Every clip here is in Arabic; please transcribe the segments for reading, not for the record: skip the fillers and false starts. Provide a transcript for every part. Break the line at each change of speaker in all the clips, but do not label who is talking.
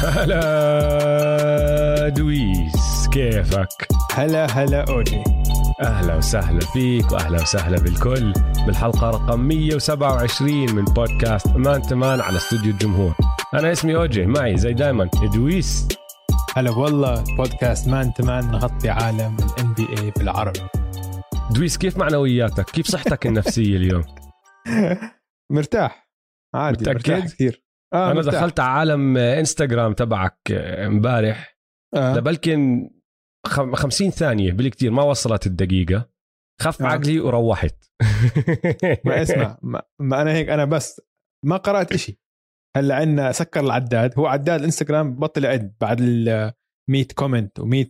هلا دويس، كيفك؟
هلا أوجي.
أهلا وسهلا فيك وأهلا وسهلا بالكل بالحلقة رقم 127 من بودكاست مان تمان على استوديو الجمهور. أنا اسمي أوجي، معي زي دايما دويس.
هلا والله، بودكاست مان تمان نغطي عالم ال NBA بالعربي.
دويس، كيف معنوياتك؟ كيف صحتك النفسية اليوم؟
مرتاح عادي، مرتاح كثير.
أنا مرتاح. دخلت على عالم إنستغرام تبعك امبارح لبلكن 50 ثانية بالكتير، ما وصلت الدقيقة، خف عقلي وروحت.
ما اسمع، ما أنا هيك، أنا بس ما قرأت إشي. هلا عنا سكر العداد، هو عداد الانستغرام بطل يعد بعد ال 100 كومنت و100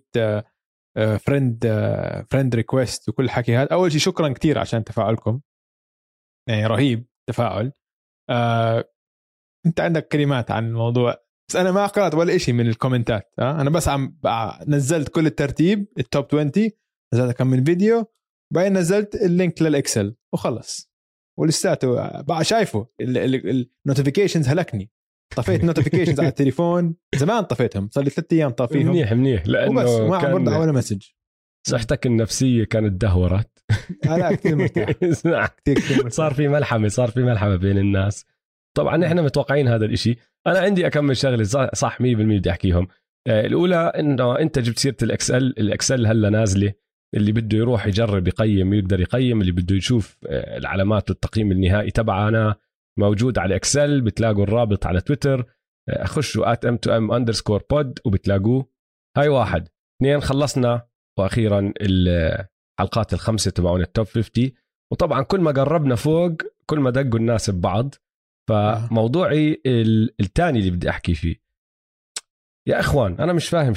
فريند ريكويست وكل حكي هذا. أول شيء شكرا كتير عشان تفاعلكم، يعني رهيب تفاعل. أنت عندك كلمات عن الموضوع، بس أنا ما قرأت ولا إشي من الكومنتات. أنا بس نزلت كل الترتيب التوب 20، نزلت كم من فيديو، بعدين نزلت اللينك للإكسل وخلص. ولساته بقى شايفه النوتيفيكيشنز، هلكني. طفيت نوتيفيكيشنز على التليفون زمان، طفيتهم صار لي 3 أيام طافيهم.
منيح لأنه
وبس ما عم برد ولا مسج.
صحتك النفسية كانت دهورت.
لا كتير مرتاح. كتير
صار في ملحمة بين الناس. طبعا احنا متوقعين هذا الاشي. انا عندي اكمل شغله صح 100% بدي احكيهم. الاولى انه انت جبت سيره الاكسل هلا نازله، اللي بده يروح يجرب يقيم يقدر يقيم، اللي بده يشوف العلامات والتقييم النهائي تبعنا موجود على اكسل. بتلاقوا الرابط على تويتر، خشوا @m2m_pod وبتلاقوه. هاي 1. 2 خلصنا واخيرا الحلقات ال5 تبعون التوب 50، وطبعا كل ما قربنا فوق كل ما دقوا الناس ببعض. فموضوعي الثاني اللي بدي أحكي فيه، يا إخوان أنا مش فاهم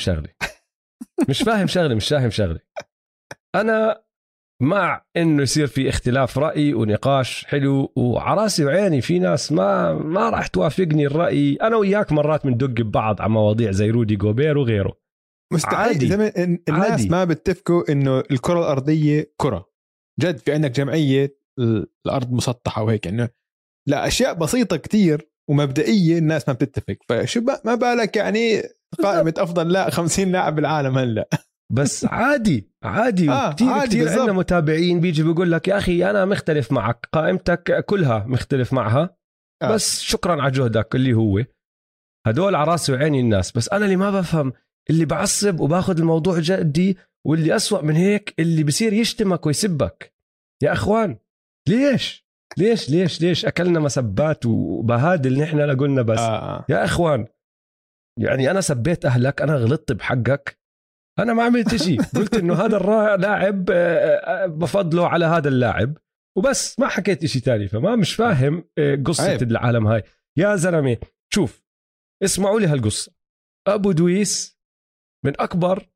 شغلي. أنا مع إنه يصير في اختلاف رأي ونقاش حلو وعراسي وعيني. في ناس ما راح توافقني الرأي. أنا وياك مرات بندق ببعض على مواضيع زي رودي جوبير وغيره،
مستحيل. الناس عادي. ما بتتفقوا إنه الكرة الأرضية كرة جد، في عندك جمعية الأرض مسطحة وهيك، إنه لا، أشياء بسيطة كتير ومبدئية الناس ما بتتفق. فشو ما بالك يعني قائمة أفضل 50 لاعب بالعالم هلأ.
بس عادي كتير عندنا متابعين بيجي بيقول لك يا أخي أنا مختلف معك، قائمتك كلها مختلف معها، بس شكرا على جهدك اللي هو هدول على راسي وعيني الناس. بس أنا اللي ما بفهم، اللي بعصب وباخد الموضوع جدي، واللي أسوأ من هيك اللي بصير يشتمك ويسبك. يا أخوان ليش أكلنا مسبات وبهادل نحن لقلنا بس يا إخوان، يعني أنا سبيت أهلك، أنا غلطت بحقك، أنا ما عملت شيء. قلت إنه هذا اللاعب بفضله على هذا اللاعب وبس، ما حكيت شيء تاني. فما مش فاهم قصة عيب. العالم هاي يا زلمة. شوف، اسمعوا لي هالقصة. أبو دويس من أكبر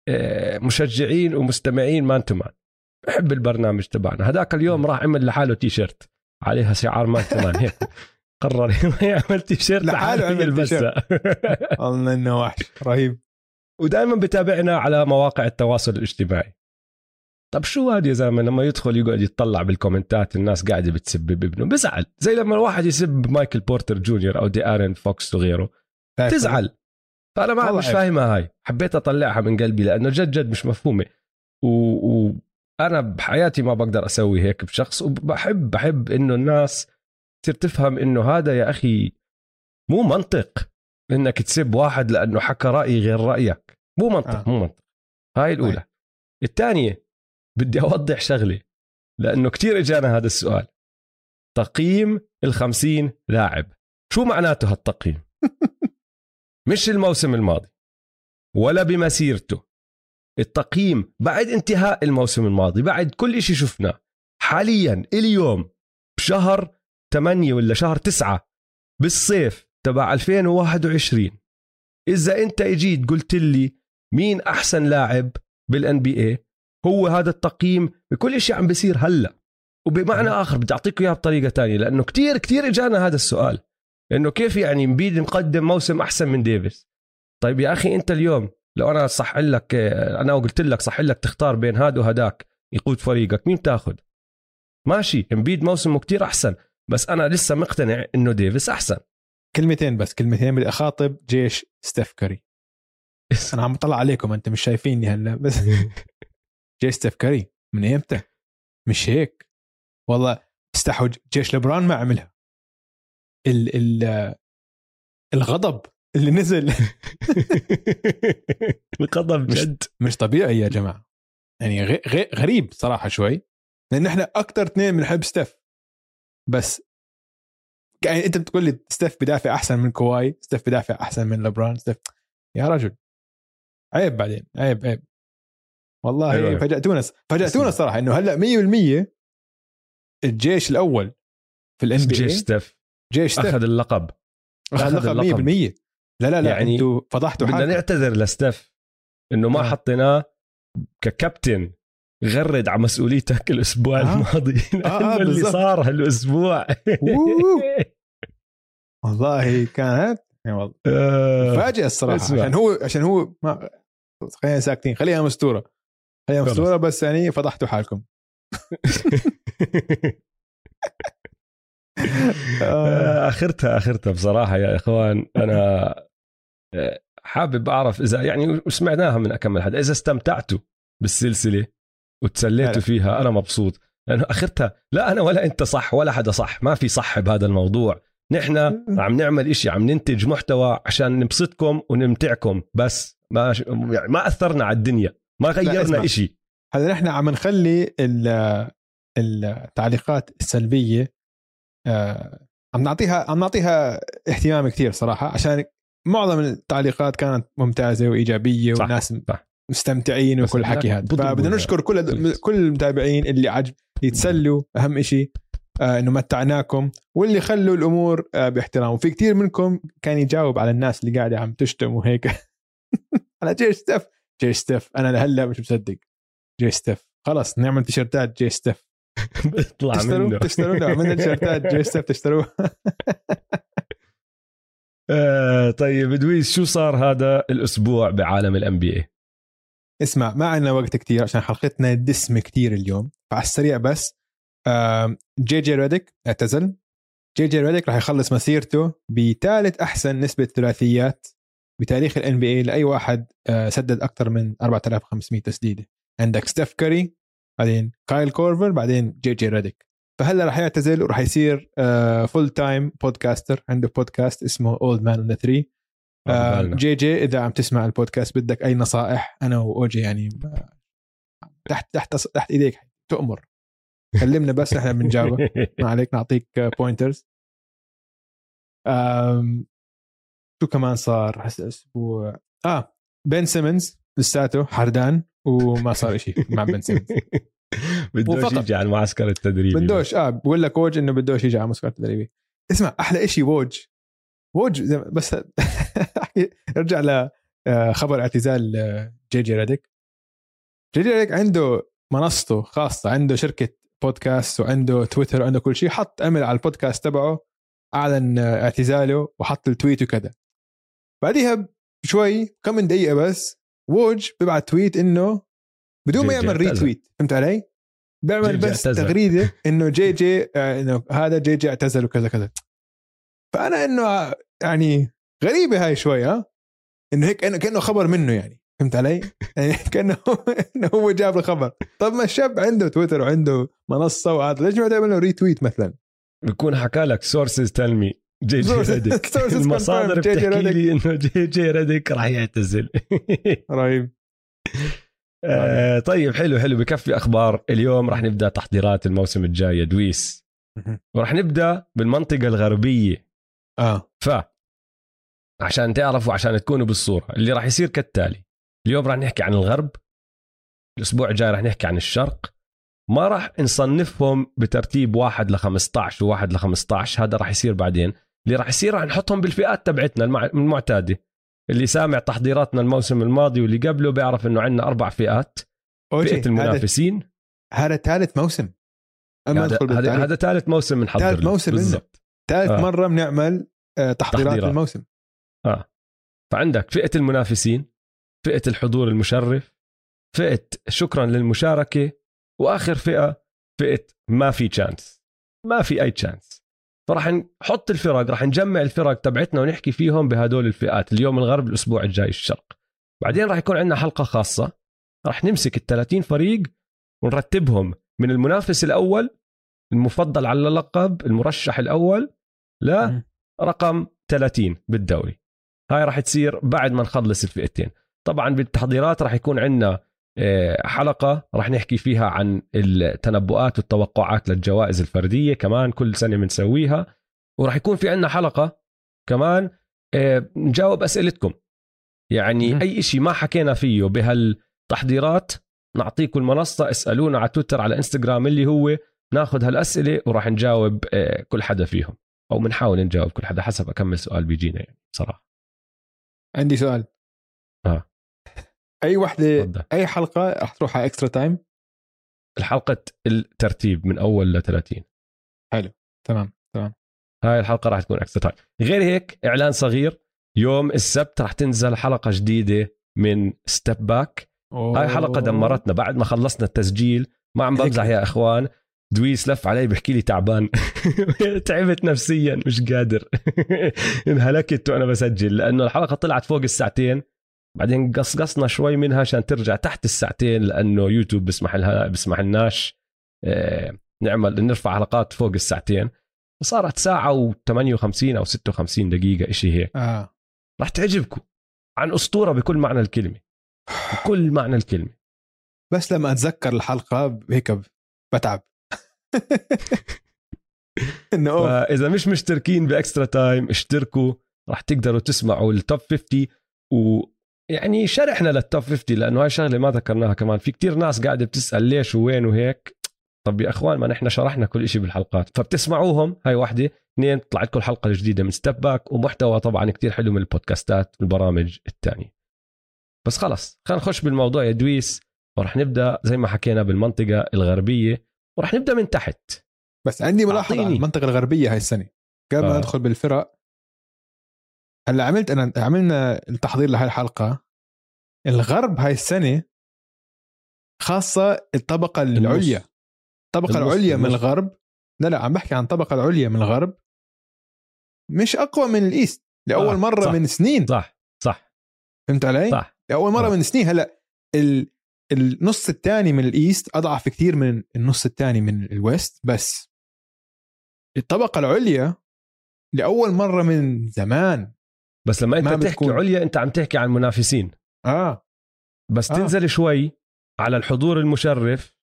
مشجعين ومستمعين مان تمان، بحب البرنامج تبعنا. هداك اليوم راح عمل لحاله تيشيرت عليها شعار مان تمان، هيك قرر يعمل تيشيرت لحاله يلبسها.
الله انه وحش رهيب.
ودائما بتابعنا على مواقع التواصل الاجتماعي. طب شو هذا يا زلمه لما يدخل يقعد يتطلع بالكومنتات الناس قاعده بتسب بابنه، بزعل. زي لما الواحد يسب مايكل بورتر جونيور او دي آرين فوكس وغيره تزعل. فانا ما مش فاهمها هاي، حبيت اطلعها من قلبي لانه جد مش مفهومه. أنا بحياتي ما بقدر أسوي هيك بشخص، وبحب إنه الناس تصير تفهم إنه هذا يا أخي مو منطق إنك تسب واحد لأنه حكى رأي غير رأيك. مو منطق. هاي الأولى. الثانية بدي أوضح شغلة، لأنه كتير إجانا هذا السؤال. تقييم 50 لاعب شو معناته هالتقييم؟ مش الموسم الماضي ولا بمسيرته، التقييم بعد انتهاء الموسم الماضي، بعد كل إشي شفناه حاليا اليوم بشهر 8 ولا شهر 9 بالصيف تبع 2021. إذا أنت اجيت قلت لي مين أحسن لاعب بالNBA، هو هذا التقييم بكل إشي عم بيصير هلأ. وبمعنى آخر بدي أعطيكم إياه بطريقة تانية، لأنه كتير إجانا هذا السؤال، إنه كيف يعني امبيد مقدم موسم أحسن من ديفيس. طيب يا أخي أنت اليوم لو أنا صح لك، أنا قلت لك صح لك تختار بين هذا وهداك يقود فريقك، مين تاخد؟ ماشي، امبيد موسمه كتير أحسن، بس أنا لسه مقتنع إنه ديفيس أحسن.
كلمتين بدي اخاطب جيش ستيف كاري. انا عم بطلع عليكم انت مش شايفيني هلا بس جيش ستيف كاري من ايمتى مش هيك والله. استحوا جيش لبران ما عملها. الغضب اللي نزل
الغضب جد
مش طبيعي يا جماعه يعني غريب صراحه شوي لان احنا اكتر اثنين بنحب ستيف بس يعني انت بتقول لي ستيف بدافع احسن من كواي ستيف بدافع احسن من لبران ستيف يا رجل عيب بعدين عيب والله أيوة. فاجأتونا صراحه انه هلا 100% الجيش الاول في الان بي
جيش ستيف اخذ اللقب
100%. لا يعني انتوا فضحتوا
بدنا نعتذر لستيف انه ما حطيناه ككابتن غرد على مسؤوليتك الاسبوع الماضي اللي صار هالاسبوع
والله كانت والله فاجئ الصراحه عشان هو ما خلينا ساكتين خليها مستوره بس يعني فضحتوا حالكم.
اخرتها بصراحه يا اخوان. انا حابب اعرف اذا يعني سمعناها من اكمل حدا اذا استمتعتوا بالسلسله وتسليتوا فيها. انا مبسوط لانه اخرتها لا انا ولا انت صح ولا حدا صح، ما في صح بهذا الموضوع. نحن عم نعمل إشي، عم ننتج محتوى عشان نبسطكم ونمتعكم بس، ما اثرنا على الدنيا، ما غيرنا إشي.
هذا نحن عم نخلي التعليقات السلبيه عم نعطيها اهتمام كتير صراحه، عشان معظم التعليقات كانت ممتازه وايجابيه والناس مستمتعين وكل حكي هذا. فبدنا نشكر كل المتابعين اللي عجب يتسلوا، اهم إشي انه متعناكم واللي خلوا الامور باحترام. وفي كتير منكم كان يجاوب على الناس اللي قاعده عم تشتم وهيك على جيش ستيف. انا لهلا مش مصدق جيش ستيف. خلص نعمل تيشرتات جيش ستيف
بيطلع منه
تشترونا عملنا تيشرتات جيش ستيف تشتروها.
طيب دويس شو صار هذا الاسبوع بعالم الام بي اي؟
اسمع ما عندنا وقت كتير عشان حلقتنا دسمة كتير اليوم، فعلى السريع بس جي ريديك اعتزل. جي ريديك راح يخلص مسيرته بثالث أحسن نسبة ثلاثيات بتاريخ ال NBA لأي واحد سدد أكثر من 4500 تسديدة. عندك ستيف كاري، بعدين كايل كورفر، بعدين جي ريديك. فهلا راح يعتزل وراح يصير فول تايم بودكاستر. عنده بودكاست اسمه Old Man on the Three. جي إذا عم تسمع البودكاست بدك أي نصائح أنا وأوجي يعني تحت إيديك تؤمر، كلمنا بس احنا بنجاوبك، ما عليك نعطيك بوينترز. شو كمان صار هسه اسبوع؟ بن سيمنز لساته حردان وما صار إشي مع بن سيمنز.
بدوش يجي على المعسكر التدريبي،
بدوش بقول لك ووج انه بدوش يجي على المعسكر التدريبي. اسمع احلى إشي ووج بس ارجع لخبر اعتزال جي ريديك. جي ريديك عنده منصته خاصة، عنده شركة بودكاست وعنده تويتر وعنده كل شيء. حط عمل على البودكاست تبعه، أعلن اعتزاله وحط التويت وكذا. بعدها شوي كم من دقيقة بس ووج ببعت تويت إنه بدون ما يعمل ريتويت، فهمت علي؟ بيعمل بس تغريدة إنه جي إنه هذا جي اعتزل وكذا كذا. فأنا إنه يعني غريبة هاي شوي إنه هيك كأنه خبر منه يعني، فهمت علي؟ يعني كأنه إنه هو جاب الخبر. طب ما الشاب عنده تويتر وعنده منصة وهذا، ليش ما تعمل له ريتويت مثلا؟
بيكون حكى لك سورسز تيل مي جي ريديك، المصادر بتحكي لي إنه جي ريديك راح يعتزل.
رهيب.
طيب حلو بكفي أخبار. اليوم راح نبدأ تحضيرات الموسم الجاي دويس، وراح نبدأ بالمنطقة الغربية. عشان تعرفوا، عشان تكونوا بالصورة، اللي راح يصير كالتالي: اليوم راح نحكي عن الغرب، الأسبوع الجاي راح نحكي عن الشرق. ما راح نصنفهم بترتيب 1 ل15 و1 ل15، هذا راح يصير بعدين. اللي راح يصير راح نحطهم بالفئات تبعتنا المعتادة. اللي سامع تحضيراتنا الموسم الماضي واللي قبله بيعرف إنه عندنا 4 فئات. فئة المنافسين،
هذا ثالث موسم.
هذا ثالث موسم من حضر،
ثالث موسم بالضبط، ثالث مرة بنعمل تحضيرات الموسم.
فعندك فئة المنافسين، فئة الحضور المشرف، فئة شكرا للمشاركة، وآخر فئة ما في تشانس، ما في أي تشانس. فراح نحط الفرق، راح نجمع الفرق تبعتنا ونحكي فيهم بهدول الفئات. اليوم الغرب، الأسبوع الجاي الشرق. بعدين راح يكون عندنا حلقة خاصة، راح نمسك 30 فريق ونرتبهم من المنافس الأول المفضل على اللقب، المرشح الأول لرقم 30 بالدوري. هاي راح تصير بعد ما نخلص الفئتين. طبعا بالتحضيرات راح يكون عندنا حلقة راح نحكي فيها عن التنبؤات والتوقعات للجوائز الفردية، كمان كل سنة بنسويها. وراح يكون في عندنا حلقة كمان نجاوب أسئلتكم، يعني أي إشي ما حكينا فيه بهالتحضيرات نعطيكم المنصة، اسألونا على تويتر على انستغرام اللي هو ناخذ هالأسئلة وراح نجاوب كل حدا فيهم، أو بنحاول نجاوب كل حدا حسب أكمل سؤال بيجينا. يعني بصراحة
عندي سؤال. أي وحدة
فضل.
أي حلقة راح تروح على إكسترا تايم؟
الحلقة الترتيب من أول ل30.
حلو، تمام.
هاي الحلقة راح تكون اكسترا تايم. غير هيك إعلان صغير، يوم السبت راح تنزل حلقة جديدة من ستيب باك. هاي حلقة دمرتنا بعد ما خلصنا التسجيل، ما عم بمزح يا إخوان. دويس لف علي بحكي لي تعبان تعبت نفسيا مش قادر انهلكت وأنا بسجل، لأنه الحلقة طلعت فوق الساعتين. بعدين قصقصنا شوي منها عشان ترجع تحت الساعتين، لأنه يوتيوب بسمح لناش نرفع حلقات فوق الساعتين. صارت ساعة و58 أو 56 دقيقة إشي هيك. راح تعجبكم، عن أسطورة بكل معنى الكلمة، بكل معنى الكلمة.
بس لما أتذكر الحلقة هيك بتعب
إذا مش مشتركين بإكسترا تايم اشتركوا، راح تقدروا تسمعوا التوب 50. ويعني شرحنا للتوب 50 لأنه هاي شغلة ما ذكرناها كمان. في كتير ناس قاعدة بتسأل ليش ووين وهيك. طب يا أخوان، ما نحن شرحنا كل إشي بالحلقات، فبتسمعوهم. هاي واحدة. 2 طلعت لكم حلقة جديدة من ستيب باك، ومحتوى طبعا كتير حلو من البودكاستات والبرامج التانية. بس خلص خلينا نخش بالموضوع يا دويس، ورح نبدأ زي ما حكينا بالمنطقة الغربية، ورح نبدأ من تحت.
بس عندي ملاحظة على المنطقة الغربية هاي السنة قبل ما ندخل بالفرق. هلا عملنا التحضير لهاي الحلقة. الغرب هاي السنة خاصة الطبقة العليا، الطبقة العليا من الغرب. لا عم بحكي عن الطبقة العليا من الغرب، مش أقوى من الإيست لأول مرة
صح.
من سنين.
صح
فهمت علي؟
صح.
لأول مرة من سنين. هلا النص الثاني من الإيست أضعف كتير من النص الثاني من الويست، بس الطبقة العليا لأول مرة من زمان.
بس لما أنت تحكي عليا أنت عم تحكي عن منافسين. بس تنزل شوي على الحضور المشرف.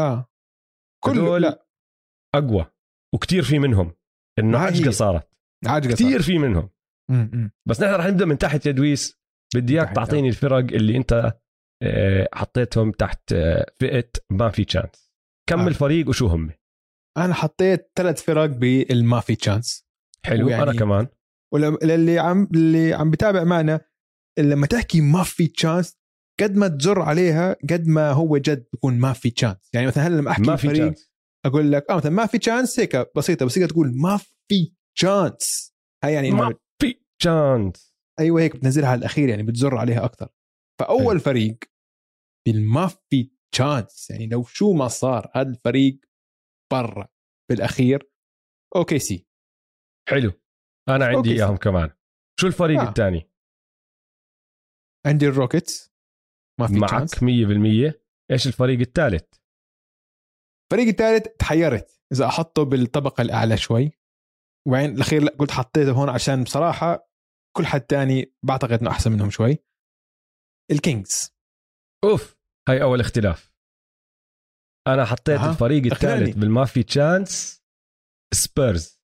كل لا
أقوى وكتير في منهم، إنه عجقة صارت كتير في منهم. بس نحن رح نبدأ من تحت يا دويس. بدي إياك تعطيني الفرق اللي أنت حطيتهم تحت فئة ما في تشانس. كم الفريق وشو هم؟
أنا حطيت 3 فرق بالما في تشانس.
حلو يعني أنا كمان.
اللي عم بتابع معنا، لما تحكي ما في تشانس قد ما تجر عليها قد ما هو جد بيكون ما في تشانس. يعني مثلا هلا لما أحكي
ما في
فريق
تشانس
أقول لك مثلا ما في تشانس هيك بسيطة، بس تقول ما في تشانس. هاي يعني
ما في تشانس.
أيوة هيك بتنزلها على الأخير، يعني بتجر عليها أكتر. فأول فريق بالما في تشانس، يعني لو شو ما صار هذا الفريق برا بالأخير أوكي سي.
حلو، أنا عندي إياهم كمان. شو الفريق الثاني؟
عندي الروكيتس ما في
معك 100%. إيش الفريق الثالث؟
الفريق الثالث تحيرت إذا أحطه بالطبقة الأعلى شوي، وبعدين الأخير لا قلت حطيته هون عشان بصراحة كل حد تاني بعتقد إنه أحسن منهم شوي. الكينجز.
أوف، هاي أول اختلاف. أنا حطيت الفريق الثالث بالما في تشانس سبيرز.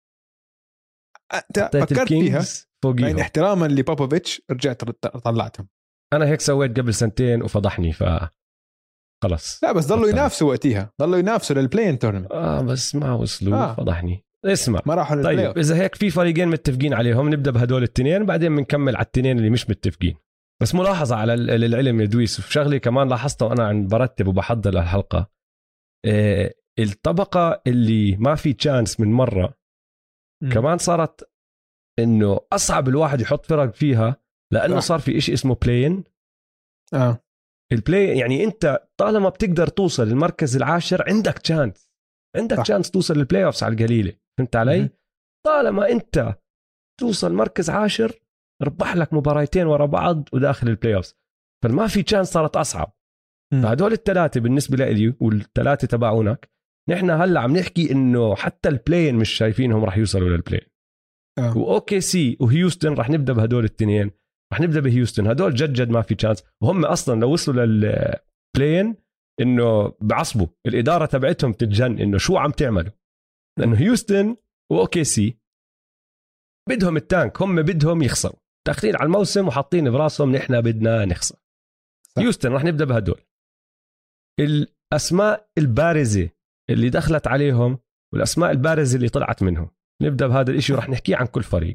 فكرت فيها
فوقيهم
احتراما لبوبوفيتش رجعت طلعتهم.
أنا هيك سويت قبل 2 وفضحني خلص.
لا بس ضلوا ينافسوا وقتها، ضلوا ينافسوا للبلاين تورنمنت.
بس ما وصلوا. فضحني. اسمع،
ما راحوا
طيب إذا هيك في فريقين متفقين عليهم نبدأ بهدول التنين، بعدين بنكمل على التنين اللي مش متفقين. بس ملاحظة على العلم يا دويس، شغلة كمان لاحظتها وأنا عم برتب وبحضر للحلقة. الطبقة اللي ما في تشانس من مرة كمان صارت إنه أصعب الواحد يحط فرق فيها، لأنه صار في إشي اسمه بلاين. البلاي يعني أنت طالما بتقدر توصل للمركز العاشر عندك تشانس، عندك تشانس توصل للبلاي أوفس على القليلة. فهمت علي؟ طالما انت توصل مركز 10 ربح لك مباراتين ورا بعض وداخل البلاي اوف، فما في تشانس صارت اصعب. فهدول الثلاثه بالنسبه لي والثلاثه تبعونك نحن هلا عم نحكي انه حتى البلاين مش شايفينهم راح يوصلوا للبلاين. واوكي سي وهيوستن راح نبدا بهدول الاثنين، راح نبدا بهيوستن. هدول جد ما في تشانس، وهم اصلا لو وصلوا للبلاين انه بعصبوا الاداره تبعتهم تتجن انه شو عم تعملوا، لانه هيوستن واوكي سي بدهم التانك، هم بدهم يخسروا، داخلين على الموسم وحاطين براسهم نحن بدنا نخسر. هيوستن راح نبدا بهدول. الاسماء البارزه اللي دخلت عليهم والاسماء البارزه اللي طلعت منهم، نبدا بهذا الاشي وراح نحكي عن كل فريق.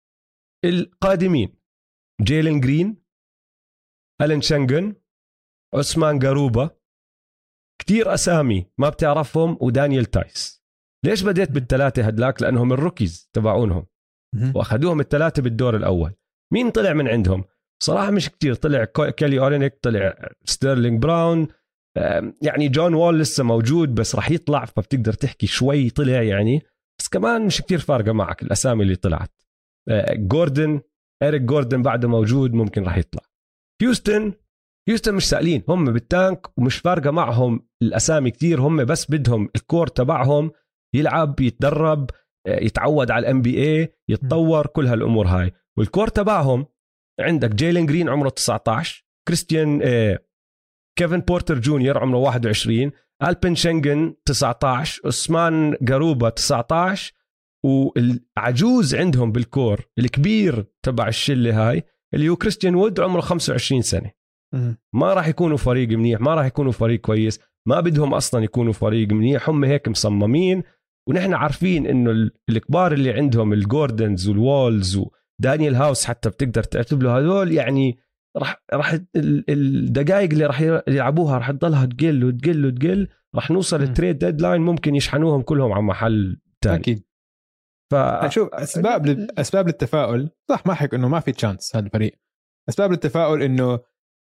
القادمين جيلين جرين، ألين شنغن، عثمان قروبة، كتير أسامي ما بتعرفهم، ودانيال تايس. ليش بديت بالثلاثة هدلاك؟ لأنهم الروكيز تبعونهم وأخذوهم الثلاثة بالدور الأول. مين طلع من عندهم؟ صراحة مش كتير. طلع كيلي أورينيك، طلع ستيرلينج براون، يعني جون وول لسه موجود بس راح يطلع، فبتقدر تحكي شوي طلع يعني، بس كمان مش كتير فارقة معك الأسامي اللي طلعت. جوردن، إيريك جوردن بعده موجود، ممكن راح يطلع. هيوستن مش سائلين، هم بالتانك ومش فارقة معهم الأسامي كتير، هم بس بدهم الكور تبعهم يلعب، يتدرب، يتعود على NBA، يتطور، كل هالأمور هاي. والكور تبعهم عندك جيلين جرين عمره 19، كريستيان كيفن بورتر جونيور عمره 21، ألبن شنغن 19، عثمان قروبة 19، والعجوز عندهم بالكور الكبير تبع الشلة هاي اللي هو كريستيان وود عمره 25 سنة. ما راح يكونوا فريق منيح، ما راح يكونوا فريق كويس، ما بدهم أصلا يكونوا فريق منيح، هم هيك مصممين. ونحن عارفين إنه الكبار اللي عندهم الجوردنز والوالز ودانيال هاوس حتى بتقدر تعتبر له هذول، يعني راح الدقائق اللي راح يلعبوها راح تضلها تقل وتقل وتقل، راح نوصل التريد ديدلاين ممكن يشحنوهم كلهم على محل تاني.
أكيد. شوف أسباب للتفاؤل، صح، ما حك إنه ما في تشانس هذا الفريق. أسباب للتفاؤل إنه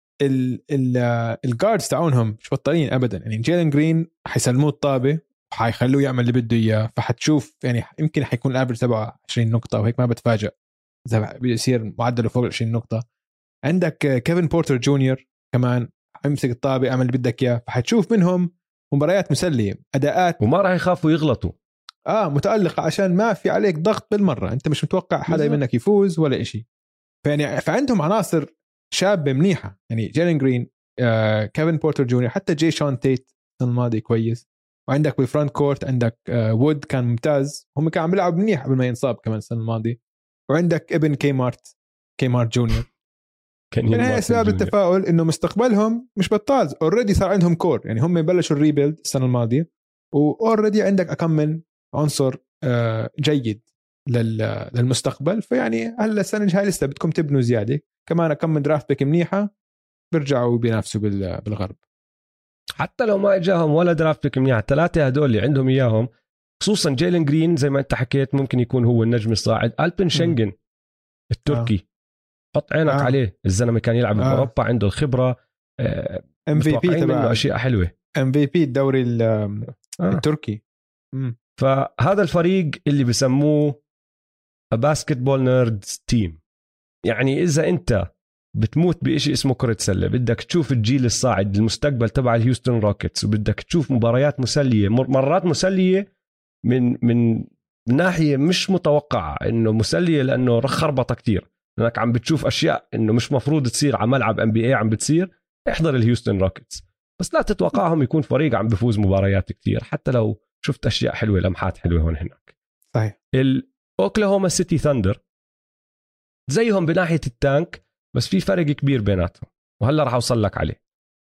الجاردز تاعونهم مش بطلين ابدا، يعني جيلين جرين حيسلموه الطابه وحيخلوه يعمل اللي بده اياه، فحتشوف يعني يمكن حيكون الافرج تبعه 20 نقطه وهيك، ما بتفاجئ اذا بيصير معدله فوق 20 نقطه. عندك كيفن بورتر جونيور كمان امسك الطابه اعمل اللي بدك اياه، فحتشوف منهم مباريات مسليه، اداءات،
وما راح يخافوا يغلطوا،
متألقة، عشان ما في عليك ضغط بالمره، انت مش متوقع حدا منك يفوز ولا إشي. فيعني فعندهم عناصر شابة منيحة، يعني جيلين جرين، كيفن بورتر جونيور، حتى جي شون تيت السنة الماضية كويس. وعندك بالفرونت كورت عندك وود كان ممتاز، هم كانوا عم بيلعبوا منيح قبل ما ينصاب كمان السنة الماضية. وعندك ابن كيمارت جونيور. يعني أسباب التفاؤل إنه مستقبلهم مش بطال، أوريدي صار عندهم كور، يعني هم بلشوا الريبيلد السنة الماضية، وأوريدي عندك أكم من عنصر جيد للمستقبل. فيعني هلا السنة الجاية لسه بدكم تبنوا زيادة، كمان كم من درافت بيك منيحة بيرجعوا بينافسوا بالغرب.
حتى لو ما اجاهم ولا درافت بيك منيحة، الثلاثة هدول اللي عندهم اياهم، خصوصا جيلين جرين زي ما انت حكيت ممكن يكون هو النجم الصاعد. ألبن شنغن التركي حط عينك عليه، الزلمة كان يلعب بأوروبا، عنده الخبرة،
MVP تبع
أشياء حلوة،
MVP الدوري التركي.
فهذا الفريق اللي بسموه باسكتبول نيردز تيم. يعني إذا أنت بتموت بإشي اسمه كرة سلة، بدك تشوف الجيل الصاعد المستقبل تبع الهيوستن روكيتس، وبدك تشوف مباريات مسلية، مرات مسلية من ناحية مش متوقعة إنه مسلية، لأنه خربطة كتير، لأنك عم بتشوف أشياء إنه مش مفروض تصير على ملعب NBA عم بتصير. احضر الهيوستن روكيتس، بس لا تتوقعهم يكون فريق عم بفوز مباريات كتير، حتى لو شفت أشياء حلوة، لمحات حلوة هون هناك.
صحيح.
الأوكلاهوما سيتي ثاندر زيهم بناحية التانك، بس في فرق كبير بيناتهم، وهلأ رح أوصل لك عليه.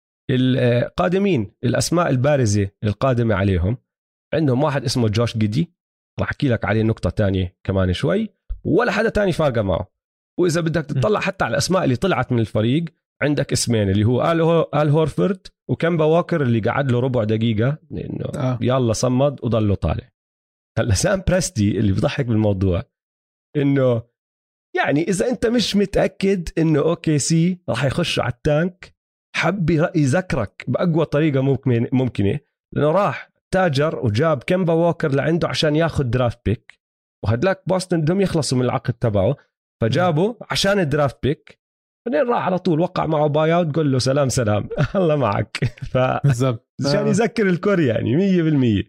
القادمين، الأسماء البارزة القادمة عليهم، عندهم واحد اسمه جوش جيدي، رح أحكي لك عليه نقطة تانية كمان شوي، ولا حدا تاني فارقة معه. وإذا بدك تطلع حتى على الأسماء اللي طلعت من الفريق، عندك اسمين اللي هو آل هورفورد وكمبا واكر اللي قعد له ربع دقيقة لأنه يلا صمد وضله طالع. هلا سام بريستي اللي بضحك بالموضوع إنه يعني إذا أنت مش متأكد إنه أوكي سي راح يخشوا على التانك، حب يذكرك بأقوى طريقة ممكنة، لأنه راح تاجر وجاب كمبا واكر لعنده عشان ياخد درافت بيك، وهدلاك بوسطن بدهم يخلصوا من العقد تبعه، فجابوا عشان الدرافت بيك، بعدين راح على طول وقع معه باي اوت، قول له سلام سلام الله معك.
بالضبط
عشان يذكر الكوري يعني 100%.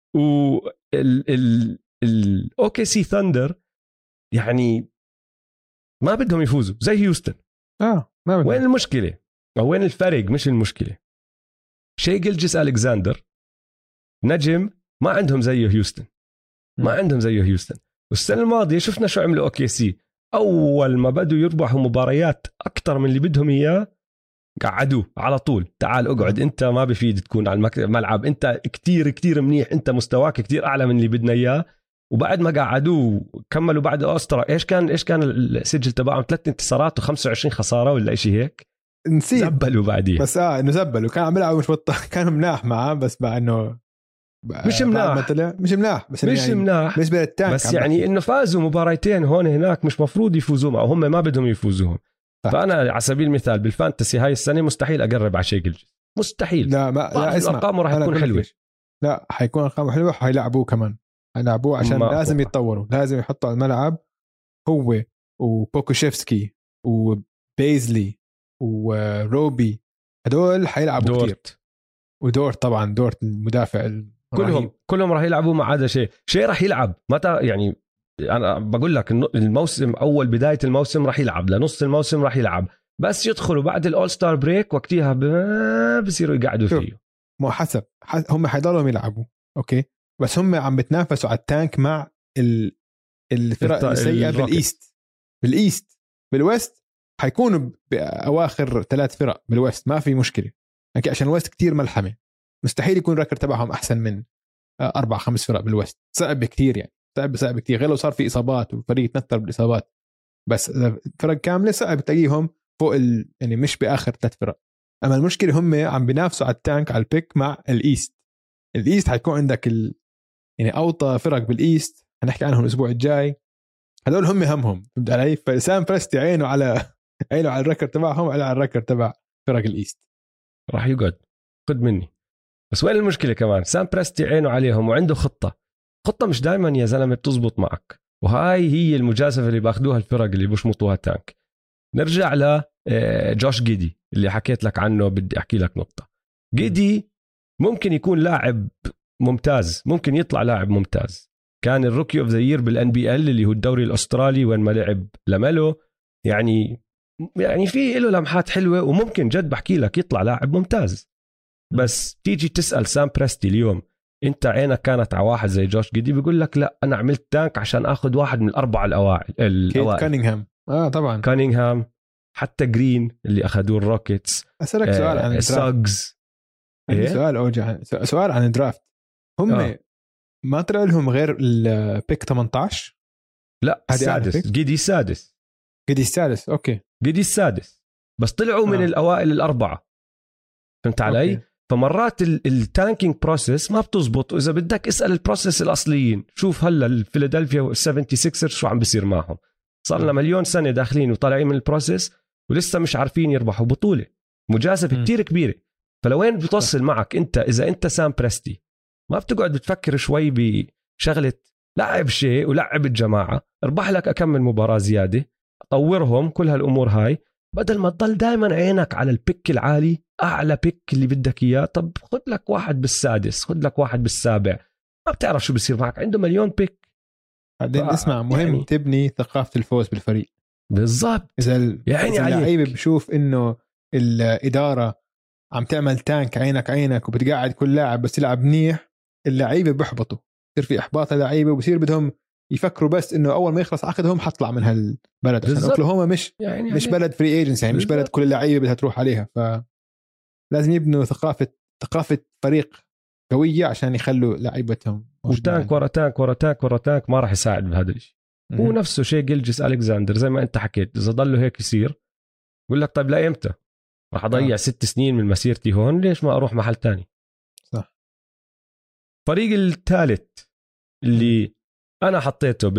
ال اوكي سي ثاندر يعني ما بدهم يفوزوا زي هيوستن.
ما بدهم.
وين المشكله او وين الفرق؟ مش المشكله شي جيلجس ألكساندر نجم ما عندهم زيه هيوستن، ما عندهم زيه هيوستن. والسنه الماضيه شفنا شو عملوا اوكي سي، اول ما بدوا يربحوا مباريات اكثر من اللي بدهم اياه قعدوه على طول، تعال اقعد انت ما بفيد تكون على الملعب، انت كتير كتير منيح، انت مستواك كتير اعلى من اللي بدنا اياه. وبعد ما قعدوه كملوا بعد أوسترا، ايش كان السجل تبعهم 3 انتصارات و25 خساره ولا شيء هيك،
نسيت
زبلوا بعديه.
بس انه زبلوا، كان عم يلعبوا مش بطل كانوا مناح معاه، بس بقى انه
مش مناح
مش مناح بس
مش
يعني
مناح
بالنسبه للتانك،
بس يعني انه فازوا مباراتين هون هناك مش مفروض يفوزوا معه، هم ما بدهم يفوزوهم. فانا على سبيل المثال بالفانتسي هاي السنه مستحيل اقرب على شيء جلجس، مستحيل.
لا اسمع،
الارقام راح تكون حلوه.
لا حيكون ارقامه حلوه، حيلعبوه كمان، هيلعبوه عشان لازم يتطوروا، لازم يحطوا على الملعب هو وبوكوشيفسكي وبيزلي وروبي، هدول حيلعبوا كتير. ودورت طبعا، دورت المدافع
كلهم راح يلعبوا ما عدا شيء راح يلعب متى يعني. انا بقول لك الموسم اول بدايه الموسم راح يلعب، لنص الموسم راح يلعب، بس يدخلوا بعد الاول ستار بريك وقتها بصيروا يقعدوا فيه.
مو حسب هم حيضلوا يلعبوا اوكي، بس هم عم بتنافسوا على التانك مع الفرق السيئه بالايست. بالويست حيكونوا باواخر 3 فرق بالويست، ما في مشكله يعني، عشان الويست كتير ملحمه، مستحيل يكون الركر تبعهم احسن من 4-5 فرق بالويست، صعب كتير يعني، صعب كتير، غير لو صار في اصابات والفريق يتنطر بالاصابات، بس فرق كامله صعب تلاقيهم فوق يعني مش باخر 3 فرق. اما المشكله هم عم بينافسوا على التانك على البيك مع الايست حيكون عندك يعني اوطى فرق بالايست هنحكي عنهم الاسبوع الجاي، هذول هم همهم، فهمت علي؟ فسام برستي عينه على الركر تبعهم، على الركر تبع فرق الايست،
راح يقعد خد مني. بس وين المشكله كمان؟ سام برستي عينه عليهم وعنده خطه مش دائما يا زلمه بتزبط معك، وهاي هي المجازفه اللي باخذوها الفرق اللي بشمطوها تانك. نرجع ل جوش جيدي اللي حكيت لك عنه، بدي احكي لك نقطه. جيدي ممكن يكون لاعب ممتاز، ممكن يطلع لاعب ممتاز، كان الروكي اوف ذا يير بالان بي ال اللي هو الدوري الاسترالي وين ما لعب لميلو، يعني في له لمحات حلوه، وممكن جد بحكي لك يطلع لاعب ممتاز. بس تيجي تسال سام بريستي اليوم، انت عينك كانت على واحد زي جوش جيدي، بيقول لك لا انا عملت تانك عشان اخذ واحد من الاربعه الاوائل.
كيت كانينغهام طبعا
كانينغهام، حتى جرين اللي اخذوه الروكيتس.
اسالك سؤال عن
الساجز.
سؤال اوجع، سؤال عن الدرافت. هم ما طلع لهم غير البيك 18؟
لا السادس، جيدي السادس
اوكي،
جيدي السادس، بس طلعوا من الاوائل الاربعه، فهمت علي؟
أوكي.
فمرات التانكينج بروسيس ما بتزبط، واذا بدك اسال البروسيس الاصليين. شوف هلا الفيلادلفيا 76 شو عم بيصير معهم، صار لنا مليون سنه داخلين وطالعين من البروسيس ولسه مش عارفين يربحوا بطوله، مجازفه كتير كبيره. فلوين بتوصل معك انت اذا انت سام بريستي؟ ما بتقعد بتفكر شوي بشغله لعب شيء ولعب الجماعه، اربح لك اكمل مباراه زياده، طورهم، كل هالامور هاي، بدل ما تضل دائما عينك على البيك العالي، اعلى بيك اللي بدك اياه. طب خد لك واحد بالسادس، خد لك واحد بالسابع، ما بتعرف شو بيصير معك، عنده مليون بيك.
بعدين اسمع، مهم يعني تبني ثقافه الفوز بالفريق.
بالضبط.
اذا اللعيبه بشوف انه الاداره عم تعمل تانك عينك وبتقعد كل لاعب بس يلعب منيح، اللعيبه بيحبطوا، يصير في احباط للعيبه، وبصير بدهم يفكروا بس انه اول ما يخلص عقدهم حطلع من هالبلد، عشان اوكلاهوما مش بلد فري ايجنسي، يعني مش بلد كل اللعيبه بدها تروح عليها، فلازم يبنوا ثقافه فريق قويه عشان يخلوا لعيبتهم.
وتانك ورا تانك ورا تانك ورا تانك ما راح يساعد بهذا الشيء. هو نفسه شيء جيلجس ألكساندر زي ما انت حكيت، اذا ضلوا هيك يصير بقول لك طيب لا امتى راح اضيع 6 سنين من مسيرتي هون، ليش ما اروح محل تاني؟
صح.
الفريق الثالث اللي انا حطيته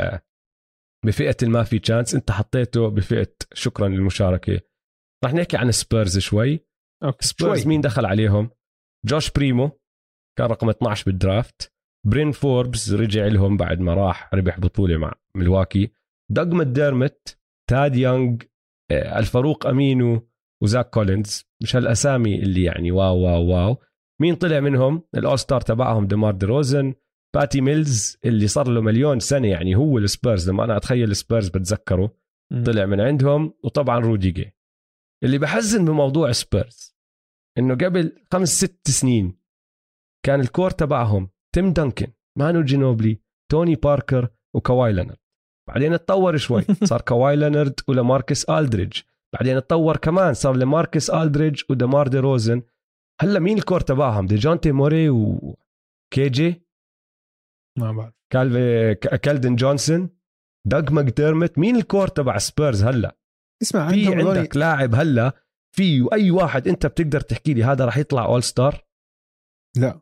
بفئه الما في تشانس، انت حطيته بفئه شكرا للمشاركه. راح نحكي عن سبيرز شوي. سبيرز مين دخل عليهم؟ جوش بريمو كان رقم 12 بالدرافت، برين فوربس رجع لهم بعد ما راح ربح بطولة مع ملواكي. دوغ ماكديرمت، تاد يونغ، الفاروق أمينو، وزاك كولينز. مش هالأسامي اللي يعني واو واو واو. مين طلع منهم؟ الأول ستار تبعهم ديمار دي روزن، باتي ميلز اللي صار له مليون سنة يعني هو السبيرز، لما أنا أتخيل السبيرز بتذكره طلع من عندهم. وطبعا روديجي. اللي بحزن بموضوع سبيرز إنه قبل 5-6 سنين كان الكور تبعهم تيم دانكن، مانو جينوبلي، توني باركر، وكواي لينارد. بعدين اتطور شوي صار كواي لينارد ولماركس ألدريج. بعدين اتطور كمان صار لماركس ألدريج ودمار دي روزن. هلا مين الكور تبعهم؟ ديجونتي موري وكيجي،
ما بعرف،
كالدن جونسون، دوغ ماكديرمت. مين الكور تبع سبيرز هلا؟
اسمع
في عندك لاعب هلا في اي واحد انت بتقدر تحكي لي هذا راح يطلع اول ستار؟
لا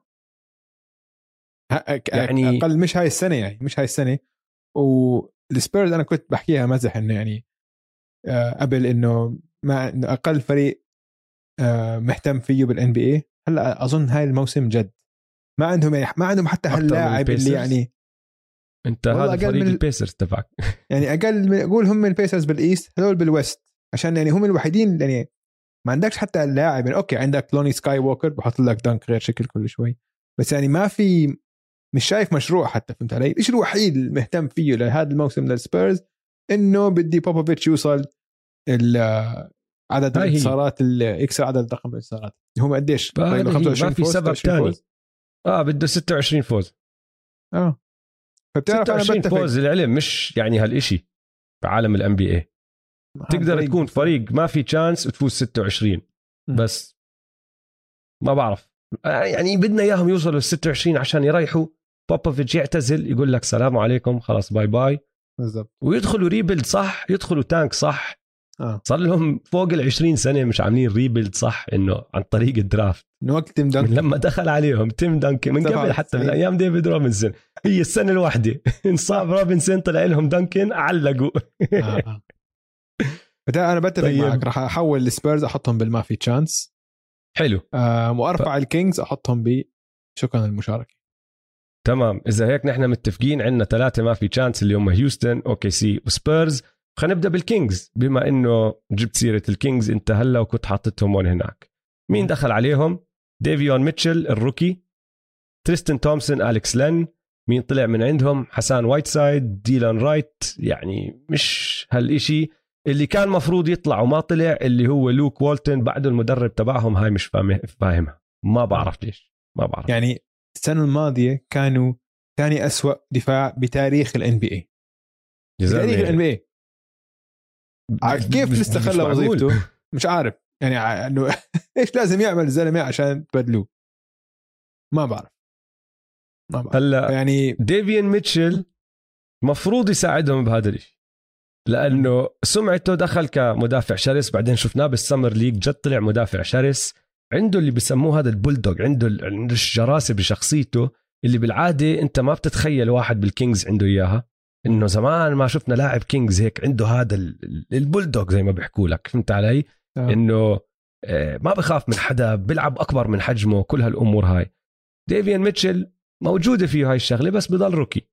يعني اقل، مش هاي السنه، يعني مش هاي السنه. والسبيرز انا كنت بحكيها مزح انه يعني قبل انه ما اقل فريق مهتم فيه بالان بي اي. هلا اظن هاي الموسم جد ما عندهم، يعني ما عندهم حتى هاللاعب اللي يعني
انت هذا فريق البيسرز تبعك
يعني اقل من اقول هم البيسرز بالايست، هذول بالويست، عشان يعني هم الوحيدين يعني ما عندكش حتى اللاعب. يعني اوكي عندك لوني سكاي ووكر بحط لك دانك غير شكل كل شوي، بس يعني ما في، مش شايف مشروع حتى. فهمت علي؟ ايش الوحيد المهتم فيه لهذا الموسم للسبيرز؟ انه بدي بوبوفيتش يوصل عدد الانتصارات، اللي يكسر عدد رقم الانتصارات. هم قديش؟
25 فوز. سبب ثاني بده 26 فوز.
فبتعرف
26 فوز العلم مش يعني هالإشي بعالم الان بي اي. تقدر تكون فريق ما في تشانس وتفوز 26 بس ما بعرف. يعني بدنا اياهم يوصلوا ل 26 عشان يريحوا بوبوفيتش يعتزل، يقول لك سلام عليكم خلاص باي باي
بالضبط،
ويدخلوا ريبيلد صح، يدخلوا تانك صح. صار لهم فوق 20 سنة مش عاملين ريبيلد صح، انه عن طريق الدرافت.
من وقت تيم دانكن،
لما دخل عليهم تيم دانكن من قبل حتى من ايام ديفيد روبنسون. هي السنة الواحدة انصاب روبنسون طلع لهم دانكن علقوا.
انا بتفق معك، راح احول السبيرز احطهم بالما في تشانس.
حلو.
وارفع الكينجز احطهم بشكرا للمشاركه.
تمام، اذا هيك نحن متفقين عندنا 3 ما في تشانس اللي هم هيوستن، اوكي سي، وسبيرز. خلينا نبدا بالكينجز بما انه جبت سيره الكينجز انت هلا وكنت حاطتهم هون هناك. مين دخل عليهم؟ ديفيون ميتشل الروكي، تريستن تومسون، أليكس لين. مين طلع من عندهم؟ حسان وايتسايد، ديلان رايت. يعني مش هالإشي اللي كان مفروض يطلع وما طلع، اللي هو لوك وولتن بعده المدرب تبعهم. هاي مش فاهمها، ما بعرف ليش، ما بعرف.
يعني السنة الماضية كانوا ثاني أسوأ دفاع بتاريخ ال NBA. بتاريخ ال NBA. كيف استخلى وظيفته؟ مش عارف يعني انه ايش لازم يعمل الزلمه عشان تبدلوه، ما بعرف.
هلا
يعني
ديفيون ميتشل مفروض يساعدهم بهذا الشيء، لانه سمعته دخل كمدافع شرس، بعدين شفناه بالسمر ليج جد طلع مدافع شرس، عنده اللي بيسموه هذا البولدوغ، عنده الشراسه بشخصيته اللي بالعاده انت ما بتتخيل واحد بالكينجز عنده اياها. انه زمان ما شفنا لاعب كينجز هيك عنده هذا البولدوغ زي ما بيحكوا لك. فهمت علي؟ انه ما بخاف من حدا، بيلعب اكبر من حجمه، كل هالامور هاي. ديفيون ميتشل موجوده فيه هاي الشغله بس بضل روكي.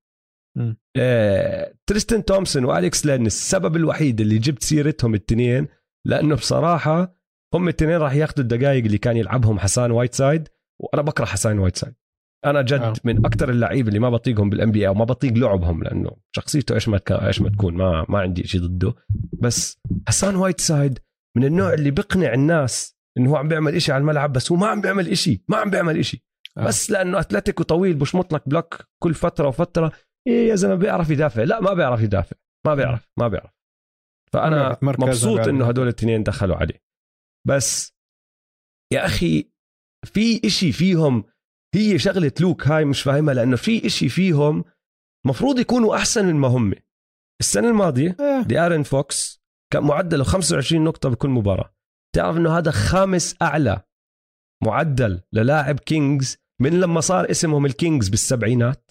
تريستن تومسون واليكس لين السبب الوحيد اللي جبت سيرتهم التنين لانه بصراحه هم التنين راح ياخذوا الدقائق اللي كان يلعبهم حسان وايتسايد، وانا بكره حسان وايتسايد. انا جد من اكتر اللعيبه اللي ما بطيقهم بالان بي اي وما بطيق لعبهم لانه شخصيته ايش ما تكون ما عندي شيء ضده. بس حسان وايتسايد من النوع اللي بقنع الناس انه هو عم بيعمل إشي على الملعب، بس هو ما عم بيعمل إشي بس لانه اتلتيك وطويل بشمط لك بلوك كل فتره وفتره. ايه يا زلمه بيعرف يدافع؟ لا ما بيعرف يدافع، ما بيعرف. فانا مبسوط انه هدول الاثنين دخلوا عليه. بس يا اخي في إشي فيهم، هي شغلة لوك هاي مش فاهمها، لأنه في إشي فيهم مفروض يكونوا أحسن من ما هم. السنة الماضية دي آرين فوكس كان معدله 25 نقطة بكل مباراة. تعرف أنه هذا 5 أعلى معدل للاعب كينجز من لما صار اسمهم الكينجز بالسبعينات.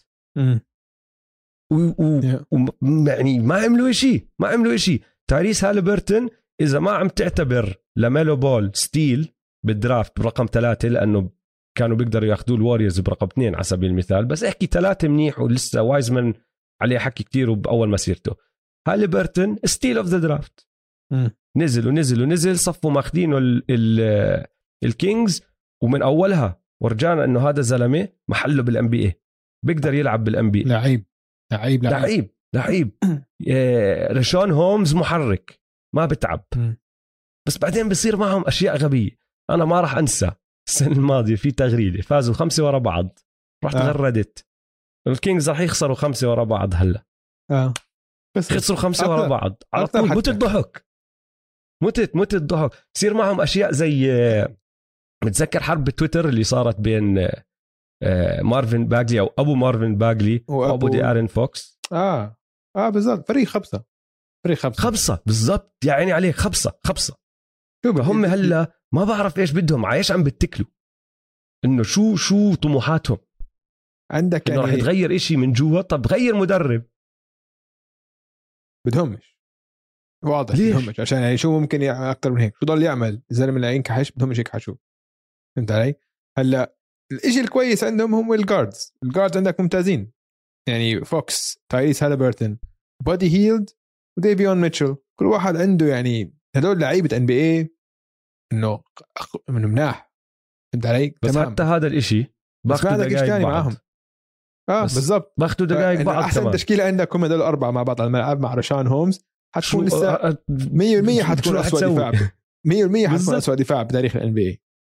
يعني ما عملوا إشي. تايريس هاليبرتون إذا ما عم تعتبر لاميلو بول ستيل بالدرافت برقم 3 لأنه كانوا بيقدروا ياخذوا الواريورز برقم 2 على سبيل المثال، بس احكي 3 منيح ولسه وايزمان عليه حكي كتير وبأول مسيرته. هاليبرتون ستيل اوف ذا درافت، نزل صفوا ماخذينه الكينجز، ومن اولها ورجانا انه هذا زلمه محله بالان بي اي، بيقدر يلعب بالان بي اي. لعيب رشون هومز محرك ما بتعب، بس بعدين بيصير معهم اشياء غبيه. انا ما راح انسى السنه الماضيه في تغريده فازوا 5 ورا بعض، رحت غردت الكينجز راح يخسروا 5 ورا بعض. هلا خسروا 5 ورا بعض على طول، مت الضحك. يصير معهم اشياء زي متذكر حرب تويتر اللي صارت بين مارفن باغلي او ابو مارفن باغلي وابو دي ارين فوكس.
بالضبط، فريق خبصه
بالضبط، يا عيني عليك، خبصه. هم هلا ما بعرف ايش بدهم، عايش عم بتكلوا انه شو طموحاتهم.
عندك
يعني راح يتغير إشي من جوا. طب غير مدرب،
بدهمش واضح بدهمش، عشان يعني شو ممكن يعمل اكثر من هيك؟ شو ضل يعمل الزلمه اللي ينكحش؟ بدهمش يكحشوا. فهمت علي؟ هلا الاشي الكويس عندهم هم الجاردز عندك ممتازين، يعني فوكس، تايريس هاليبرتون، بودي هيلد، وديفيون ميتشل، كل واحد عنده يعني هدول لعيبه ان بي اي انه مناح. فهمت علي؟
بس تمام. حتى هذا الاشي باخذوا دقائق معهم.
بالضبط،
باخذوا دقائق بعض.
احسن كمان. تشكيله عندك هم هدول 4 مع بعض على الملعب مع رشان هومز، حتكون لسه 100% حتكون اسوء دفاع 100% حتكون اسوء دفاع بتاريخ الان بي اي.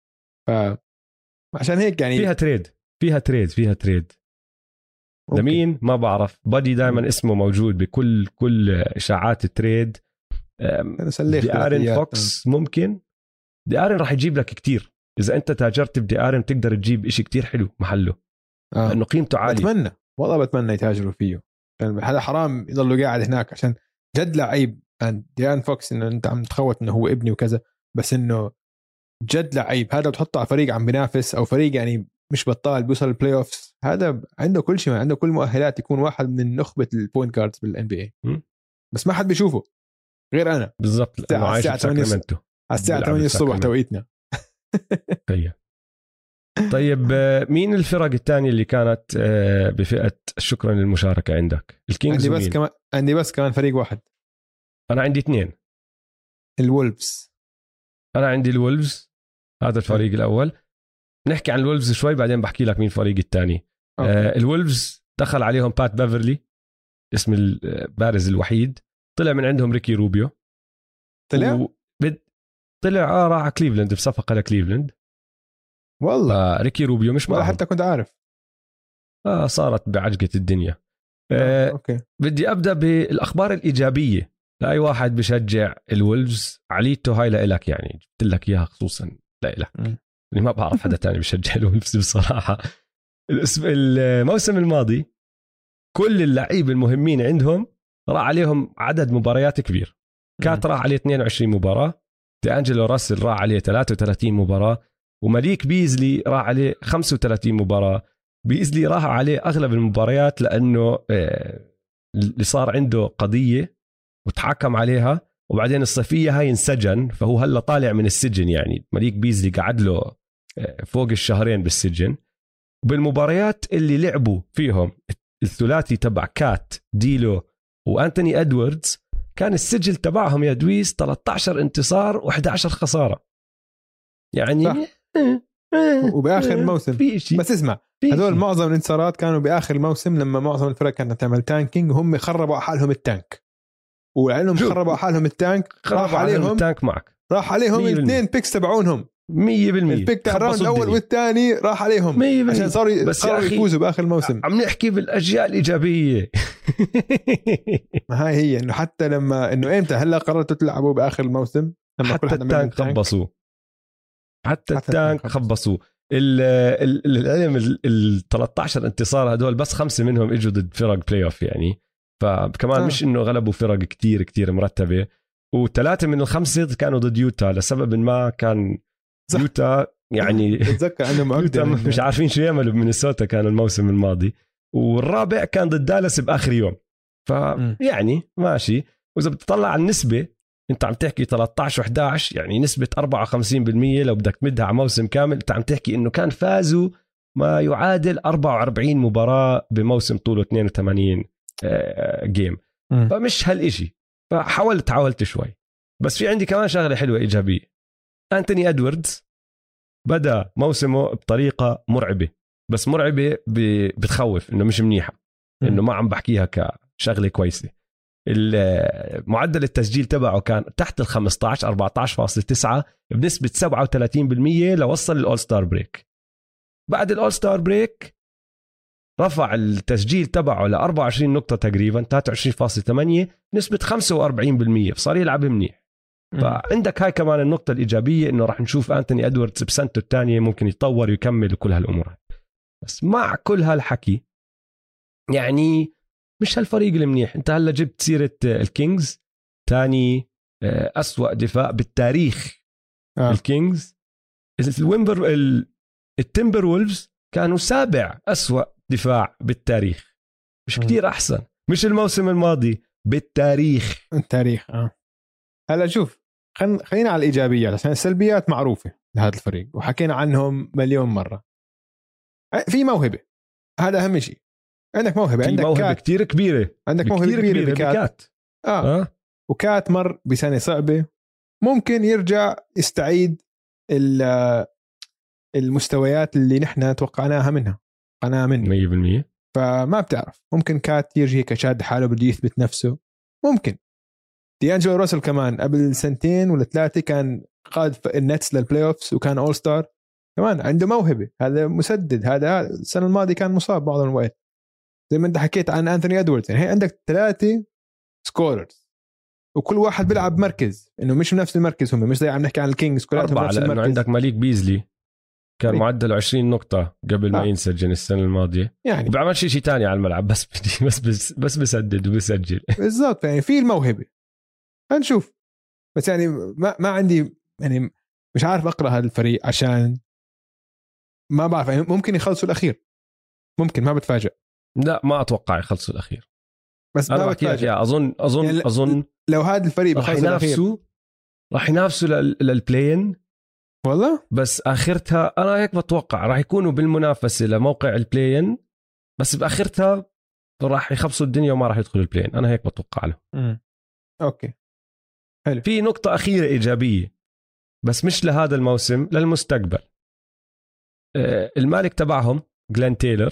عشان هيك يعني فيها تريد
لمين ما بعرف. بادي دائما اسمه موجود بكل اشاعات التريد. دي ارين فوكس ممكن، دي ارين راح يجيب لك كتير اذا انت تاجرت بدي ارين، تقدر تجيب اشي كتير حلو محله لانه قيمته عالية.
بتمنى يتاجروا فيه، هذا حرام يضلوا قاعد هناك عشان جد لعيب. دي ارين فوكس انه انت عم تخوت انه هو ابني وكذا، بس انه جد لعيب. هذا بتحطه على فريق عم بينافس او فريق يعني مش بطال بيوصل البلاي اوفز، هذا عنده كل شيء، عنده كل مؤهلات يكون واحد من نخبه البوينت جاردز بالان بي اي، بس ما حد بيشوفه غير انا.
بالضبط،
على الساعه 8 الصبح توقيتنا.
طيب مين الفرق الثانيه اللي كانت بفئه شكرا للمشاركه عندك؟ الكينجز.
عندي بس كمان فريق واحد.
انا عندي 2.
الولفز.
انا عندي الولفز، هذا الفريق الاول. نحكي عن الولفز شوي بعدين بحكي لك مين الفريق الثاني. الولفز دخل عليهم بات بيفرلي، اسم البارز الوحيد. طلع من عندهم ريكي روبيو. طلع راح كليفلاند بصفقه لكليفلاند.
والله
ريكي روبيو مش معهم،
حتى كنت عارف.
صارت بعجقة الدنيا.
أوكي.
بدي أبدأ بالأخبار الإيجابية لأي واحد بشجع الولفز. عليتو هاي لإلك، يعني جبت لك إياها خصوصا لإلك، اللي ما بعرف حدا تاني بشجع الولفز بصراحة. الموسم الماضي كل اللعيبة المهمين عندهم راح عليهم عدد مباريات كبير. كات راح عليه 22 مباراة، دي أنجلو راسل راح عليه 33 مباراة، ومليك بيزلي راح عليه 35 مباراة. بيزلي راح عليه أغلب المباريات لأنه اللي صار عنده قضية وتحكم عليها، وبعدين الصيفية هاي انسجن، فهو هلا طالع من السجن. يعني مليك بيزلي قعد له فوق الشهرين بالسجن. وبالمباريات اللي لعبوا فيهم الثلاثي تبع كات، ديلو، وأنتوني أدواردز، كان السجل تبعهم يا دويس 13 انتصار و11 خسارة. يعني
وبآخر موسم بس اسمع، هذول معظم الانتصارات كانوا بآخر الموسم لما معظم الفرق كانت تعمل تانكينج، وهم خربوا حالهم التانك، ولأنهم خربوا حالهم التانك راح عليهم التانك معك، راح عليهم 2 بيكس تبعونهم
100%.
البيك تاع الراوند الأول والثاني راح عليهم 100%. عشان صاروا يفوزوا بآخر الموسم.
عم نحكي بالأشياء الإيجابية.
ما هاي هي إنه حتى لما إنه إمتى هلا قررتوا تلعبوا بآخر الموسم لما
حتى التانك خبصوا، حتى التانك خبصوا. العلم ال 13 انتصار هدول بس 5 منهم اجوا ضد فرق بلاي اوف، يعني فكمان مش انه غلبوا فرق كتير كتير مرتبة. و3 من ال5 كانوا ضد يوتا لسبب ما. كان يوتا يعني
بتذكر انهم
يوتا مش عارفين شو يعملوا بمينيسوتا كان الموسم الماضي. والرابع كان ضد دالاس باخر يوم، فيعني ماشي. واذا بتطلع على النسبة انت عم تحكي 13 و11 يعني نسبة 54%. لو بدك تمدها على موسم كامل انت عم تحكي انه كان فازوا ما يعادل 44 مباراة بموسم طوله 82 جيم. فمش هالإشي. فحاولت شوي. بس في عندي كمان شغلة حلوة إيجابية. أنتوني أدواردز بدأ موسمه بطريقة مرعبة، بس مرعبة بتخوف إنه مش منيحة، إنه ما عم بحكيها كشغلة كويسة. معدل التسجيل تبعه كان تحت 15 14.9 بنسبة 37% لوصل الأول ستار بريك. بعد الأول ستار بريك رفع التسجيل تبعه ل 24 نقطة تقريبا 23.8 نسبة 45%، فصار يلعب منيح. فعندك هاي كمان النقطة الإيجابية إنه راح نشوف أنتوني أدواردز بسنته الثانية ممكن يتطور ويكمل وكل هالأمور. بس مع كل هالحكي يعني مش هالفريق المنيح. انت هلا جبت سيرة الكينجز، تاني أسوأ دفاع بالتاريخ. الكينجز التيمبر وولفز كانوا 7 أسوأ دفاع بالتاريخ، مش كتير أحسن. مش الموسم الماضي، بالتاريخ.
التاريخ هلا شوف، خلينا على الإيجابيات عشان السلبيات معروفة لهذا الفريق وحكينا عنهم مليون مرة. في موهبة، هذا أهم شيء. عندك موهبة، عندك
موهبة كتير كبيرة،
عندك موهبة كبيرة بكات. وكات مر بسنة صعبة، ممكن يرجع يستعيد المستويات اللي نحن توقعناها منه
100%.
فما بتعرف، ممكن كات يرجع هيك شاد حاله بده يثبت نفسه. ممكن ديانجلو روسل كمان قبل 2 ولا 3 كان قاد النتس للبلاي اوفز وكان اول ستار كمان، عنده موهبة. هذا مسدد، هذا السنة الماضية كان مصاب بعض الوقت زي ما انت حكيت عن أنتوني أدواردز. يعني هي عندك 3 سكوررز وكل واحد بيلعب مركز، انه مش نفس المركز، هم مش زي عم نحكي عن الكينجز كلهم نفس المركز.
عندك ماليك بيزلي كان معدله 20 نقطة قبل ما ينسجن السنة الماضية، يعني وبعمل شيء تاني على الملعب، بس بسدد وبسجل.
بالضبط، يعني في الموهبة هنشوف. بس يعني ما عندي، يعني مش عارف أقرأ هذا الفريق عشان ما بعرف. يعني ممكن يخلصوا الأخير، ممكن، ما بتفاجأ.
لا ما أتوقع يخلصوا الأخير،
بس ما بتفاجأ.
أظن
لو هذا الفريق
راح ينافسوا للبلاين
والله.
بس آخرتها أنا هيك بتوقع راح يكونوا بالمنافسة لموقع البلاين، بس بآخرتها راح يخبصوا الدنيا وما راح يدخلوا البلاين. أنا هيك بتوقع له.
أوكي حلو.
في نقطة أخيرة إيجابية بس مش لهذا الموسم، للمستقبل. المالك تبعهم جلين تايلر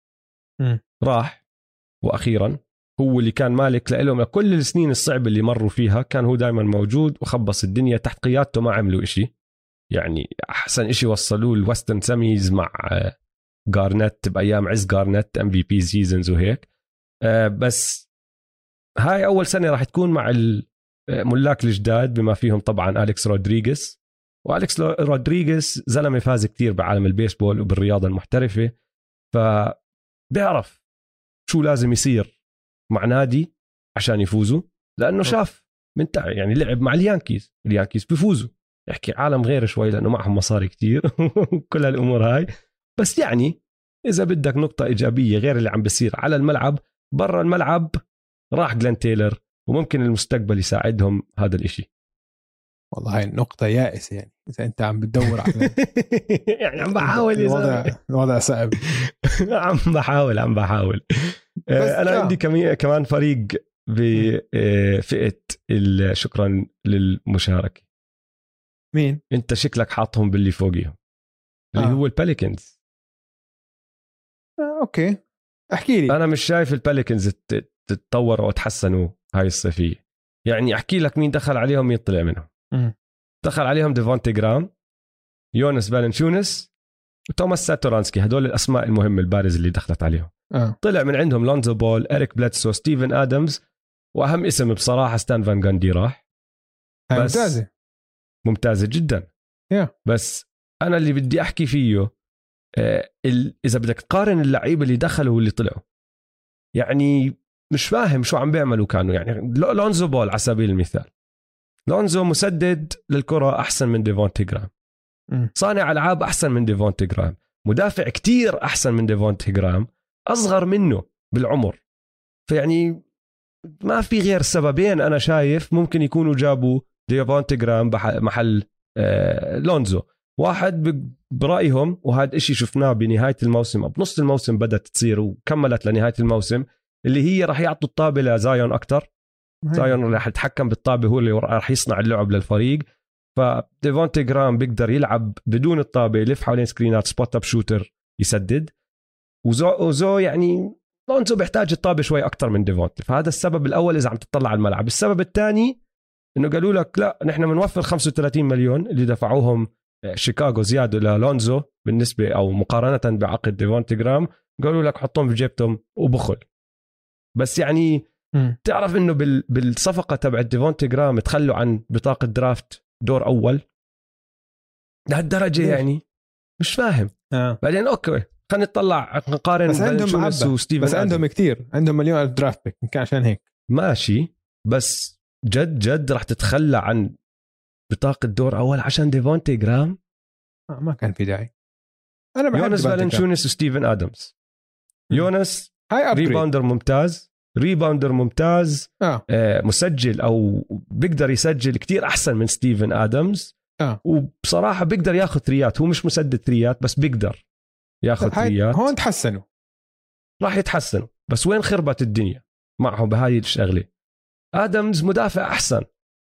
راح، وأخيرا هو اللي كان مالك لهم كل السنين الصعبة اللي مروا فيها، كان هو دايما موجود وخبص الدنيا تحت قيادته. ما عملوا إشي، يعني أحسن إشي وصلوه الوستن سيميز مع غارنت بأيام عز غارنت MVP سيزنز وهيك. بس هاي أول سنة راح تكون مع الملاك الجداد بما فيهم طبعا أليكس رودريغيز. وأليكس رودريغيز زلمة فاز كتير بعالم البيسبول وبالرياضة المحترفة، فبيعرف شو لازم يصير مع نادي عشان يفوزوا، لأنه شاف من يعني لعب مع اليانكيز بيفوزوا. يحكي عالم غير شوي لأنه معهم مصاري كتير وكل هالأمور هاي. بس يعني إذا بدك نقطة إيجابية غير اللي عم بيصير على الملعب، برا الملعب راح جلين تايلر وممكن المستقبل يساعدهم هذا الإشي.
والله هاي نقطة يائسة، يعني إذا أنت عم بتدور على
يعني عم بحاول
الوضع صعب.
عم بحاول. أنا عندي كمان فريق بفئة شكرا للمشاركة.
مين؟
أنت شكلك حاطهم باللي فوقيهم اللي هو الباليكنز.
أوكي احكي لي.
أنا مش شايف الباليكنز تتطوروا وتحسنوا هاي الصيفية. يعني أحكي لك مين دخل عليهم مين طلع منهم. دخل عليهم ديفونتي جرام، يونس بالنشونس، وتوماس ساتورانسكي. هدول الأسماء المهمة البارز اللي دخلت عليهم. طلع من عندهم لونزو بول، إريك بلاتسو، ستيفن آدمز، وأهم اسم بصراحة ستان فان غاندي راح. ممتازة جدا. بس أنا اللي بدي أحكي فيه إذا بدك تقارن اللعيبة اللي دخلوا واللي طلعوا، يعني مش فاهم شو عم بيعملوا. كانوا يعني لونزو بول على سبيل المثال، لونزو مسدد للكرة أحسن من ديفونتي جرام، صانع ألعاب أحسن من ديفونتي جرام، مدافع كتير أحسن من ديفونتي جرام، أصغر منه بالعمر. فيعني ما في غير سببين أنا شايف ممكن يكونوا جابوا ديفونتي جرام محل لونزو. واحد برأيهم، وهذا إشي شفناه بنهاية الموسم أو بنص الموسم بدأت تصير وكملت لنهاية الموسم، اللي هي راح يعطوا الطابة لزايون أكتر. زايون راح يتحكم بالطابة، هو اللي راح يصنع اللعب للفريق. فديفونتي جرام بيقدر يلعب بدون الطابة، يلف حوالين سكرينات، سبوت اب شوتر، يسدد. وزو يعني لونزو بيحتاج الطابة شوي أكتر من ديفونتي. فهذا السبب الأول إذا عم تطلع على الملعب. السبب الثاني إنه قالوا لك لا، نحن بنوفر 35 مليون اللي دفعوهم شيكاغو زيادة للونزو بالنسبة أو مقارنة بعقد ديفونتي جرام. قالوا لك حطهم في جيبتهم وبخل. بس يعني تعرف إنه بالصفقة تبع ديفونتي جرام تخلوا عن بطاقة درافت دور أول لهالدرجة. يعني مش فاهم. بعدين أوكي خلينا نطلع نقارن فالنشونس وستيفن.
بس عندهم كتير، عندهم مليون ألف درافت بيك، يمكن عشان هيك
ماشي. بس جد راح تتخلى عن بطاقة دور أول عشان ديفونتي جرام؟
ما كان في داعي. أنا بحب
يونس فالنشونس وستيفن آدمز. يونس ريباوندر ممتاز مسجل أو بيقدر يسجل كتير أحسن من ستيفن آدمز. وبصراحة بيقدر ياخذ ثريات، هو مش مسدد ثريات بس بيقدر ياخذ ثريات.
هون تحسنوا،
راح يتحسنوا. بس وين خربت الدنيا معهم بهاي الشغلة؟ آدمز مدافع أحسن،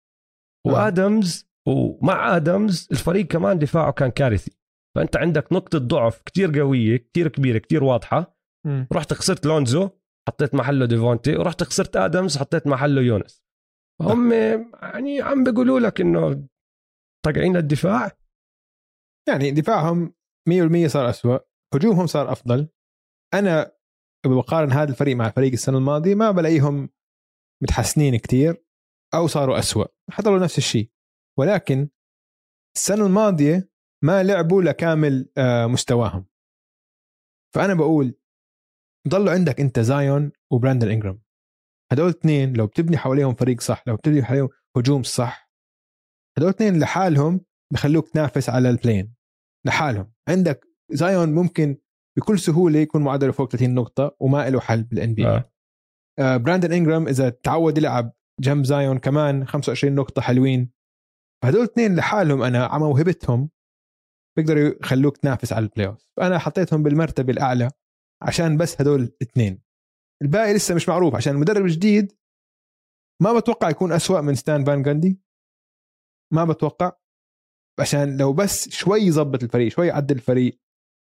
وآدمز ومع آدمز الفريق كمان دفاعه كان كارثي. فأنت عندك نقطة ضعف كتير قوية كتير كبيرة كتير واضحة. رحت خسرت لونزو حطيت محله ديفونتي، ورحت خسرت آدمز حطيت محله يونس. هم يعني عم بيقولوا لك إنه طقعين الدفاع.
يعني دفاعهم 100% صار أسوأ، هجومهم صار أفضل. أنا بقارن هذا الفريق مع فريق السنة الماضية ما بلاقيهم متحسنين كتير أو صاروا أسوأ، حضروا نفس الشيء. ولكن السنة الماضية ما لعبوا لكامل مستواهم. فأنا بقول ضلوا عندك أنت زايون وبراندن إنجرام، هدول اثنين لو بتبني حواليهم فريق صح، لو بتبني حواليهم هجوم صح، هدول اثنين لحالهم بخلوك تنافس على البلين لحالهم. عندك زايون ممكن بكل سهولة يكون معدله فوق 30 نقطة وما له حل بالNBA. براندن إنجرام إذا تعود يلعب جنب زايون كمان 25 نقطة حلوين. فهدول اثنين لحالهم أنا على موهبتهم بيقدروا يخلوك تنافس على البلاي أوف. فأنا حطيتهم بالمرتبة الأعلى عشان بس هدول اثنين. الباقي لسه مش معروف عشان المدرب الجديد ما بتوقع يكون أسوأ من ستان فان غاندي، ما بتوقع. عشان لو بس شوي يضبط الفريق، شوي يعدل الفريق،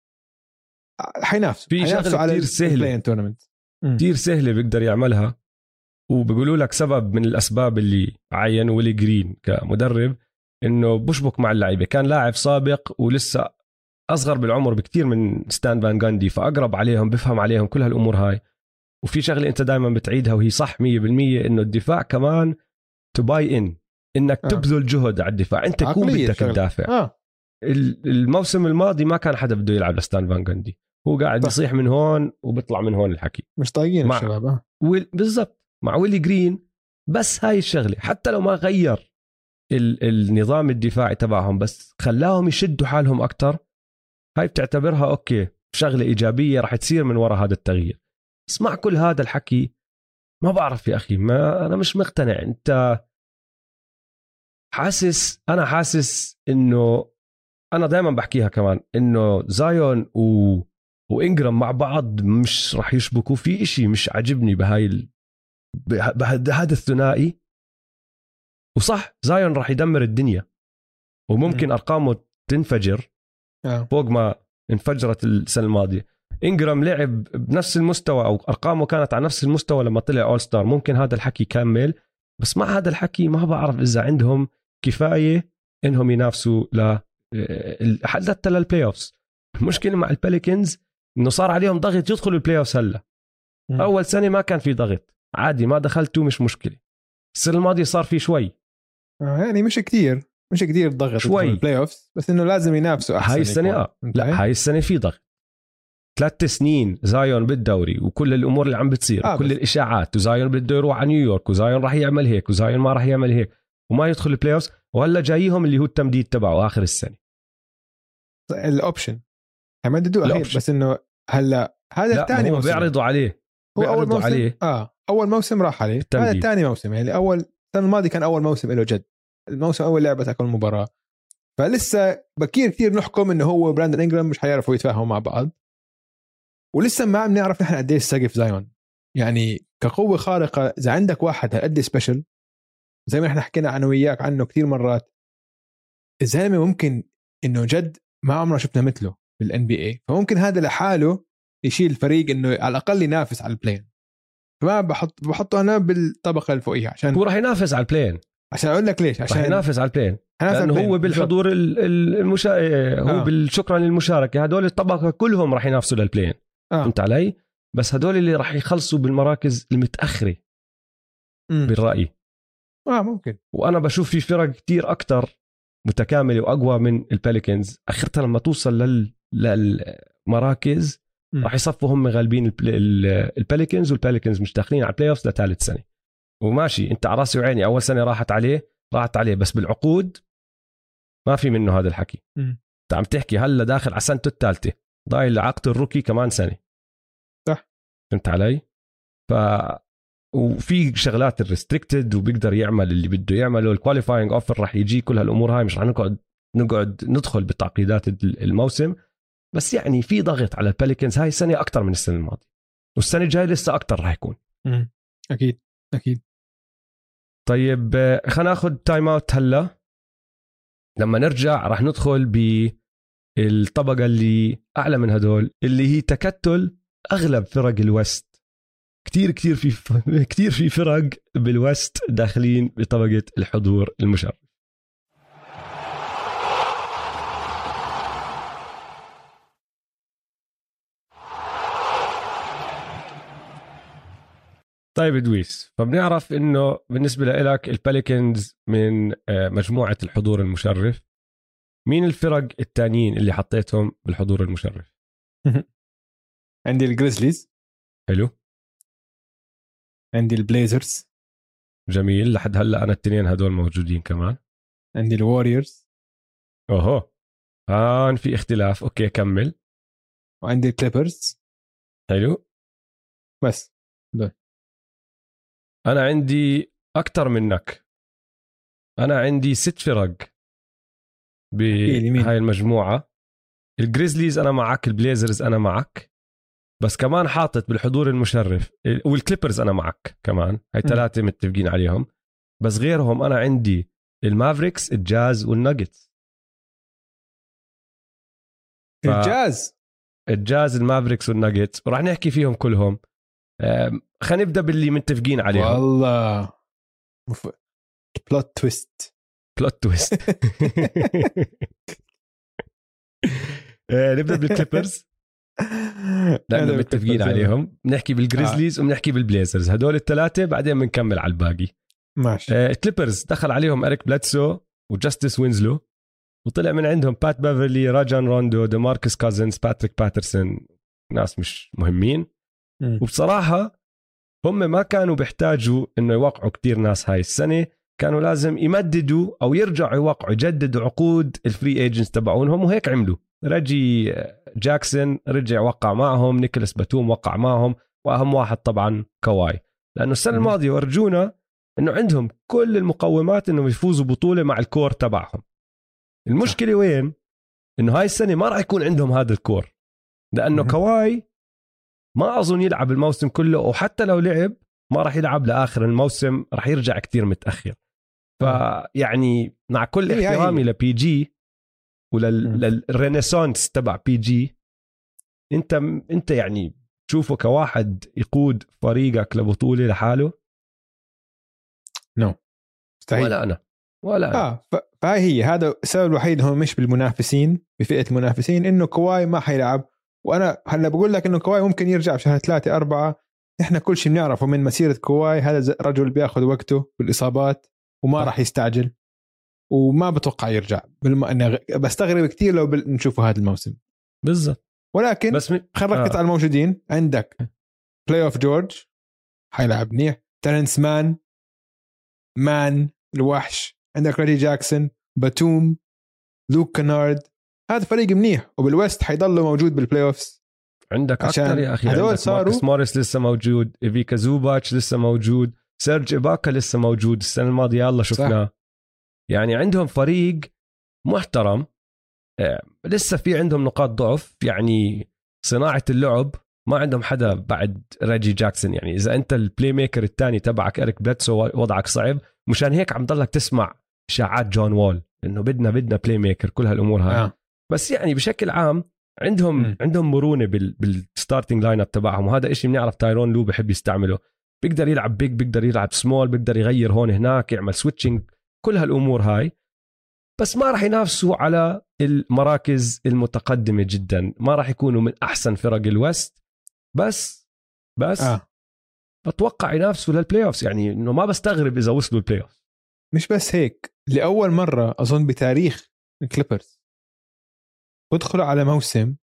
حينافسوا.
في شغله كتير سهله كتير سهله بيقدر يعملها. وبيقولوا لك سبب من الأسباب اللي عين ويلي جرين كمدرب إنه بشبك مع اللعيبة، كان لاعب سابق ولسه أصغر بالعمر بكتير من ستان فان غاندي، فأقرب عليهم، بفهم عليهم كل هالأمور هاي. وفي شغلة أنت دائما بتعيدها وهي صح 100%، إنه الدفاع كمان تباي إن إنك تبذل جهد على الدفاع. أنت كون بدك تدافع. الموسم الماضي ما كان حدا بده يلعب لستان فان غاندي، هو قاعد بيصيح من هون وبيطلع من هون الحكي،
مش طايقين الشباب.
بالضبط مع ويلي جرين. بس هاي الشغلة حتى لو ما غير النظام الدفاعي تبعهم بس خلاهم يشدوا حالهم أكتر، هاي بتعتبرها أوكي شغلة إيجابية رح تصير من وراء هذا التغيير. اسمع كل هذا الحكي ما بعرف يا أخي، ما أنا مش مقتنع. أنت أنا حاسس إنه أنا دائما بحكيها كمان إنه زايون وإنجرام مع بعض مش رح يشبكوا في إشي. مش عجبني بهذا الثنائي. وصح زايون راح يدمر الدنيا وممكن أرقامه تنفجر فوق ما انفجرت السنة الماضية. إنجرام لعب بنفس المستوى أو أرقامه كانت على نفس المستوى لما طلع أول ستار، ممكن هذا الحكي كامل. بس مع هذا الحكي ما بعرف إذا عندهم كفاية إنهم ينافسوا حتى للبلاي أوفس. المشكلة مع الباليكنز إنه صار عليهم ضغط يدخلوا البلاي أوفس هلا. أول سنة ما كان في ضغط عادي، ما دخلتوا مش مشكلة. السنة الماضية صار في شوي
يعني مش كتير ضغط
شوي
البلاي أوفس، بس إنه لازم ينافسوا أحسن.
هاي السنة لا هاي السنة في ضغط. 3 سنين زايون بالدوري وكل الأمور اللي عم بتصير كل الإشاعات، وزايون بده يروح على نيويورك، وزايون راح يعمل هيك، وزايون ما راح يعمل هيك، وما يدخل البلاي أوفس. وهلا جايهم اللي هو التمديد تبعه آخر السنة،
الأوبشن ما يدوا أخير. بس إنه هلا هذا الثاني
هو بيعرضوا عليه
هو أول موسم
عليه
اول موسم راح عليه، هذا ثاني موسم. يعني اول السنه الماضيه كان اول موسم له جد، الموسم اول لعبه اكل مباراه، فلسه بكير كثير نحكم انه هو براندن إنجرام مش حيعرفوا يتفاهموا مع بعض، ولسه ما بنعرف نحن قد ايش سقف زايون. يعني كقوه خارقه اذا عندك واحد هالقد سبيشل زي ما احنا حكينا انا وياك عنه كثير مرات، الزلمه ممكن انه جد ما عمرنا شفنا مثله بالان بي اي، فممكن هذا لحاله يشيل الفريق انه على الاقل ينافس على البلين. فما بحطه انا بالطبقه الفوقيه عشان
هو راح ينافس على البلين.
عشان اقول لك ليش، عشان
راح ينافس على البلين لانه هو بالحضور هو بالشكرا للمشاركه هدول الطبقه كلهم راح ينافسوا للبلين. فهمت علي؟ بس هدول اللي راح يخلصوا بالمراكز المتاخره بالراي.
ممكن.
وانا بشوف في فرق كتير اكتر متكامله واقوى من الباليكنز اخرتها لما توصل للمراكز راح يصفوا هم غالبين الباليكنز، والباليكنز مش داخلين على البلاي اوفز لثالث سنه. وماشي انت على راسي وعيني، اول سنه راحت عليه بس بالعقود ما في منه هذا الحكي. انت عم تحكي هلا داخل على سنته الثالثه، ضايل لعقد الروكي كمان سنه.
صح.
فهمت علي؟ وفي شغلات الريستريكتد وبيقدر يعمل اللي بده يعمله. الكواليفاينج اوفر راح يجي، كل هالامور هاي مش راح نقعد ندخل بتعقيدات الموسم. بس يعني في ضغط على الباليكنز هاي السنه اكتر من السنه الماضيه، والسنه الجايه لسه اكتر راح يكون.
اكيد.
طيب خلينا ناخذ تايم اوت هلا. لما نرجع راح ندخل بالطبقه اللي اعلى من هدول، اللي هي تكتل اغلب فرق الوست. كتير في فرق بالوست داخلين بطبقه الحضور المشرف. طيب دويس، فبنعرف انه بالنسبه لك الباليكنز من مجموعه الحضور المشرف. مين الفرق التانيين اللي حطيتهم بالحضور المشرف؟
عندي الجريزليز.
حلو.
عندي البليزرز.
جميل، لحد هلا انا التنين هدول موجودين كمان.
عندي الواريورز.
اوهو في اختلاف. اوكي كمل.
وعندي الكليبرز.
حلو.
بس دول.
انا عندي اكتر منك، انا عندي 6 فرق بهاي المجموعه. الجريزليز انا معك، البليزرز انا معك، بس كمان حاطط بالحضور المشرف والكليبرز انا معك كمان. هاي 3 متفقين عليهم. بس غيرهم انا عندي المافريكس، الجاز والناجتس. الجاز المافريكس والناجتس وراح نحكي فيهم كلهم. خلينا نبدا باللي متفقين عليهم.
والله بلوت تويست.
نبدا بالكليبرز لأنه متفقين عليهم. بنحكي بالجريزليز وبنحكي بالبليزرز، هدول ال3 بعدين بنكمل على الباقي.
ماشي.
الكليبرز دخل عليهم إريك بلاتسو وجاستس وينزلو، وطلع من عندهم بات بافرلي، راجان روندو، ديماركس كازنز، باتريك باترسون، ناس مش مهمين. وبصراحة هم ما كانوا بيحتاجوا إنه يوقعوا كتير ناس هاي السنة، كانوا لازم يمددوا أو يرجعوا يوقعوا يجددوا عقود الفري ايجنتس تبعونهم، وهيك عملوا. رجي جاكسون رجع وقع معهم، نيكولاس باتوم وقع معهم، وأهم واحد طبعا كواي، لأنه السنة الماضية ورجونا إنه عندهم كل المقومات إنهم يفوزوا بطولة مع الكور تبعهم. المشكلة وين؟ إنه هاي السنة ما راح يكون عندهم هذا الكور، لأنه كواي ما أظن يلعب الموسم كله، وحتى لو لعب ما راح يلعب لآخر الموسم، راح يرجع كتير متأخر. فيعني مع كل احترامي لبي جي وللرينيسانس تبع بي جي، انت يعني تشوفه كواحد يقود فريقك لبطولة لحاله؟
مستحيل. ولا أنا. فهي هي هذا السبب الوحيد. هو مش بالمنافسين، بفئة المنافسين، إنه كواي ما حيلعب. وأنا هلا بقول لك إنه كواي ممكن يرجع بشهر 3-4. إحنا كل شيء بنعرفه من مسيرة كواي، هذا رجل بياخد وقته بالإصابات وما راح يستعجل، وما بتوقع يرجع. أنا بستغرب كتير لو نشوفه هذا الموسم
بالضبط.
ولكن بس خرجت على الموجودين. عندك بلاي اوف جورج حيلعب منيح، ترنس مان الوحش، عندك ريدي جاكسون، باتوم، لوك كنارد. هذا فريق منيح، وبالوست حيضل موجود بالبلاي اوفز
عندك اكثر يا اخي،
هدول
عندك
صاروا
ماركس موريس لسه موجود، إيفيكا زوباتش لسه موجود، سيرج إباكا لسه موجود السنه الماضيه يلا شفناه. يعني عندهم فريق محترم. لسه في عندهم نقاط ضعف، يعني صناعه اللعب ما عندهم حدا بعد راجي جاكسون. يعني اذا انت البلاي ميكر الثاني تبعك إريك بليتسو وضعك صعب، مشان هيك عم ضلك تسمع اشاعات جون وول انه بدنا بلاي ميكر، كل هالامور هاي. بس يعني بشكل عام عندهم مرونه بالستارتنج لاين اب تبعهم، وهذا إشي بنعرف تايرون لو بحب يستعمله. بيقدر يلعب بيج، بيقدر يلعب سمول، بيقدر يغير هون هناك، يعمل سويتشنج، كل هالامور هاي. بس ما راح ينافسوا على المراكز المتقدمه جدا، ما راح يكونوا من احسن فرق الوست، بس بتوقع ينافسوا للبلاي اوفز. يعني انه ما بستغرب اذا وصلوا البلاي اوفز.
مش بس هيك، لاول مره اظن بتاريخ الكليبرز بدخلوا على موسم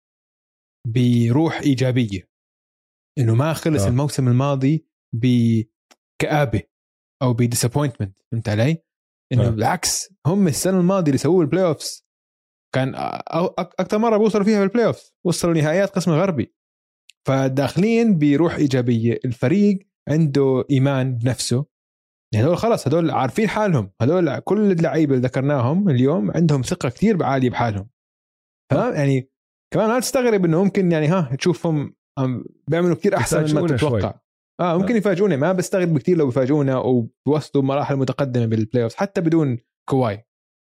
بروح ايجابيه، انه ما خلص الموسم الماضي بكآبه او بديسابوينتمنت. فهمت علي؟ انه بالعكس، هم السنه الماضيه اللي سووا البلاي اوفز كان اكثر مره بيوصلوا فيها بالبلاي اوفز، وصلوا نهائيات قسم الغربي. فداخلين بروح ايجابيه، الفريق عنده ايمان بنفسه. هدول خلص، هدول عارفين حالهم، هدول كل اللعيبه اللي ذكرناهم اليوم عندهم ثقه كتير عاليه بحالهم. يعني كمان ما تستغرب انه ممكن يعني تشوفهم بيعملوا كتير احسن مما تتوقع. ممكن يفاجئونا، ما بستغرب كتير لو بيفاجئونا وبوصلوا مراحل متقدمه بالبلاي اوف حتى بدون كواي.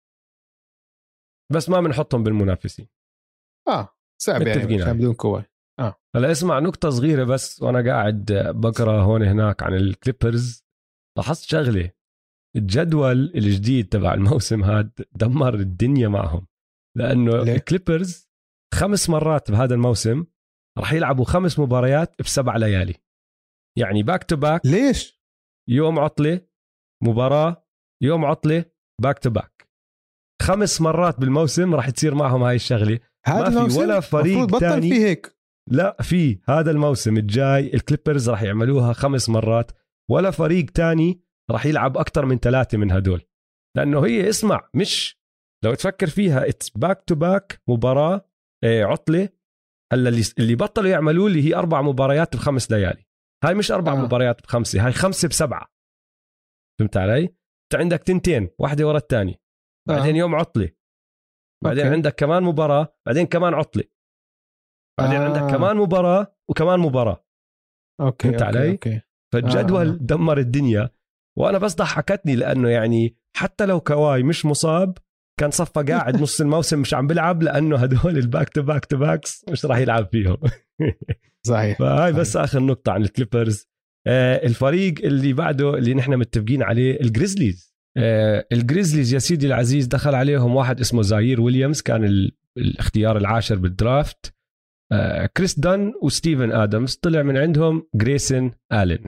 بس ما بنحطهم بالمنافسين.
صعب يعني عشان بدون كواي.
هلا اسمع نقطه صغيره بس، وانا قاعد بقرا هون هناك عن الكليبرز لاحظت شغله. الجدول الجديد تبع الموسم هاد دمر الدنيا معهم، لانه الكليبرز 5 مرات بهذا الموسم راح يلعبوا 5 مباريات ب7 ليالي، يعني باك تو باك.
ليش؟
يوم عطله، مباراه، يوم عطله، باك تو باك. 5 مرات بالموسم راح تصير معهم هاي الشغله. ما في ولا فريق تاني
في هيك.
لا، في هذا الموسم الجاي الكليبرز راح يعملوها 5 مرات، ولا فريق تاني راح يلعب أكتر من 3 من هدول. لأنه هي اسمع، مش لو تفكر فيها اتس باك تو باك، مباراة عطلة. هلا اللي بطلوا يعملوا اللي هي 4 مباريات ب5 ليالي. هاي مش 4 مباريات ب5، هاي 5 ب7. فهمت علي؟ انت عندك 2 واحدة ورا الثانية، بعدين يوم عطلة، بعدين عندك كمان مباراة، بعدين كمان عطلة، بعدين عندك كمان مباراة وكمان مباراة. فهمت علي؟ فالجدول دمر الدنيا. وانا بس ضحكتني لانه يعني حتى لو كواي مش مصاب كان صفى قاعد نص الموسم مش عم بلعب، لانه هدول الباك تو باك تو باكس مش راح يلعب فيهم.
صحيح.
فهاي بس اخر نقطة عن الكليبرز. الفريق اللي بعده اللي نحن متفقين عليه الجريزليز. الجريزليز يا سيدي العزيز دخل عليهم واحد اسمه زاير ويليامز، كان الاختيار العاشر بالدرافت. كريس دان وستيفن آدمز طلع من عندهم جريسون آلين.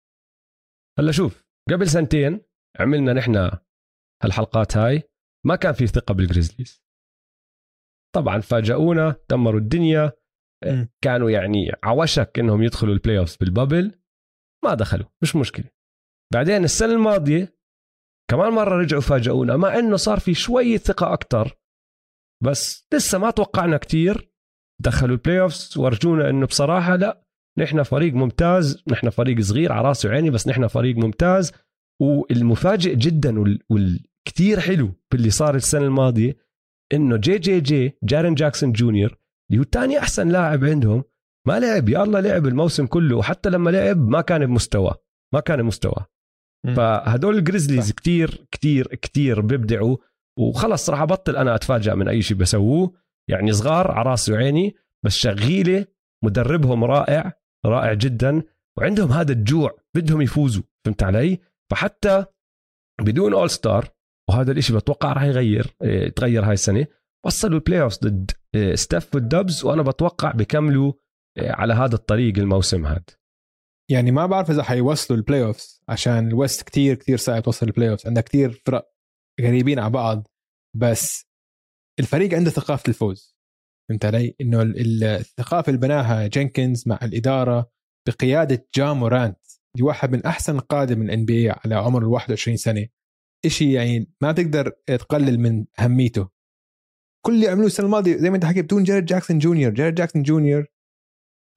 هلا شوف، قبل 2 سنين عملنا نحن هالحلقات هاي، ما كان في ثقة بالجريزليز طبعا، فاجأونا، دمروا الدنيا. كانوا يعني عوشك انهم يدخلوا البلاي اوفز بالبابل، ما دخلوا، مش مشكلة. بعدين السنة الماضية كمان مرة رجعوا فاجأونا، مع انه صار في شوية ثقة اكتر، بس لسه ما توقعنا كتير. دخلوا البلاي اوفز ورجونا انه بصراحة لا، نحن فريق ممتاز، نحن فريق صغير على راسي وعيني، بس نحن فريق ممتاز. والمفاجئ جدا والكتير حلو باللي صار السنة الماضية انه جارين جاكسون جونيور اللي هو تاني احسن لاعب عندهم ما لعب. يا الله لعب الموسم كله، وحتى لما لعب ما كان بمستوى. فهدول الجريزليز كتير كتير كتير بيبدعوا، وخلص راح أبطل أنا أتفاجأ من أي شيء بسووه. يعني صغار على راسي وعيني، بس شغيلة، مدربهم رائع جدا، وعندهم هذا الجوع، بدهم يفوزوا. فهمت علي؟ فحتى بدون أول ستار، وهذا الاشي بتوقع راح يتغير هاي السنة، وصلوا البلاي اوفز ضد ستيف والدبز، وأنا بتوقع بيكملوا على هذا الطريق الموسم هذا.
يعني ما بعرف إذا حيوصلوا البلاي اوفز، عشان الوست كتير كتير صعب توصل البلاي اوفز، عندها كتير فرق قريبين على بعض، بس الفريق عنده ثقافة الفوز. فهمت علي؟ إنه الثقافة اللي بناها جينكنز مع الإدارة بقيادة جا مورانت، دي واحد من أحسن قادم من NBA على عمر 21 سنة. إشي يعني ما تقدر تقلل من أهميته. كل اللي عملوه السنة الماضية زي ما أنت حكيت بدون جاريد جاكسون جونيور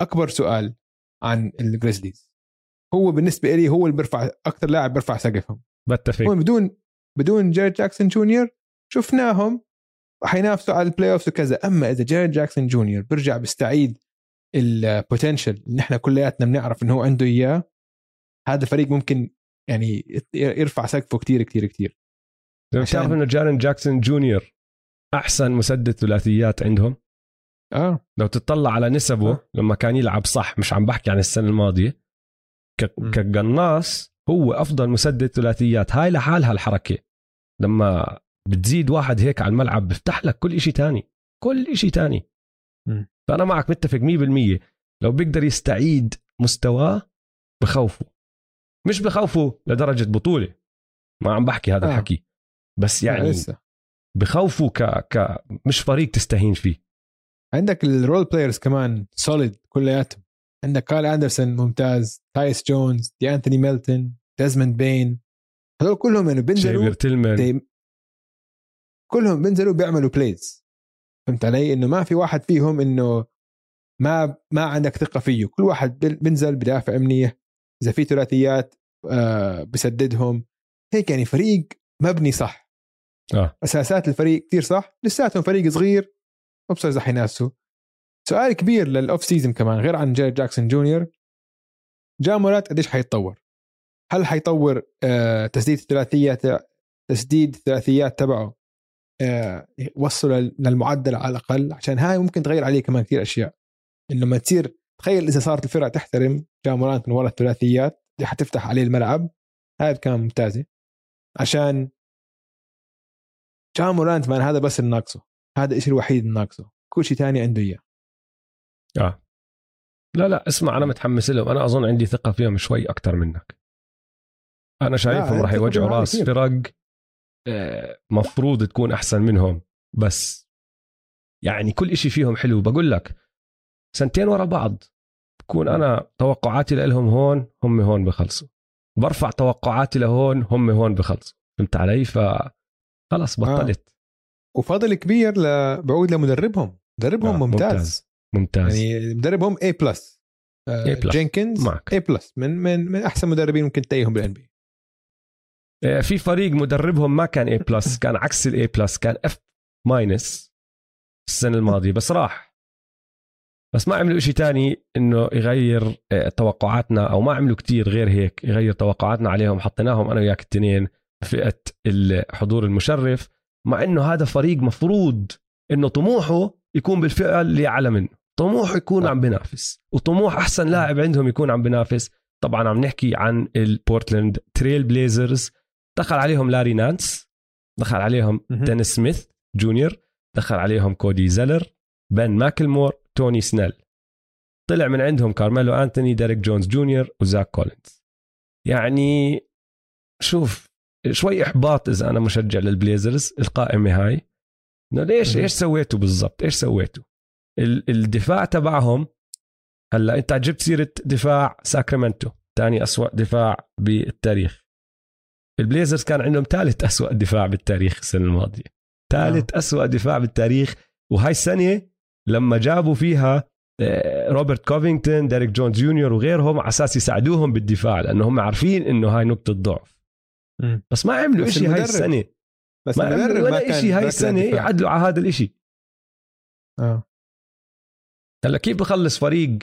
اكبر سؤال عن الجريزليز هو بالنسبه لي هو اللي بيرفع اكثر لاعب بيرفع سقفهم.
بتفق.
هو بدون جيري جاكسون جونيور شفناهم حينافسوا على البلاي اوفز وكذا. اما اذا جيري جاكسون جونيور بيرجع بيستعيد البوتنشل اللي احنا كلياتنا بنعرف انه هو عنده اياه، هذا الفريق ممكن يعني يرفع سقفه كتير كتير كتير.
تعرف انه جارين جاكسون جونيور احسن مسدد ثلاثيات عندهم. لو تطلع على نسبه لما كان يلعب صح، مش عم بحكي عن السنه الماضيه، كقناص هو افضل مسدد ثلاثيات. هاي لحالها الحركه لما بتزيد واحد هيك على الملعب بفتح لك كل إشي تاني، كل إشي تاني. فأنا معك متفق 100%. لو بيقدر يستعيد مستواه بخوفه، مش بخوفه لدرجة بطولة، ما عم بحكي هذا الحكي، بس يعني بخوفه مش فريق تستهين فيه.
عندك الرول بلايرز كمان سوليد كلياتهم. عندك كارل أندرسون ممتاز، تايس جونز، دي أنتوني ميلتون، ديزموند بين، هذول كلهم يعني بينزلوا كلهم بينزلوا بيعملوا بلايز. فهمت علي؟ انه ما في واحد فيهم انه ما عندك ثقة فيه. كل واحد بينزل بدافع منيح، اذا في ثلاثيات بسددهم هيك. يعني فريق مبني صح، اساسات الفريق كتير صح. لساتهم فريق صغير وبصير زحي ناسه. سؤال كبير للأوف سيزن كمان غير عن جيري جاكسون جونيور، جا مورانت قديش حيتطور؟ هل حيطور تسديد الثلاثيات تبعه وصلوا للمعدل على الأقل؟ عشان هاي ممكن تغير عليه كمان كتير أشياء. إنما تصير تخيل إذا صارت الفرقة تحترم جا مورانت من وراء الثلاثيات اللي حتفتح عليه الملعب، هاي كمان ممتازة. عشان جا مورانت مان هذا بس الناقصه، هذا الشيء الوحيد الناقصه، كل شيء تاني عنده إياه.
لا اسمع، أنا متحمس لهم. أنا أظن عندي ثقة فيهم شوي أكتر منك. أنا شايفهم راح يوجعوا راس فرق مفروض تكون أحسن منهم، بس يعني كل إشي فيهم حلو. بقول لك سنتين ورا بعض بكون أنا توقعاتي لهم هون، هم هون بخلصوا. برفع توقعاتي لهون، هم هون بخلصوا. فهمت علي؟ فخلص بطلت.
وفضل كبير بعود لمدربهم. مدربهم ممتاز يعني مدربهم A+. جينكنز A+، من أحسن مدربين ممكن تلاقيهم بالان بي.
في فريق مدربهم ما كان A+، كان عكس ال A+، كان F- السنة الماضية، بس بس ما عملوا إشي تاني إنه يغير توقعاتنا، أو ما عملوا كتير غير هيك يغير توقعاتنا عليهم. حطيناهم أنا وياك التنين فئة الحضور المشرف، مع إنه هذا فريق مفروض إنه طموحه يكون بالفئة اللي أعلى منه، طموحه يكون عم بينافس، وطموح أحسن لاعب عندهم يكون عم بينافس. طبعا عم نحكي عن البورتلاند تريل بليزرز. دخل عليهم لاري نانس، دخل عليهم دينيس سميث جونيور، دخل عليهم كودي زيلر، بن ماكلمور، توني سنيل. طلع من عندهم كارميلو أنتوني، ديريك جونز جونيور، وزاك كولينز. يعني شوف شوي إحباط إذا أنا مشجع للبليزرز القائمة هاي. ليش إيش سويتوا بالضبط؟ إيش سويتوا؟ الدفاع تبعهم هلا أنت جبت سيرة دفاع ساكرامنتو، تاني أسوأ دفاع بالتاريخ. البليزرز كان عندهم ثالث أسوأ دفاع بالتاريخ السنة الماضية، ثالث أسوأ دفاع بالتاريخ. وهاي السنة لما جابوا فيها روبرت كوفينغتون، ديريك جونز جونيور وغيرهم على أساس يساعدوهم بالدفاع، لأنه هم عارفين إنه هاي نقطة ضعف. بس ما عملوا إشي هاي السنة،
بس
ما عملوا ولا إشي هاي السنة يعدلوا على هذا الإشي. هلا كيف بخلص فريق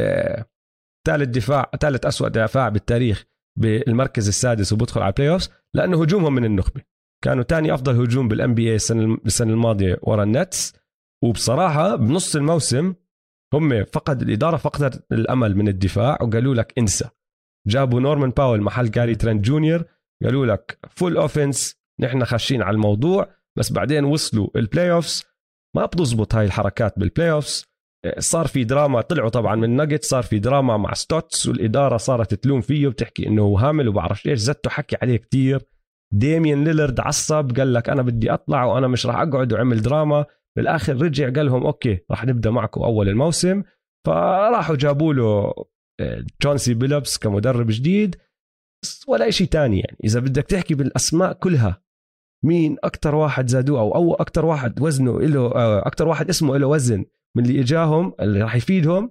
ثالث أسوأ دفاع بالتاريخ بالمركز السادس وبدخل على البلاي أوفس؟ لأنه هجومهم من النخبة. كانوا تاني أفضل هجوم بالان بي اي السنة الماضية ورا النتس. وبصراحة بنص الموسم هم الإدارة فقدت الأمل من الدفاع وقالوا لك انسى. جابوا نورمان باول محل جاري ترينت جونيور، قالوا لك فول أوفنس، نحن خاشين على الموضوع. بس بعدين وصلوا البلاي أوفس ما بتزبط هاي الحركات بالبلاي أوفس. صار في دراما، طلعوا طبعا من ناجت، صار في دراما مع ستوتس والإدارة صارت تلوم فيه وبتحكي إنه هو هامل وبعرف إيش. زدته حكي عليه كتير. ديميان ليلرد عصب، قال لك أنا بدي أطلع وأنا مش راح أقعد، وعمل دراما. بالآخر رجع قال لهم أوكي راح نبدأ معكم أول الموسم. فراحوا جابوا له جونسي بيلوبس كمدرب جديد، ولا إشي تاني. يعني إذا بدك تحكي بالأسماء كلها، مين أكتر واحد زادوه أو أكتر واحد وزنه إله، أكتر واحد اسمه إله وزن من اللي إجاهم اللي راح يفيدهم؟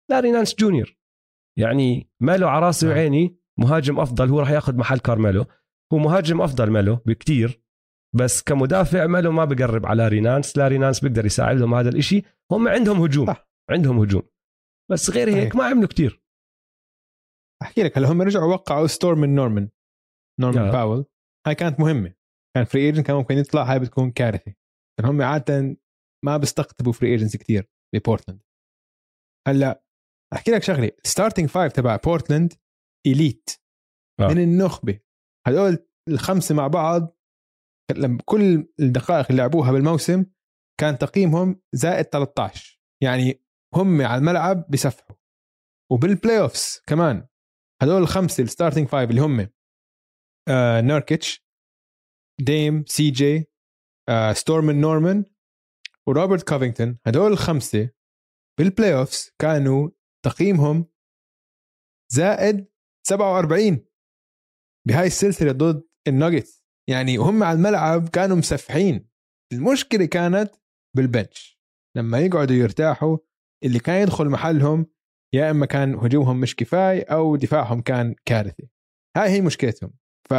لاري نانس جونيور. يعني ماله عراسي وعيني مهاجم أفضل، هو راح ياخد محل كارميلو، هو مهاجم أفضل ماله بكتير، بس كمدافع ماله ما بقرب على لاري نانس بيقدر يساعدهم هذا الاشي. هم عندهم هجوم عندهم هجوم، بس غير هيك ما عملوا كتير.
احكي لك، هلا هم رجعوا وقعوا ستورم من نورمان باول، هاي كانت مهمه، كان فري ايجنت كان ممكن يطلع، هاي بتكون كارثه، لان هم عاده ما بيستقطبوا فري ايجنتس كتير ببورتلاند. هلا احكي لك شغله، ستارتنج فايف تبع بورتلاند إليت من النخبه، هدول الخمسه مع بعض لما كل الدقائق اللي لعبوها بالموسم كان تقييمهم زائد 13، يعني هم على الملعب بيسفحوا. وبالبلاي اوفس كمان هدول الخمسه الستارتنج فايف اللي هم نوركيتش، ديم، سي جي، ستورمان نورمان وروبرت كوفينغتون، هدول الخمسه بالبلاي اوفس كانوا تقييمهم زائد 47 بهاي السلسله ضد الناجتس، يعني وهم على الملعب كانوا مسفحين. المشكله كانت بالبنش لما يقعدوا يرتاحوا، اللي كان يدخل محلهم يا اما كان هجومهم مش كفايه او دفاعهم كان كارثي. هاي هي مشكلتهم. ف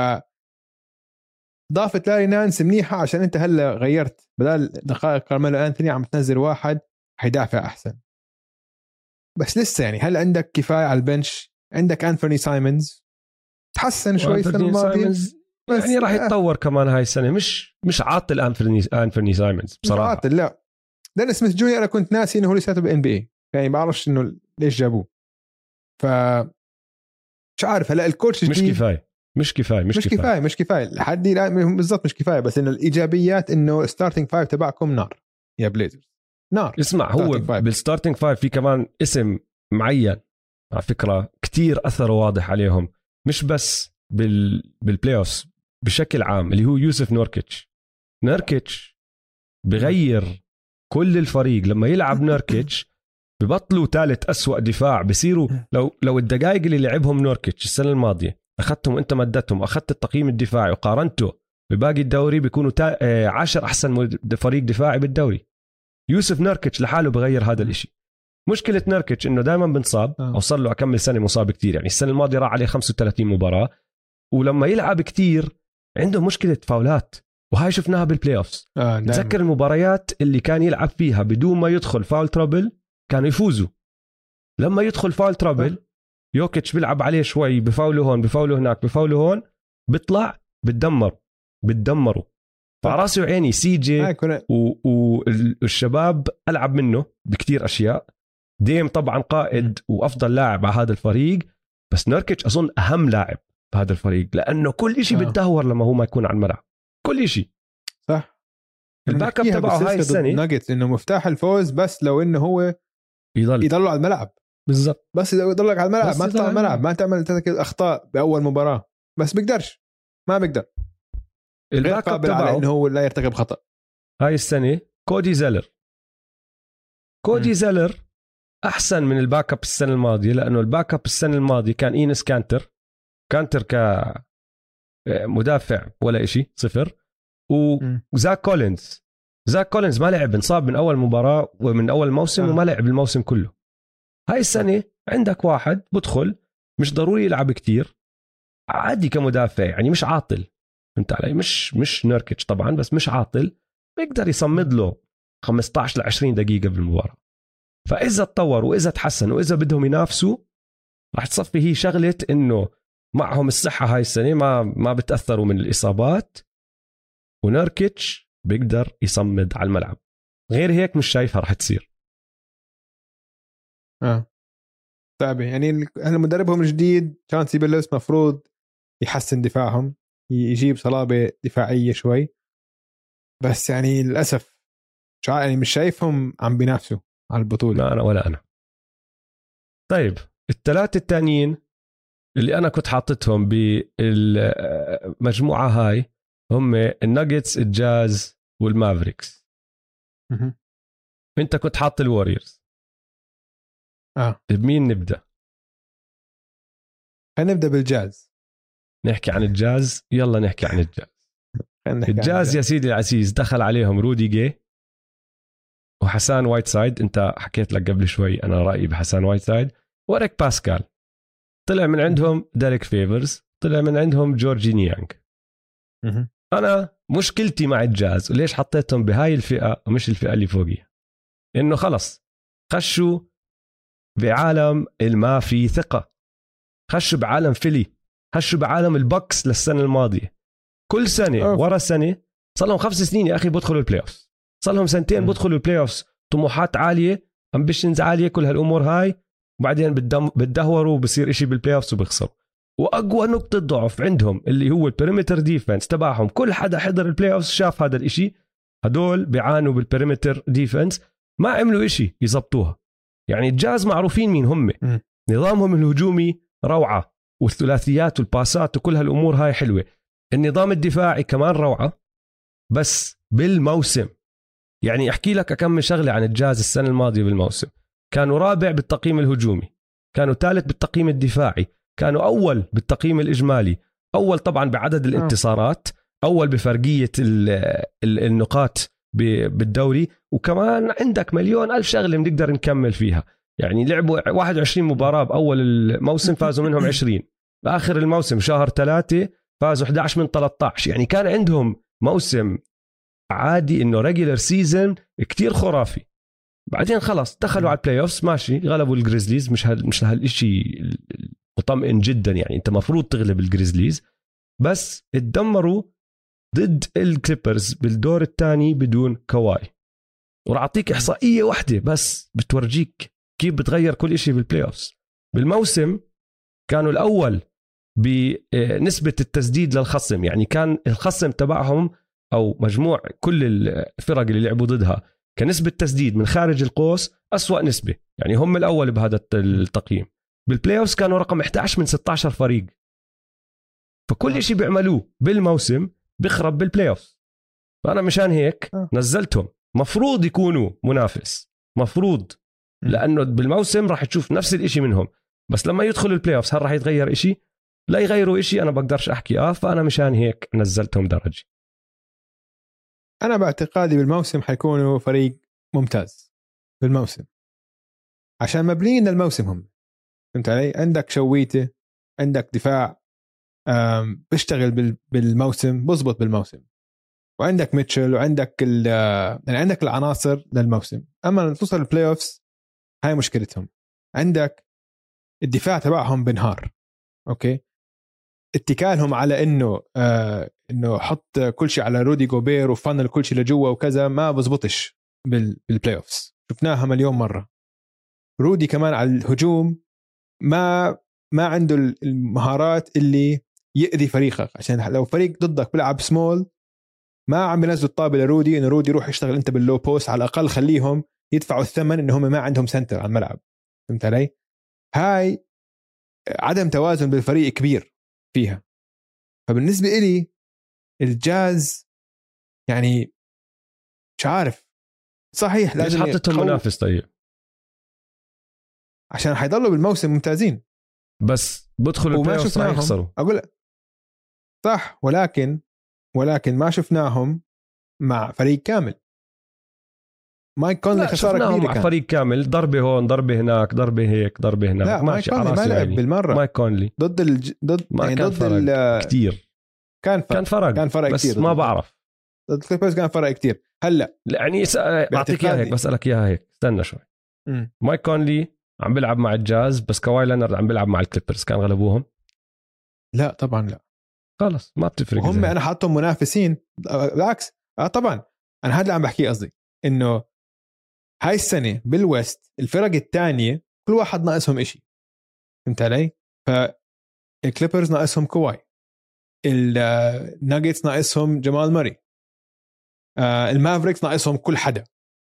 ضافت لاري نانس منيحه، عشان انت هلا غيرت بدل دقائق كارميلو أنثوني عم تنزل واحد حيدافع احسن، بس لسه يعني هل عندك كفايه على البنش؟ عندك أنثوني سايمونز تحسن شوي السنه الماضيه،
يعني راح يتطور كمان هاي السنه، مش عاطل أنثوني سايمونز بصراحه،
مش عاطل. لا دينيس سميث جونيور انا كنت ناسي انه هو لساته بالان بي اي، يعني ما بعرفش انه ليش جابوه. ف مش عارف هلا الكوتش
مش كفايه
لحد الان بالضبط مش كفايه، بس انه الايجابيات انه ستارتنج فايف تبعكم نار يا بليزرز نار.
اسمع، هو بالستارتنج فايف في كمان اسم معين على فكره كتير اثره واضح عليهم، مش بس بالبلاي اوف بشكل عام، اللي هو يوسف نوركيتش بغير كل الفريق لما يلعب. نوركيتش ببطلوا ثالث أسوأ دفاع، بصيروا لو الدقائق اللي لعبهم نوركيتش السنة الماضية أخذتهم أنت مدتهم، أخذت التقييم الدفاعي وقارنته بباقي الدوري، بيكونوا 10 أحسن فريق دفاعي بالدوري. يوسف نوركيتش لحاله بغير هذا الاشي. مشكلة نوركيتش إنه دائما بنصاب، أو صار له أكمل سنة مصاب كتير، يعني السنة الماضية راح عليه 35 مباراة، ولما يلعب كتير عنده مشكلة فاولات، وهاي شفناها بالبلاي اوفز. تذكر المباريات اللي كان يلعب فيها بدون ما يدخل فاول ترابل كانوا يفوزوا. لما يدخل فاول ترابل يوكيتش بيلعب عليه شوي، بفاوله هون بفاوله هناك بفاوله هون، بيطلع بتدمروا. فراسي وعيني سي جي والشباب ألعب منه بكتير أشياء. ديم طبعا قائد وأفضل لاعب على هذا الفريق، بس نوركيتش أظن أهم لاعب بهذا الفريق، لأنه كل إشي بتدهور لما هو ما يكون على الملعب، كل إشي
صح.
الباك اب تبعه هاي السنة
ناجتس إنه مفتاح الفوز، بس لو إنه هو يضلوا على الملعب
بالضبط،
بس يضلك على الملعب ما تطلع الملعب، ما تعمل أخطاء بأول مباراة، بس بيقدرش، ما بيقدر
الباك اب تبعه
إنه هو لا يرتكب خطأ.
هاي السنة كودي زيلر أحسن من الباك اب السنة الماضية، لأنه الباك اب السنة الماضية كان إينس كانتر كمدافع ولا إشي صفر، وزاك كولينز ما لعب، انصاب من أول مباراة ومن أول موسم وما لعب الموسم كله. هاي السنة عندك واحد بدخل مش ضروري يلعب كتير، عادي كمدافع، يعني مش عاطل، فهمت علي؟ مش نوركيتش طبعا، بس مش عاطل، بيقدر يصمد له 15 ل 20 دقيقة بالمباراة. فإذا تطور وإذا تحسن وإذا بدهم ينافسوا راح تصفي هي شغلة إنه معهم الصحة هاي السنة ما بتأثروا من الإصابات، ونوركيتش بيقدر يصمد على الملعب. غير هيك مش شايفها راح تصير.
صعبة، يعني هلا مدربهم الجديد شانسي بيلوس مفروض يحسن دفاعهم، يجيب صلابة دفاعية شوي، بس يعني للأسف يعني مش شايفهم عم بينافسوا على البطولة.
لا أنا ولا أنا. طيب الثلاثة التانيين اللي أنا كنت حاطتهم بالمجموعة هاي هم الناجتس، الجاز، والمافريكس. أنت كنت حاط الواريورز. بمين نبدأ؟
هنبدأ بالجاز.
نحكي عن الجاز، يلا نحكي عن الجاز. الجاز يا سيدي العزيز دخل عليهم رودي جاي وحسان وايت سايد. انت حكيت لك قبل شوي انا رايي بحسان وايت سايد. وريك باسكال طلع من عندهم، ديريك فيفرز طلع من عندهم، جورجي نيانغ. انا مشكلتي مع الجاز وليش حطيتهم بهاي الفئه ومش الفئه اللي فوقيها، انه خلص خشوا بعالم الما في ثقه، خشوا بعالم فيلي، خشوا بعالم البكس للسنه الماضيه. كل سنه ورا سنه، صار لهم 5 سنين يا اخي بدخلوا البلاي اوف، صار لهم 2 سنين بدخلوا البلاي اوف، طموحات عاليه، امبيشنز عاليه، كل هالامور هاي، وبعدين بتدهوروا وبصير إشي بالبلاي اوف وبيخسروا. واقوى نقطه ضعف عندهم اللي هو البريمتر ديفنس تبعهم. كل حدا حضر البلاي اوف شاف هذا الإشي، هدول بيعانوا بالبريمتر ديفنس، ما عملوا إشي يزبطوها. يعني الجاز معروفين مين هم، نظامهم الهجومي روعه، والثلاثيات والباسات وكل هالامور هاي حلوه، النظام الدفاعي كمان روعه. بس بالموسم، يعني احكي لك اكمل شغله عن الجاز السنه الماضيه بالموسم، كانوا رابع بالتقييم الهجومي، كانوا ثالث بالتقييم الدفاعي، كانوا اول بالتقييم الاجمالي، اول طبعا بعدد الانتصارات، اول بفرقيه النقاط بالدوري، وكمان عندك مليون ألف شغله بنقدر نكمل فيها. يعني لعبوا 21 مباراه باول الموسم، فازوا منهم 20، باخر الموسم شهر 3 فازوا 11 من 13. يعني كان عندهم موسم عادي، انه ريجولر سيزن كتير خرافي. بعدين خلص دخلوا على البلاي اوفز، ماشي غلبوا الجريزليز، مش هالشيء مطمئن جدا، يعني انت مفروض تغلب الجريزليز، بس اتدمروا ضد الكليبرز بالدور الثاني بدون كواي. وراح اعطيك احصائيه واحده بس بتورجيك كيف بتغير كل شيء بالبلاي اوفز. بالموسم كانوا الاول بنسبه التسديد للخصم، يعني كان الخصم تبعهم او مجموع كل الفرق اللي لعبوا ضدها كنسبه تسديد من خارج القوس أسوأ نسبه، يعني هم الاول بهذا التقييم. بالبلاي اوفز كانوا رقم 11 من 16 فريق. فكل شيء بيعملوه بالموسم بيخرب بالبلاي اوفز. فانا مشان هيك نزلتهم، مفروض يكونوا منافس، مفروض، لانه بالموسم راح تشوف نفس الاشي منهم، بس لما يدخلوا البلاي اوفز هل راح يتغير اشي؟ لا يغيروا اشي، انا بقدرش احكي فانا مشان هيك نزلتهم درجه.
انا باعتقادي بالموسم حيكونوا فريق ممتاز بالموسم، عشان مبنيين للموسم هم. فهمت علي؟ عندك شويته، عندك دفاع بيشتغل بالموسم، بزبط بالموسم، وعندك ميتشل، وعندك يعني عندك العناصر للموسم. اما لما توصل البلاي اوفز هاي مشكلتهم. عندك الدفاع تبعهم بنهار، اوكي، اتكالهم على انه حط كل شيء على رودي جوبير وفنل كل شيء لجوا وكذا، ما بزبطش بالبلاي اوفز، شفناها مليون مره. رودي كمان على الهجوم ما عنده المهارات اللي يأذي فريقك، عشان لو فريق ضدك بيلعب سمول ما عم بينزلوا الطابه لرودي انه رودي يروح يشتغل انت باللو بوست، على الاقل خليهم يدفعوا الثمن انه هم ما عندهم سنتر على الملعب. فهمت علي؟ هاي عدم توازن بالفريق كبير فيها. فبالنسبه إلي الجاز يعني مش عارف صحيح
لازم حطيتهم منافس. طيب
عشان حيضلوا بالموسم ممتازين،
بس بدخلوا البلاي اوف راح يخسروا.
اقول صح، ولكن ما شفناهم مع فريق كامل. مايك كونلي خسارة كبيرة
مع فريق كامل، ضربة هون ضربة هناك ضربة هيك ضربة هناك.
لا مايك كونلي ما لعب بالمرة.
مايك كونلي
ضد
ما كان فرق كتير. كان فرق بس
كتير
ما بعرف
ضد الكليبرز كان فرق كتير. هلا
يعني بعطيك اياها هيك، بسألك اياها هيك، استنى شوي. مايك كونلي عم بيلعب مع الجاز، بس كواي لينارد عم بيلعب مع الكليبرز، كان غلبوهم؟
لا طبعا لا،
خلص ما بتفرق.
هم انا حاطهم منافسين بالعكس. طبعا انا هذا اللي عم بحكيه، قصدي انه هاي السنه بالويست الفرق الثانيه كل واحد ناقصهم إشي. فهمت علي؟ فالكليبرز ناقصهم كواي، الناجتس ناقصهم جمال ماري، المافريكس ناقصهم كل حدا.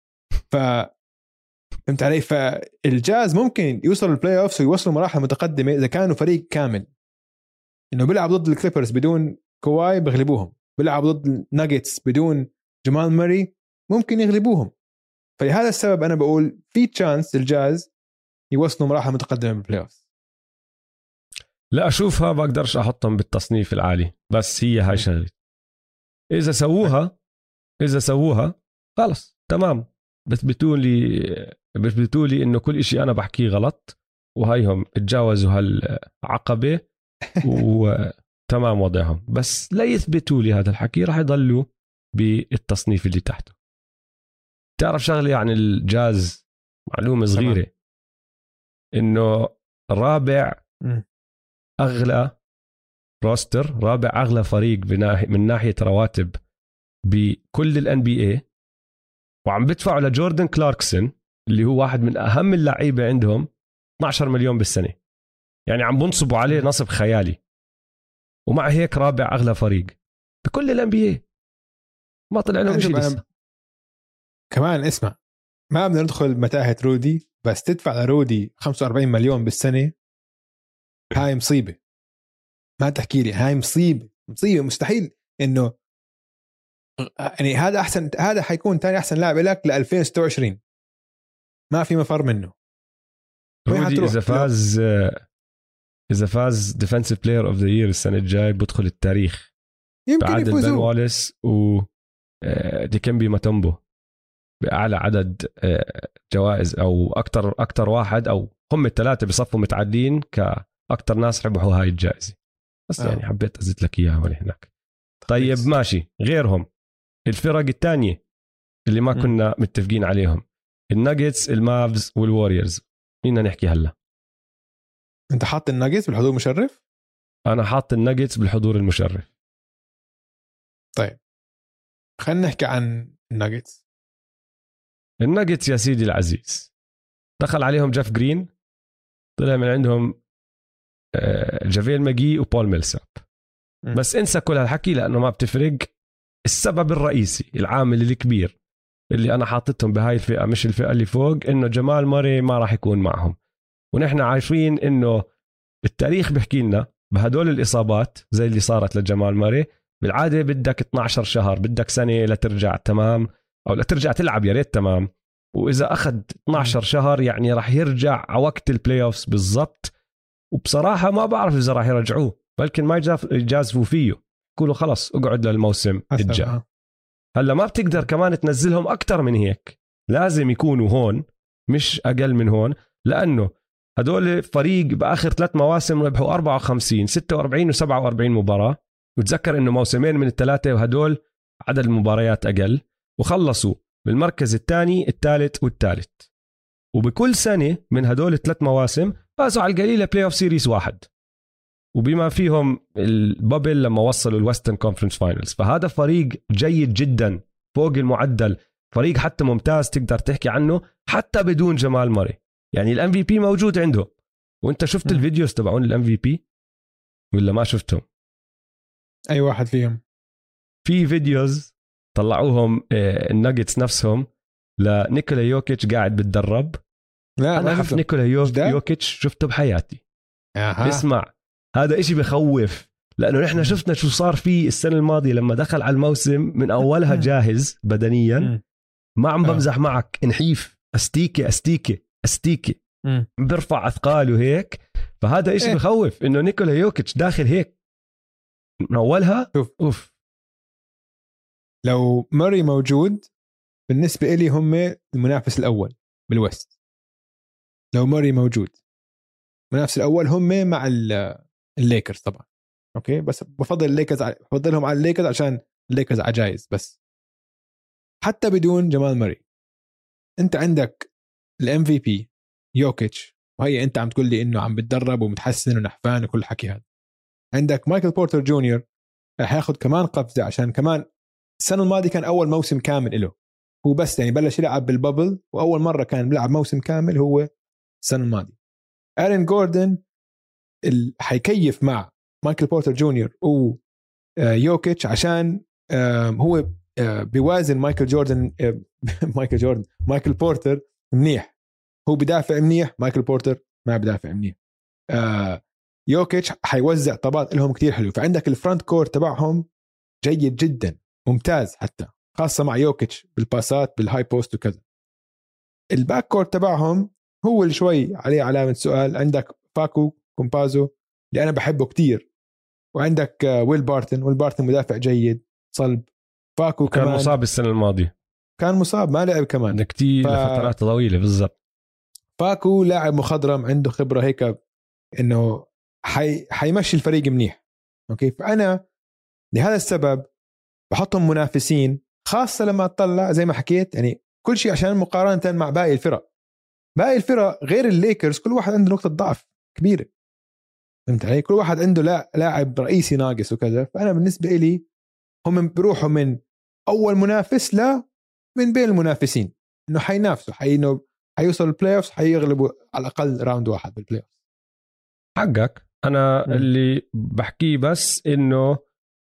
فهمت علي؟ فالجاز ممكن يوصلوا البلاي اوفز ويوصلوا مراحل متقدمه اذا كانوا فريق كامل، انه بيلعب ضد الكليبرز بدون كواي بغلبوهم، بيلعب ضد الناجتس بدون جمال ماري ممكن يغلبوهم. فلهذا السبب انا بقول في تشانس الجاز يوصلوا مراحل متقدمه بالبلاي اوف.
لا اشوفها بقدرش احطهم بالتصنيف العالي، بس هي هاي شغلة. اذا سووها خلص تمام، بثبتوا لي انه كل إشي انا بحكيه غلط، وهيهم اتجاوزوا هالعقبة وتمام وضعهم. بس لا يثبتوا لي هذا الحكي راح يضلوا بالتصنيف اللي تحته. تعرف شغلة عن الجاز، معلومة صغيرة، انه رابع اغلى روستر، رابع اغلى فريق من ناحية رواتب بكل الان بي اي، وعم بدفعوا لجوردن كلاركسون اللي هو واحد من اهم اللعيبة عندهم 12 مليون بالسنة. يعني عم بنصبوا عليه نصب خيالي، ومع هيك رابع اغلى فريق بكل الان بي اي. ما طلع لهم شيء لسه.
كمان اسمع، ما بدنا ندخل متاهة رودي، بس تدفع لرودي 45 مليون بالسنة، هاي مصيبة. ما تحكي لي، هاي مصيبة مستحيل انه يعني هذا احسن، هذا حيكون تاني احسن لاعب لك ل 2026، ما في مفر منه.
رودي اذا فاز ديفنسيف بلاير اوف ذا يير السنة الجاي بدخل التاريخ،
يمكن
بعد
يفوزوا
بن واليس و ديكمبي ماتومبو بأعلى عدد جوائز، أو أكتر واحد، أو هم الثلاثة بصفوا متعدين كأكتر ناس ربحوا هاي الجائزة. بس يعني حبيت أزيد لك إياها ولا هناك. طيب ماشي، غيرهم الفرق الثانية اللي ما كنا متفقين عليهم، الناجتس، المافز والواريورز. مين نحكي هلا؟
أنت حاط الناجتس بالحضور المشرف؟
أنا حاط الناجتس بالحضور المشرف.
طيب خلينا نحكي عن الناجتس.
الناجتس يا سيدي العزيز، دخل عليهم جيف جرين، طلع من عندهم جافيل ماجي وبول ميلساب. بس انسى كل هالحكي لأنه ما بتفرق. السبب الرئيسي، العامل الكبير اللي أنا حاطتهم بهاي الفئة مش الفئة اللي فوق، إنه جمال ماري ما راح يكون معهم. ونحن عارفين إنه التاريخ بيحكي لنا بهدول الإصابات زي اللي صارت لجمال ماري بالعادة بدك 12 شهر، بدك سنة لترجع تمام، أو لترجع تلعب يا ريت تمام. وإذا أخذ 12 شهر يعني راح يرجع على وقت البلاي أوفس بالضبط. وبصراحة ما بعرف إذا راح يرجعوه، بلكن ما يجازفوا فيه، يقولوا خلص اقعد للموسم الجاي. هلا ما بتقدر كمان تنزلهم أكتر من هيك، لازم يكونوا هون مش أقل من هون، لأنه هدول فريق بآخر 3 مواسم ربحوا 54 46 و47 مباراة. وتذكر إنه موسمين من الثلاثة وهدول عدد المباريات أقل، وخلصوا بالمركز الثاني الثالث والثالث. وبكل سنة من هدول 3 مواسم فازوا على القليلة بلاي اوف سيريز واحد، وبما فيهم البابل لما وصلوا الويسترن كونفرنس فاينلز. فهذا فريق جيد جدا فوق المعدل، فريق حتى ممتاز تقدر تحكي عنه حتى بدون جمال ماري. يعني الام في بي موجود عنده. وانت شفت الفيديوز تبعون الام في بي ولا ما شفتهم؟
اي واحد فيهم؟
في فيديوز طلعوهم الناجتس نفسهم لنيكولا يوكيتش قاعد بتدرب.
لا
انا حف نيكولا يوكيتش شفته بحياتي. اسمع، هذا إشي بخوف، لأنه نحن شفنا شو صار فيه السنة الماضية لما دخل على الموسم من أولها جاهز بدنيا. ما عم بمزح معك، نحيف، أستيكي بيرفع أثقال وهيك. فهذا إشي بخوف إنه نيكولا يوكيتش داخل هيك من أولها. أوف.
لو ماري موجود بالنسبة إلي هم المنافس الأول بالوست. لو ماري موجود المنافس الأول هم مع الليكرز طبعا. أوكي، بس بفضل الليكرز، بفضلهم على الليكرز عشان الليكرز عجايز. بس حتى بدون جمال ماري أنت عندك الام في بي يوكيتش، وهي أنت عم تقول لي إنه عم بتدرب ومتحسن ونحفان وكل حكي هذا. عندك مايكل بورتر جونيور رح ياخد كمان قفزة، عشان كمان السنة الماضية كان أول موسم كامل له هو، بس يعني بلش يلعب بالبابل، وأول مرة كان بيلعب موسم كامل هو السنة الماضية. آرين جوردن حيكيف مع مايكل بورتر جونيور ويوكيتش عشان هو بيوازن مايكل بورتر منيح، هو بدافع منيح، مايكل بورتر ما بدافع منيح. يوكيتش حيوزع طابات لهم كتير حلو. فعندك الفرونت كور تبعهم جيد جدا، ممتاز، حتى خاصة مع يوكيتش بالباسات بالهاي بوست وكذا. الباك كور تبعهم هو اللي شوي عليه علامة سؤال. عندك فاكو كومبازو اللي أنا بحبه كتير، وعندك ويل بارتن مدافع جيد صلب. فاكو
كان
كمان
مصاب السنة الماضية.
كان مصاب ما لعب كمان
كتير لفترات طويله بالضبط.
فاكو لاعب مخضرم عنده خبره هيك انه حيمشي الفريق منيح. اوكي فانا لهذا السبب بحطهم منافسين، خاصه لما اطلع زي ما حكيت يعني كل شيء عشان مقارنه مع باقي الفرق. باقي الفرق غير الليكرز كل واحد عنده نقطه ضعف كبيره، فهمت علي؟ كل واحد عنده لاعب رئيسي ناقص وكذا. فانا بالنسبه لي هم بيروحوا من اول منافس من بين المنافسين، انه حينافسوا حيوصلوا البلاي اوفز، حيغلبوا على الاقل راوند واحد بالبلاي اوفز.
حقك. انا اللي بحكيه بس انه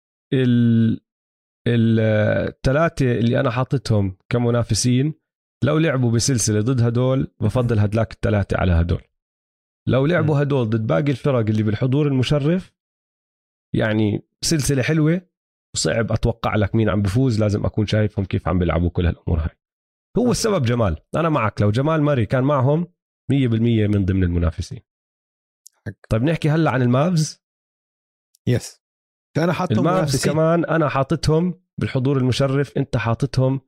الثلاثه اللي انا حاطتهم كمنافسين لو لعبوا بسلسله ضد هدول بفضل هدلاك الثلاثه على هدول. لو لعبوا هدول ضد باقي الفرق اللي بالحضور المشرف يعني سلسله حلوه، وصعب اتوقع لك مين عم بفوز. لازم اكون شايفهم كيف عم بيلعبوا كل هالامور هاي. هو السبب جمال، انا معك. لو جمال ماري كان معهم 100% من ضمن المنافسين. طيب نحكي هلا عن المافز.
يس انا حاطهم
المافز
منافسين.
كمان انا حاطتهم بالحضور المشرف، انت حاطتهم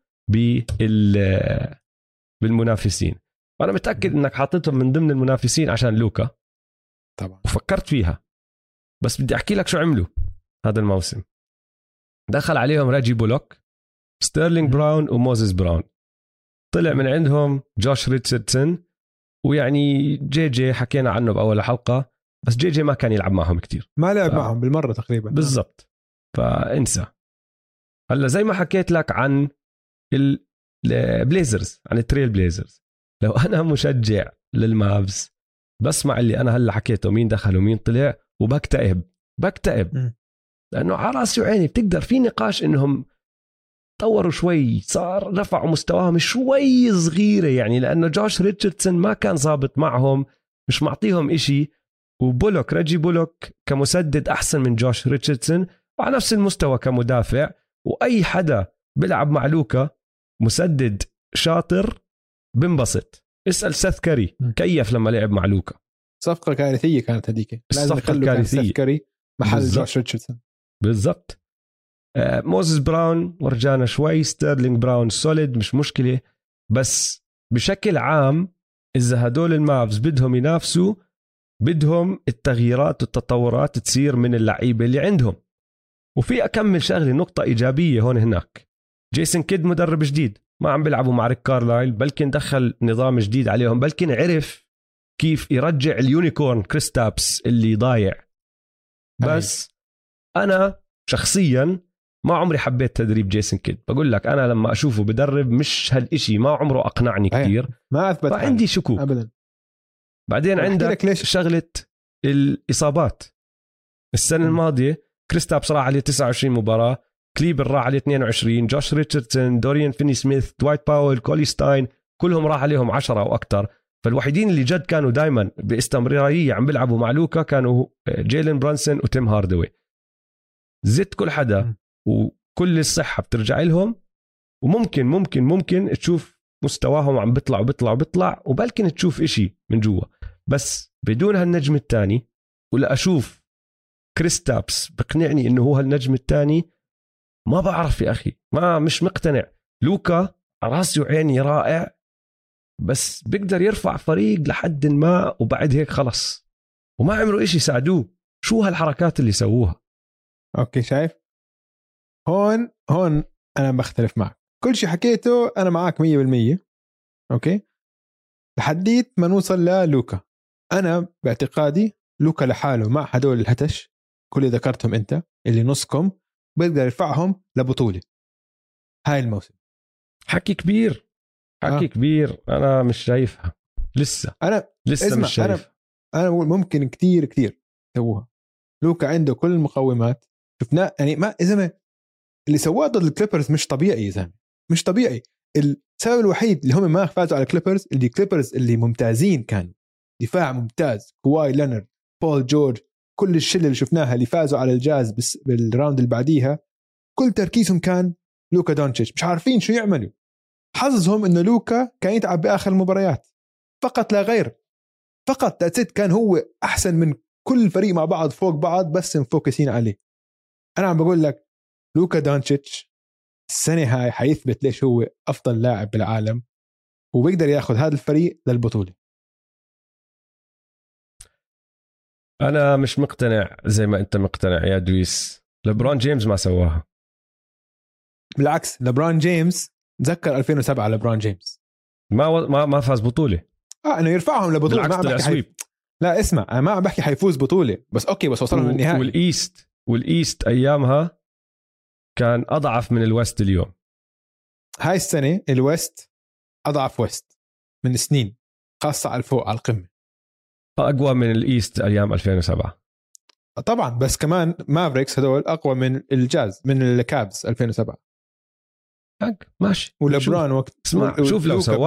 بالمنافسين. وانا متاكد انك حاطتهم من ضمن المنافسين عشان لوكا
طبعا،
وفكرت فيها. بس بدي احكي لك شو عملوا هذا الموسم. دخل عليهم راجي بولوك، ستيرلينج براون وموزيس براون. طلع من عندهم جوش ريتشاردسون، ويعني جي حكينا عنه بأول حلقة، بس جي ما كان يلعب معهم كتير،
ما لعب معهم بالمرة تقريبا.
بالضبط. فانسى. هلا زي ما حكيت لك عن البليزرز، عن التريل بليزرز، لو أنا مشجع للمافز بسمع اللي أنا هلا حكيته مين دخل ومين طلع وبكتئب لأنه على راسي وعيني. بتقدر في نقاش إنهم طوروا شوي، صار رفعوا مستواهم شوي صغيرة يعني، لأنه جوش ريتشاردسون ما كان ضابط معهم، مش معطيهم إشي. وبولوك راجي بولوك كمسدد أحسن من جوش ريتشاردسون، وعلى نفس المستوى كمدافع. وأي حدا بيلعب مع لوكا مسدد شاطر بنبسط. اسأل سيث كاري كيف لما لعب مع لوكا.
صفقة كارثية كانت هذيك، لازم يخلوا سيث كاري محل جوش ريتشاردسون.
بالضبط. موزيس براون ورجعنا شوي، ستيرلينج براون سوليد مش مشكلة. بس بشكل عام إذا هدول المافز بدهم ينافسوا، بدهم التغييرات والتطورات تصير من اللعيبة اللي عندهم. وفي أكمل شغلة نقطة إيجابية هون هناك. جيسون كيد مدرب جديد، ما عم بيلعبوا مع ريك كارلايل، بلكن دخل نظام جديد عليهم، بلكن عرف كيف يرجع اليونيكورن كريستابس اللي ضايع. بس أنا شخصياً ما عمري حبيت تدريب جيسون كيد. بقول لك أنا لما أشوفه بدرب مش هالإشي، ما عمره أقنعني كتير،
ما أثبت،
فعندي شكوك
أبداً.
بعدين عندك شغلة الإصابات. السنة الماضية كريستابس راح عليه 29 مباراة، كليبر راح عليه 22، جوش ريتشاردسون، دوريان فيني سميث، دوايت باول، كولي ستاين، كلهم راح عليهم 10 أو أكتر. فالوحيدين اللي جد كانوا دايما باستمرارية عم بيلعبوا مع لوكا كانوا جيلين برانسون وتيم هاردوي. زدت كل حدا وكل الصحة بترجع لهم، وممكن ممكن ممكن تشوف مستواهم عم بيطلع وبلكن تشوف إشي من جوا. بس بدون هالنجم الثاني، ولا أشوف كريستابس بقنعني إنه هو هالنجم الثاني، ما بعرف يا أخي، ما مش مقتنع. لوكا راسي وعيني رائع، بس بيقدر يرفع فريق لحد ما، وبعد هيك خلص وما عملوا إشي ساعدوه. شو هالحركات اللي سووها؟
أوكي شايف، هون أنا بختلف معك. كل شيء حكيته أنا معك 100%. أوكي لحديت ما نوصل للوكا. أنا باعتقادي لوكا لحاله مع هدول الهتش كل اللي ذكرتهم أنت اللي نصكم بيقدر يرفعهم لبطولة هاي الموسم.
حكي كبير، حكي كبير. أنا مش شايفها لسه.
أنا
لسه مش شايف.
أنا بقول ممكن كتير سووها. لوكا عنده كل المقومات، شفناه يعني. ما إذا اللي سواه ضد الكليبرز مش طبيعي يا زلمه، مش طبيعي. السبب الوحيد اللي هم ما فازوا على الكليبرز اللي ممتازين، كان دفاع ممتاز، كواي لينارد، بول جورج، كل الشله اللي شفناها اللي فازوا على الجاز بالراوند اللي بعديها، كل تركيزهم كان لوكا دونتشيتش، مش عارفين شو يعملوا. حظهم انه لوكا كان يتعب باخر المباريات فقط لا غير، فقط تأتيت كان هو احسن من كل فريق مع بعض فوق بعض، بس مفوكسين عليه. انا عم بقول لك لوكا دونتشيتش السنة هاي حيثبت ليش هو أفضل لاعب بالعالم وبيقدر ياخذ هذا الفريق للبطولة.
أنا مش مقتنع زي ما أنت مقتنع يا دويس. لبرون جيمس ما سواها.
بالعكس لبرون جيمس تذكر 2007 لبرون جيمس
ما فاز بطولة.
انه يرفعهم لبطولة.
بالعكس طلع سويب.
لا اسمع انا ما عم بحكي حيفوز بطولة بس اوكي بس وصلهم للنهائي.
والإيست أيامها كان أضعف من الوست اليوم.
هاي السنة الوست أضعف وست من سنين خاصة على الفوق على القمة.
أقوى من الإيست أيام 2007
طبعا بس كمان مافريكس هدول أقوى من الجاز من الكابز 2007.
ماشي.
ولبران وقت
شوف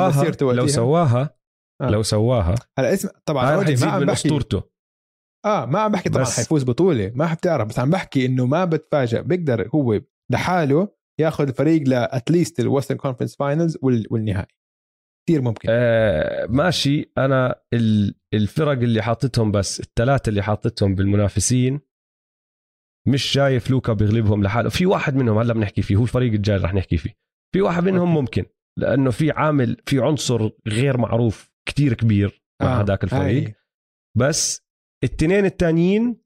لو سواها
هلا اسمع طبعا ما عم بحكي ما عم بحكي طبعا حيفوز بطولة ما بتعرف بس عم بحكي إنه ما بتفاجأ بيقدر هو لحاله ياخذ الفريق لأتليست الوسترن كونفرنس فاينلز والنهائي كتير ممكن.
ماشي. أنا الفرق اللي حاطتهم بس الثلاثة اللي حاطتهم بالمنافسين مش شايف لوكا بيغلبهم لحاله. في واحد منهم هلا بنحكي فيه هو الفريق الجاي رح نحكي فيه. في واحد منهم ممكن لأنه في عنصر غير معروف كتير كبير مع هذاك الفريق. بس التنين التانيين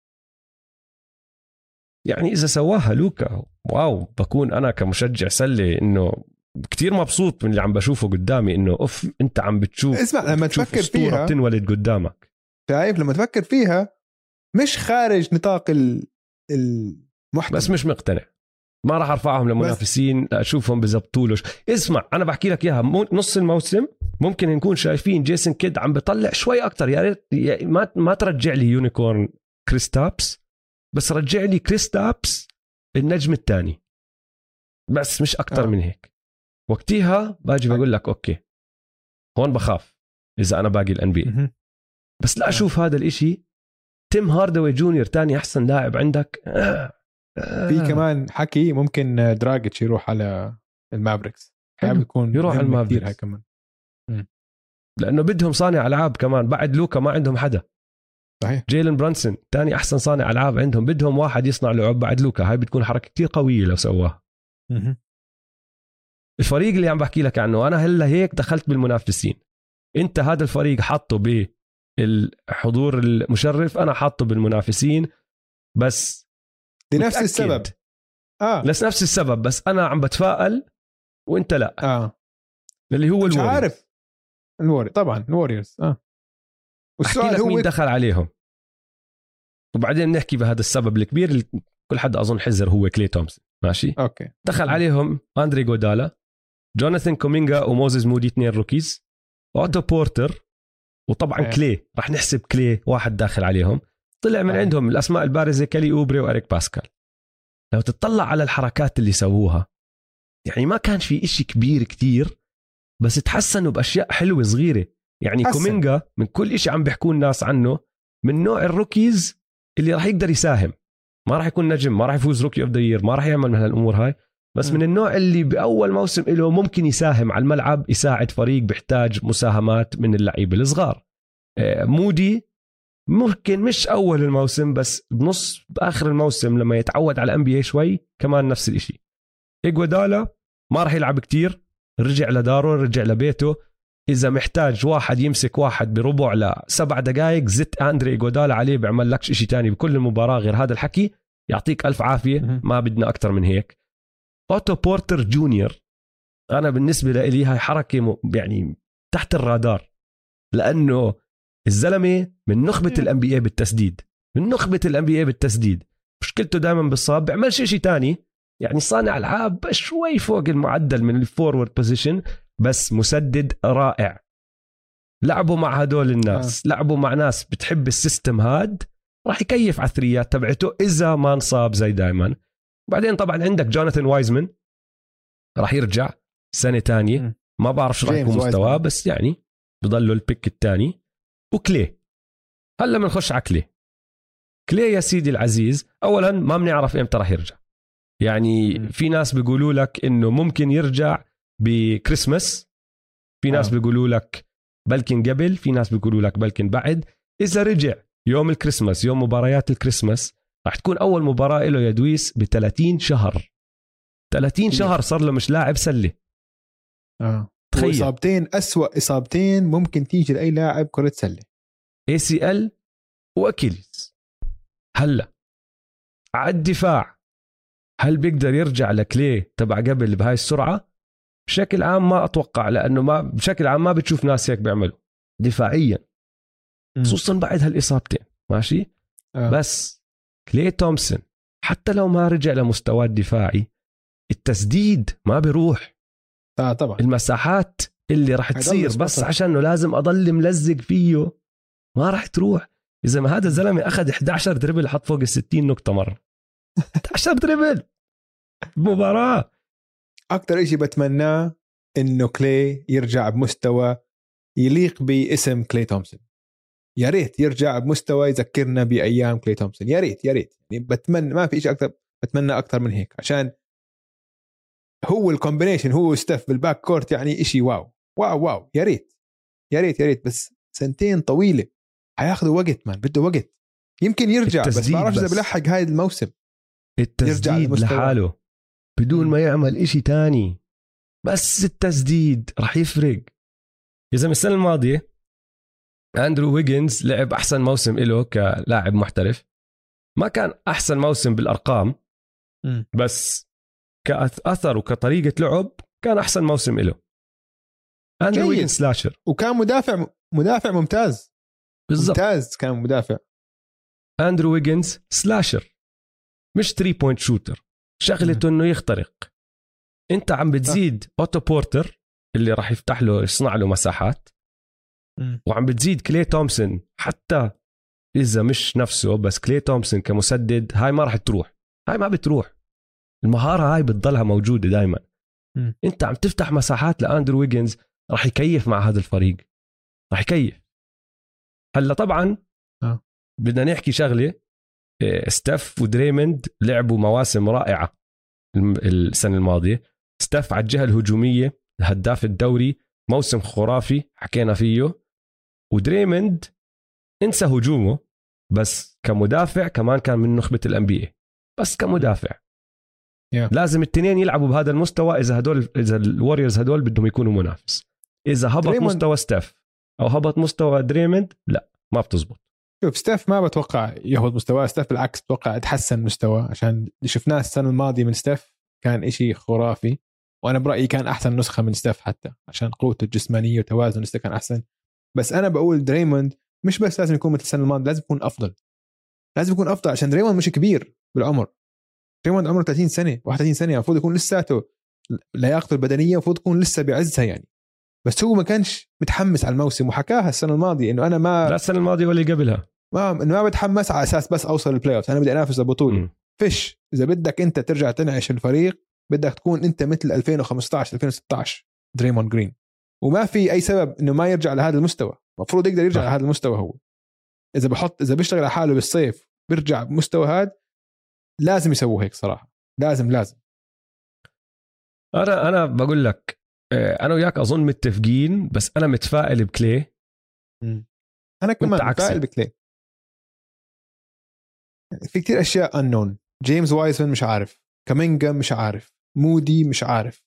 يعني إذا سواها لوكا واو بكون أنا كمشجع سلة إنه كتير مبسوط من اللي عم بشوفه قدامي. إنه أنت عم بتشوف
اسمع لما تفكر فيها
بتنولد قدامك.
شايف لما تفكر فيها مش خارج نطاق المحتوى.
بس مش مقتنع. ما راح أرفعهم لمنافسين أشوفهم بزبطولوش. اسمع أنا بحكي لك إياها نص الموسم ممكن نكون شايفين جيسون كيد عم بيطلع شوي أكتر. يا ريت ما ترجع لي يونيكورن كريستابس بس رجع لي كريستابس النجم الثاني بس مش أكتر من هيك. وقتها باجي بقول لك أوكي هون بخاف إذا أنا باقي الNBA بس لا أشوف هذا الإشي. تيم هاردوي جونيور تاني أحسن لاعب عندك.
في كمان حكي ممكن دراجيتش يروح على المافريكس. يكون
يروح على المافريكس
هاي كمان
لأنه بدهم صانع ألعاب كمان بعد لوكا ما عندهم حدا.
صحيح.
جيلن برانسون تاني أحسن صانع ألعاب عندهم بدهم واحد يصنع لعب بعد لوكا. هاي بتكون حركة كتير قوية لو سواها. الفريق اللي عم بحكي لك عنه أنا هلا هيك دخلت بالمنافسين. أنت هذا الفريق حاطه بالحضور المشرف أنا حاطه بالمنافسين بس
لنفس السبب.
نفس السبب بس أنا عم بتفائل وأنت لا. اللي هو
مش عارف طبعا الوريورز.
والسؤال هو مين دخل عليهم وبعدين نحكي بهذا السبب الكبير اللي كل حد أظن حذر هو كلي تومسون. ماشي
أوكي.
دخل عليهم أندري غودالا جوناثان كومينغا وموزيس مودي 2 روكيز أوتو بورتر وطبعا كلي رح نحسب كلي واحد داخل عليهم. طلع من عندهم الأسماء البارزة كالي أوبري وأريك باسكال. لو تطلع على الحركات اللي سووها يعني ما كان في إشي كبير كتير بس تحسنوا بأشياء حلوة صغيرة. يعني كومينغا من كل إشي عم بيحكون الناس عنه من نوع الروكيز اللي راح يقدر يساهم. ما راح يكون نجم ما راح يفوز روكي اوف ذا يير ما راح يعمل من هالأمور هاي بس من النوع اللي بأول موسم له ممكن يساهم على الملعب يساعد فريق بيحتاج مساهمات من اللعيبة الصغار. مودي ممكن مش أول الموسم بس بآخر الموسم لما يتعود على NBA شوي كمان نفس الإشي. إيغودالا ما راح يلعب كتير رجع لداره رجع لبيته. إذا محتاج واحد يمسك واحد بربع ل7 دقائق زت أندري إيغودالا عليه بيعمل لكش إشي تاني بكل المباراة غير هذا الحكي. يعطيك ألف عافية ما بدنا أكتر من هيك. أوتو بورتر جونيور أنا بالنسبة لي هاي حركة يعني تحت الرادار لأنه الزلمة من نخبة الNBA بالتسديد مشكلته دائما بالصاب بيعملش إشي تاني. يعني صانع ألعاب شوي فوق المعدل من الفورورد بوزيشن بس مسدد رائع. لعبوا مع هدول الناس لعبوا مع ناس بتحب السيستم هاد راح يكيف على الثريات تبعته إذا ما انصاب زي دايما. وبعدين طبعا عندك جوناثان وايزمان راح يرجع سنة تانية ما بعرف شو راح يكون مستواه بس يعني بضله البيك الثاني. وكلي هلا بنخش على كلي يا سيدي العزيز. أولا ما بنعرف إمتى راح يرجع. يعني في ناس بيقولوا لك إنه ممكن يرجع بكريسماس في ناس بيقولوا لك بلكن قبل في ناس بيقولوا لك بلكن بعد. إذا رجع يوم الكريسماس يوم مباريات الكريسماس راح تكون أول مباراة له يا دويس ب30 شهر 30 شهر صار له مش لاعب سله.
تخيل اصابتين، أسوأ اصابتين ممكن تيجي لاي لاعب كره سله،
ACL واكيليز. هلا على الدفاع، هل بيقدر يرجع لكليه تبع قبل بهاي السرعه؟ بشكل عام ما اتوقع، لانه ما بشكل عام ما بتشوف ناس هيك بيعملوا دفاعيا، خصوصا بعد هالاصابتين. ماشي. بس كلي تومسون حتى لو ما رجع لمستوى الدفاعي، التسديد ما بيروح.
طبعا
المساحات اللي راح تصير بس عشانه لازم اضل ملزق فيه ما راح تروح. اذا ما هذا الزلمه اخذ 11 دربل حط فوق ال60 نقطه مره 11 دربل مباراه.
اكتر إشي بتمناه انه كلي يرجع بمستوى يليق باسم كلي تومسون. يا ريت يرجع بمستوى يذكرنا بايام كلي تومسون. يا ريت يعني بتمنى، ما في شيء اكثر بتمنى اكثر من هيك، عشان هو الكومبينيشن هو ستيف بالباك كورت يعني إشي واو واو واو. يا ريت يا ريت يا ريت، بس سنتين طويله هياخذوا وقت، مان بده وقت. يمكن يرجع بس ما بعرف اذا بلحق هاي الموسم
التسديد لحاله بدون ما يعمل إشي تاني. بس التسديد راح يفرق. إذا من السنة الماضية أندرو ويجنز لعب أحسن موسم له كلاعب محترف، ما كان أحسن موسم بالأرقام بس كأثر وكطريقة لعب كان أحسن موسم له. أندرو ويجنز سلاشر،
وكان مدافع ممتاز بالضبط. ممتاز كان مدافع.
أندرو ويجنز سلاشر مش 3 بوينت شوتر، شغلته إنه يخترق. أنت عم بتزيد أوتو بورتر اللي راح يفتح له يصنع له مساحات، وعم بتزيد كلي تومسون. حتى إذا مش نفسه بس كلي تومسون كمسدد هاي ما راح تروح، هاي ما بتروح. المهارة هاي بتضلها موجودة دايما. أنت عم تفتح مساحات لأندرو ويجنز، راح يكيف مع هذا الفريق، راح يكيف. هلا طبعا بدنا نحكي شغلة، ستيف ودريموند لعبوا مواسم رائعة السنة الماضية. ستيف على الجهة الهجومية الهداف الدوري، موسم خرافي حكينا فيه. ودريموند انسى هجومه، بس كمدافع كمان كان من نخبة الأنبياء. بس كمدافع لازم التنين يلعبوا بهذا المستوى. إذا الواريورز هدول بدهم يكونوا منافس. إذا هبط مستوى ستيف أو هبط مستوى دريموند لا ما بتزبط.
شوف ستيف ما بتوقع يهبط مستوى ستيف، بالعكس بتوقع يتحسن مستوى، عشان اللي شفناه السنة الماضية من ستيف كان إشي خرافي. وأنا برأيي كان أحسن نسخة من ستيف، حتى عشان قوته الجسمانية وتوازن ستيف كان أحسن. بس أنا بقول دريموند مش بس لازم يكون مثل السنة الماضية، لازم يكون أفضل. لازم يكون أفضل عشان دريموند مش كبير بالعمر. دريموند عمره 30 سنة 31 سنة، المفروض يكون لساته لياقته البدنية المفروض يكون لسه بعزها يعني. بس هو ما كانش متحمس على الموسم، وحكاها السنة الماضية إنه أنا ما
لا السنة الماضية ولا قبلها
ما بتحمس على أساس بس أوصل البلاي أوف، أنا بدي أنافس البطولة. فيش إذا بدك أنت ترجع تنعش الفريق بدك تكون أنت مثل 2015 2016 دريموند جرين، وما في أي سبب إنه ما يرجع لهذا المستوى. المفروض يقدر يرجع لهذا المستوى. هو إذا بيشتغل على حاله بالصيف بيرجع بمستوى هذا، لازم يسووا هيك صراحة. لازم
أنا بقول لك أنا وياك أظن متفقين، بس أنا متفائل بكلي.
أنا كمان متفائل بكلي. في كتير أشياء unknown. جيمس وايسون مش عارف، كامينجا مش عارف، مودي مش عارف،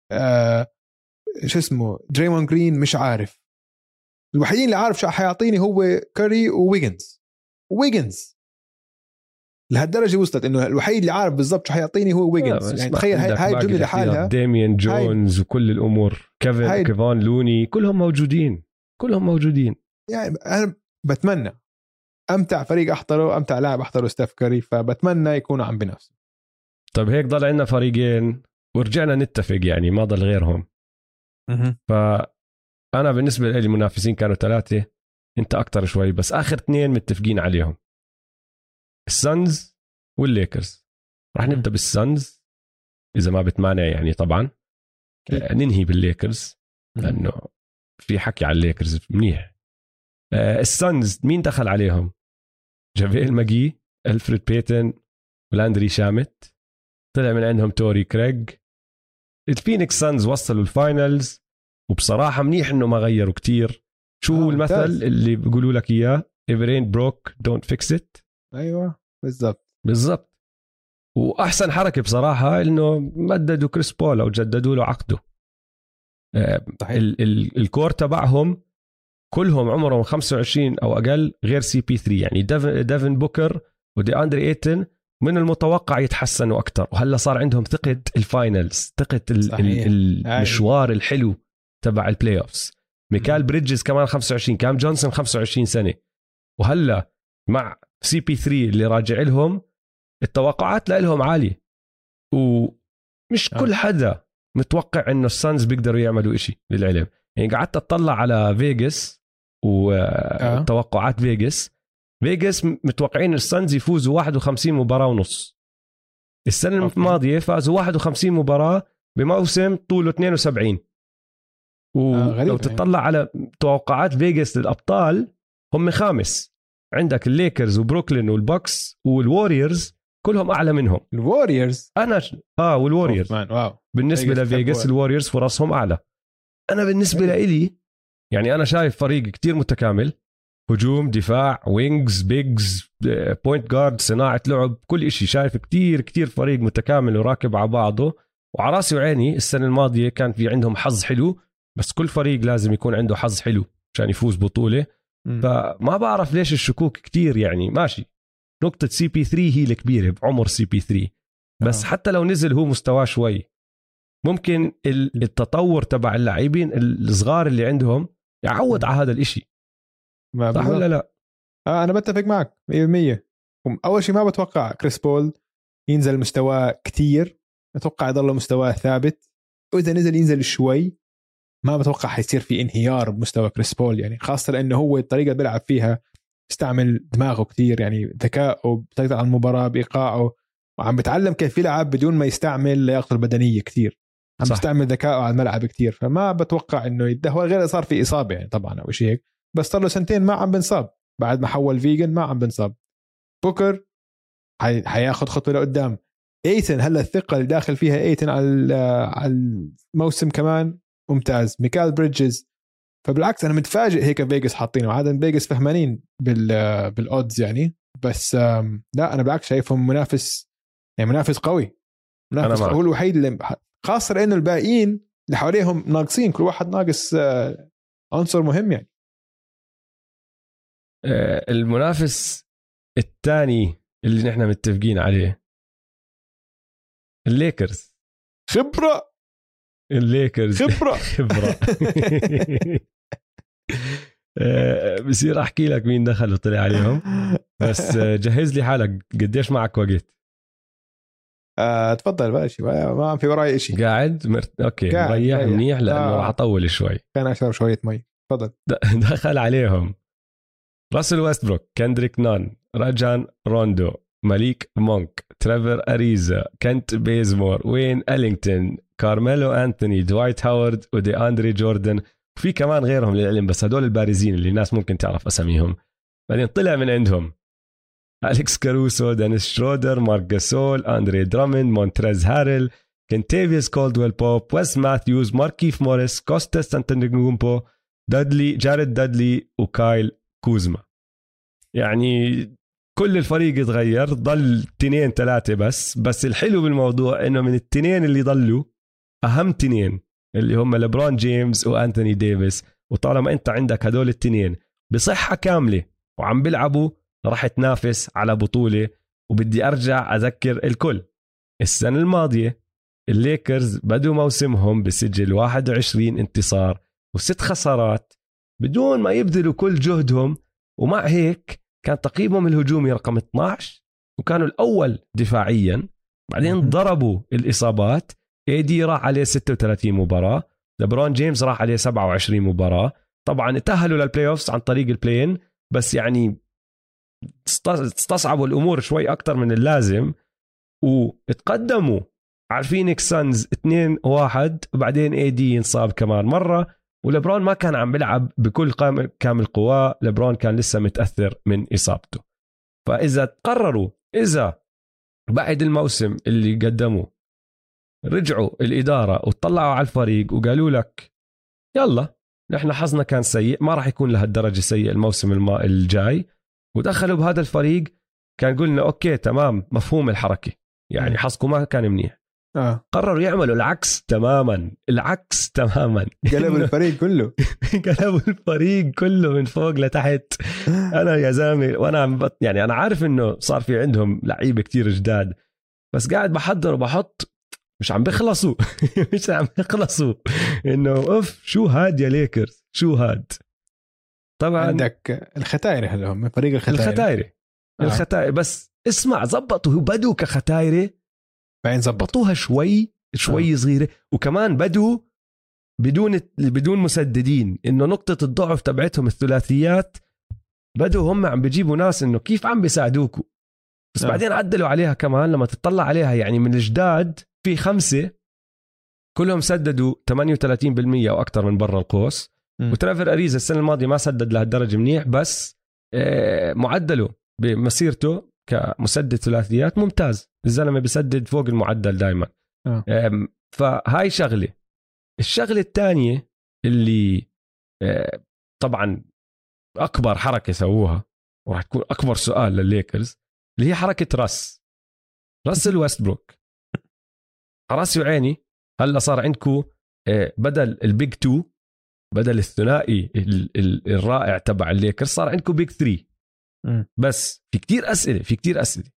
شو اسمه دريمون جرين مش عارف. الوحيدين اللي عارف شو حيعطيني هو كاري وويجنز. لهالدرجة وصلت إنه الوحيد اللي عارف بالضبط شو حيعطيني هو ويجنز. يعني تخيل هاي الجملة لحالها.
ديميان جونز وكل الأمور، كيفان لوني كلهم موجودين.
يعني أنا بتمنى أمتع فريق أحضره، أمتع لاعب أحضره ستيف كاري، فبتمنى يكونوا عم بنفسه.
طيب هيك ضل عندنا فريقين ورجعنا نتفق، يعني ما ضل غيرهم. فأنا بالنسبة لي المنافسين كانوا 3، أنت أكتر شوي، بس آخر 2 متفقين عليهم، السانز والليكرز. راح نبدأ بالسانز إذا ما بتمانع يعني. طبعا ننهي بالليكرز لأنه في حكي على الليكرز منيح. السانز مين دخل عليهم؟ جافيل ماجي، ألفريد بيتن، ولاندري شامت. طلع من عندهم توري كريغ. الفينيكس سانز وصلوا الفاينلز، وبصراحة منيح إنه ما غيروا كتير. شو المثل اللي بيقولوا لك إياه؟ if it ain't broke don't fix it.
أيوة بالضبط.
واحسن حركه بصراحه انه مددوا كريس بول او جددوا له عقده. الكور تبعهم كلهم عمرهم 25 او اقل غير سي بي 3. يعني ديفن بوكر ودي اندري ايتن من المتوقع يتحسنوا اكثر، وهلا صار عندهم ثقه الفاينلز، ثقه المشوار الحلو تبع البلاي اوفز. ميكال بريدجز كمان 25، كام جونسون 25 سنه، وهلا مع سي بي 3 اللي راجع لهم التوقعات لهم عاليه، ومش كل حدا متوقع انه السانز بيقدروا يعملوا إشي للعلم. يعني قعدت اطلع على فيغاس وتوقعات فيغاس متوقعين السانز يفوزوا 51 مباراة ونص. السنة الماضية فازوا 51 مباراة بموسم طوله 72. ولو تطلع على توقعات فيغاس للأبطال هم خامس. عندك الليكرز وبروكلين والبوكس والواريورز كلهم أعلى منهم.
الواريورز
والواريورز
واو.
بالنسبة لفيغاس الواريورز فرصهم أعلى. أنا بالنسبة لإلي يعني أنا شايف فريق كتير متكامل، هجوم دفاع وينجز بيجز بوينت جارد صناعة لعب كل إشي. شايف كتير فريق متكامل وراكب على بعضه، وعلى راسي وعيني. السنة الماضية كان في عندهم حظ حلو، بس كل فريق لازم يكون عنده حظ حلو عشان يفوز بطولة. فما بعرف ليش الشكوك كتير. يعني ماشي نقطة سي بي 3 هي الكبيرة بعمر سي بي 3، بس حتى لو نزل هو مستواه شوي ممكن التطور تبع اللاعبين الصغار اللي عندهم يعود على هذا الاشي. صح ولا لا؟
أنا بتفق معك 100%. أول شيء ما بتوقع كريس بول ينزل مستواه كتير، أتوقع يضل مستواه ثابت، وإذا نزل ينزل شوي. ما بتوقع حيصير في انهيار بمستوى كريس بول، يعني خاصة لأنه هو الطريقة اللي بيلعب فيها استعمل دماغه كتير، يعني ذكائه بتقطع على المباراة بإيقاعه، وعم بتعلم كيف يلعب بدون ما يستعمل لياقته البدنية كتير. عم بيستعمل ذكائه على الملعب كتير. فما بتوقع إنه يدهور، غير صار في إصابة يعني طبعا أو شيء هيك، بس صار له سنتين ما عم بنصاب بعد ما حول فيجن، ما عم بنصاب. بوكر حياخد خطوة لقدام. ايتن هلا الثقة اللي داخل فيها ايتن على الموسم كمان ممتاز. ميكال بريدجز، فبالعكس أنا متفاجئ هيك فيجاس حاطينه. عادة فيجاس فهمانين بالأودز يعني، بس لا أنا بالعكس شايفهم منافس، يعني منافس قوي، منافس هو الوحيد اللي خاصة لأنه الباقيين اللي حواليهم ناقصين، كل واحد ناقص عنصر مهم. يعني
المنافس الثاني اللي نحن متفقين عليه الليكرز. الليكرز خبرة بصير أحكي لك مين دخل وطلع عليهم، بس جهز لي حالك قديش معك وقت.
تفضل ماشي، ما في وراي إشي.
قاعد أوكي مريح منيح لأنه راح أطول شوي.
كان أشرب شوية مي. تفضل.
دخل عليهم راسل ويستبروك، كندريك نان، راجان روندو، ماليك مونك، تريفر أريزا، كنت بيزمور، وين ألينغتون، كارميلو أنتوني، دوايت هاورد، ودي أندري جوردن. وفي كمان غيرهم للعلم، بس هدول البارزين اللي الناس ممكن تعرف أساميهم. بعدين طلع من عندهم أليكس كاروسو، دانيس شرودر، مارك جاسول، أندري درامند، مونتريز هارل، كنتيفيوس كولدويل بوب، ويس ماثيوز، ماركيف موريس، كوستاس سانتياغو، دادلي، جاريد دادلي، وكايل كوزما. يعني كل الفريق اتغير، ضل 2-3 بس الحلو بالموضوع انه من التنين اللي ضلوا اهم تنين اللي هم ليبرون جيمس وانتوني ديفيس. وطالما انت عندك هدول التنين بصحة كاملة وعم بيلعبوا، راح تنافس على بطولة. وبدي ارجع اذكر الكل، السنة الماضية الليكرز بدوا موسمهم بسجل 21 انتصار و6 خسارات بدون ما يبذلوا كل جهدهم، ومع هيك كان تقييمهم الهجومي رقم 12 وكانوا الأول دفاعيا. بعدين ضربوا الإصابات، ايدي راح عليه 36 مباراة، لبرون جيمس راح عليه 27 مباراة. طبعا تأهلوا للبلاي أوفس عن طريق البلاين، بس يعني استصعبوا الأمور شوي أكتر من اللازم واتقدموا على فينيكس سانز 2-1. وبعدين ايدي ينصاب كمان مرة، ولبرون ما كان عم بلعب بكل كامل قواه. لبرون كان لسه متأثر من إصابته. فإذا تقرروا إذا بعد الموسم اللي قدموه رجعوا الإدارة وطلعوا على الفريق وقالوا لك يلا نحن حظنا كان سيء، ما راح يكون لهالدرجة سيء الموسم الجاي، ودخلوا بهذا الفريق، كان قلنا أوكي تمام مفهوم الحركة. يعني حظكم ما كان منيح. قرروا يعملوا العكس تماما، العكس تماما.
قلبوا الفريق كله
قلبوا الفريق كله من فوق لتحت. انا يا زلمه وانا يعني انا عارف انه صار في عندهم لعيبه كتير جداد، بس قاعد بحضر وبحط مش عم بيخلصوا مش عم بيخلصوا انه اوف شو هاد يا ليكرز، شو هاد. طبعا
عندك الختايري، هلا هم فريق
الختايري بس اسمع زبطوا، بدوا كختايري
بعدين
زبطوها شوي صغيره، وكمان بدوا بدون مسددين، انه نقطه الضعف تبعتهم الثلاثيات بدوا هم عم بيجيبوا ناس انه كيف عم بيساعدوكوا، بس بعدين عدلوا عليها كمان. لما تطلع عليها يعني من الجداد في 5 كلهم سددوا 38% او اكثر من برا القوس. وترافر أريزا السنه الماضيه ما سدد لهالدرجه منيح، بس معدله بمسيرته كمسدد ثلاثيات ممتاز. الزلمه بيسدد فوق المعدل دائما. فهاي شغله. الشغله الثانيه اللي طبعا اكبر حركه سووها وراح تكون اكبر سؤال للليكرز، اللي هي حركه راسل ويستبروك. راسي وعيني هلا صار عندكم بدل البيج 2، بدل الثنائي الرائع تبع الليكرز صار عندكم بيج 3. بس في كتير أسئلة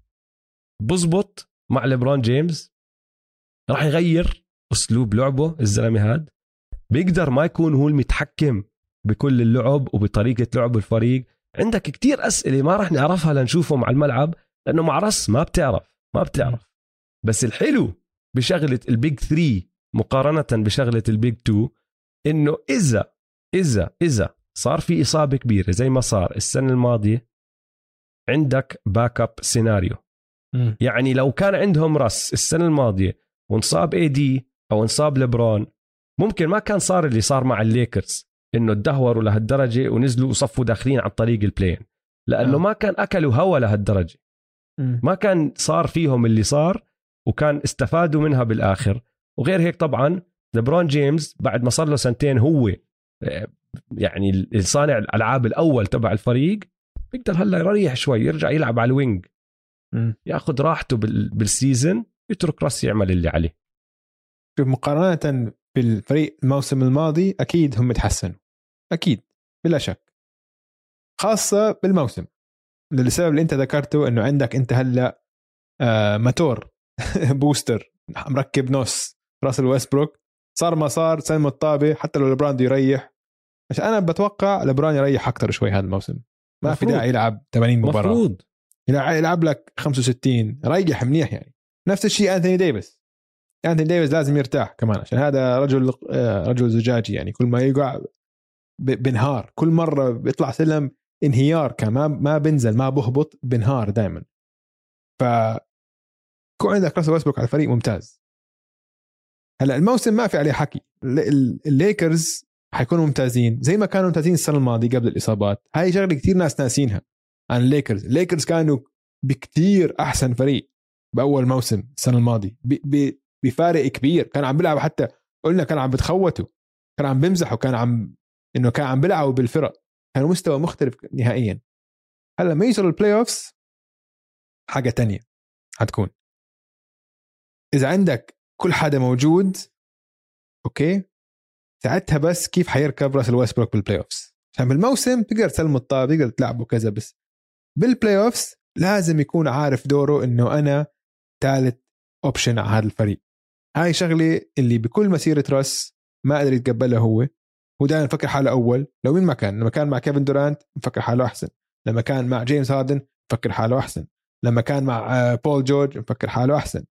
بزبط مع ليبرون جيمس، راح يغير أسلوب لعبه الزلمة هاد، بيقدر ما يكون هو المتحكم بكل اللعب وبطريقة لعب الفريق. عندك كتير أسئلة ما راح نعرفها لنشوفهم على الملعب، لأنه مع رس ما بتعرف. بس الحلو بشغلة البيج 3 مقارنة بشغلة البيج 2 إنه إذا صار في إصابة كبيرة زي ما صار السنة الماضية، عندك باك اب سيناريو. يعني لو كان عندهم رس السنة الماضية وانصاب AD أو انصاب لبرون، ممكن ما كان صار اللي صار مع الليكرز، إنه تدهوروا لهالدرجة ونزلوا وصفوا داخلين عن طريق البلين، لأنه ما كان أكلوا هوا لهالدرجة. ما كان صار فيهم اللي صار، وكان استفادوا منها بالآخر. وغير هيك طبعا لبرون جيمس بعد ما صار له 2 سنين هو يعني الصانع الألعاب الأول تبع الفريق، بيقدر هلا يريح شوي، يرجع يلعب على الوينج، ياخد راحته بالسيزن، يترك راس يعمل اللي عليه.
مقارنة بالفريق الموسم الماضي أكيد هم تحسنوا، أكيد بلا شك، خاصة بالموسم للسبب اللي أنت ذكرته، إنه عندك أنت هلا موتور بوستر مركب نص راسل ويستبروك. صار ما صار سلم الطابة، حتى لو لبران يريح، عشان أنا بتوقع لبران يريح أكتر شوي هذا الموسم. ما في داعي يلعب 80 مباراة، مفروض يلعب لك 65 ريح منيح. يعني نفس الشيء أنثوني ديفيس لازم يرتاح كمان، عشان هذا رجل زجاجي، يعني كل ما يقع بنهار، كل مرة بيطلع سلم انهيار، كان ما بنزل ما بهبط، بنهار دائما. كون عندك راسل ويستبروك على الفريق ممتاز. هلا الموسم ما في عليه حكي، الليكرز حيكونوا ممتازين زي ما كانوا ممتازين السنة الماضية قبل الإصابات. هاي شغلة كتير ناس ناسينها عن الليكرز كانوا بكتير أحسن فريق بأول موسم السنة الماضية بفارق كبير. كان عم بيلعب، حتى قلنا كان عم بتخوتوا، كان عم بمزحوا، كان عم بيلعبوا بالفرق، كانوا مستوى مختلف نهائيا. هلا ما يوصلوا البلاي اوفس حاجة تانية هتكون إذا عندك كل حدا موجود. أوكي ساعتها بس كيف حيركب راسل ويستبروك بالبلاي اوفس؟ عشان بالموسم تقدر تسلم الطابة، تقدر تلعبه كذا، بس بالبلاي اوفس لازم يكون عارف دوره، إنه أنا ثالث أوبشن على هذا الفريق. هاي شغلة اللي بكل مسيرة راس ما قدر يتقبلها هو دائما فكر حاله أول. لو مين ما كان، لما كان مع كيفن دورانت مفكر حاله أحسن، لما كان مع جيمس هاردن مفكر حاله أحسن، لما كان مع بول جورج مفكر حاله أحسن،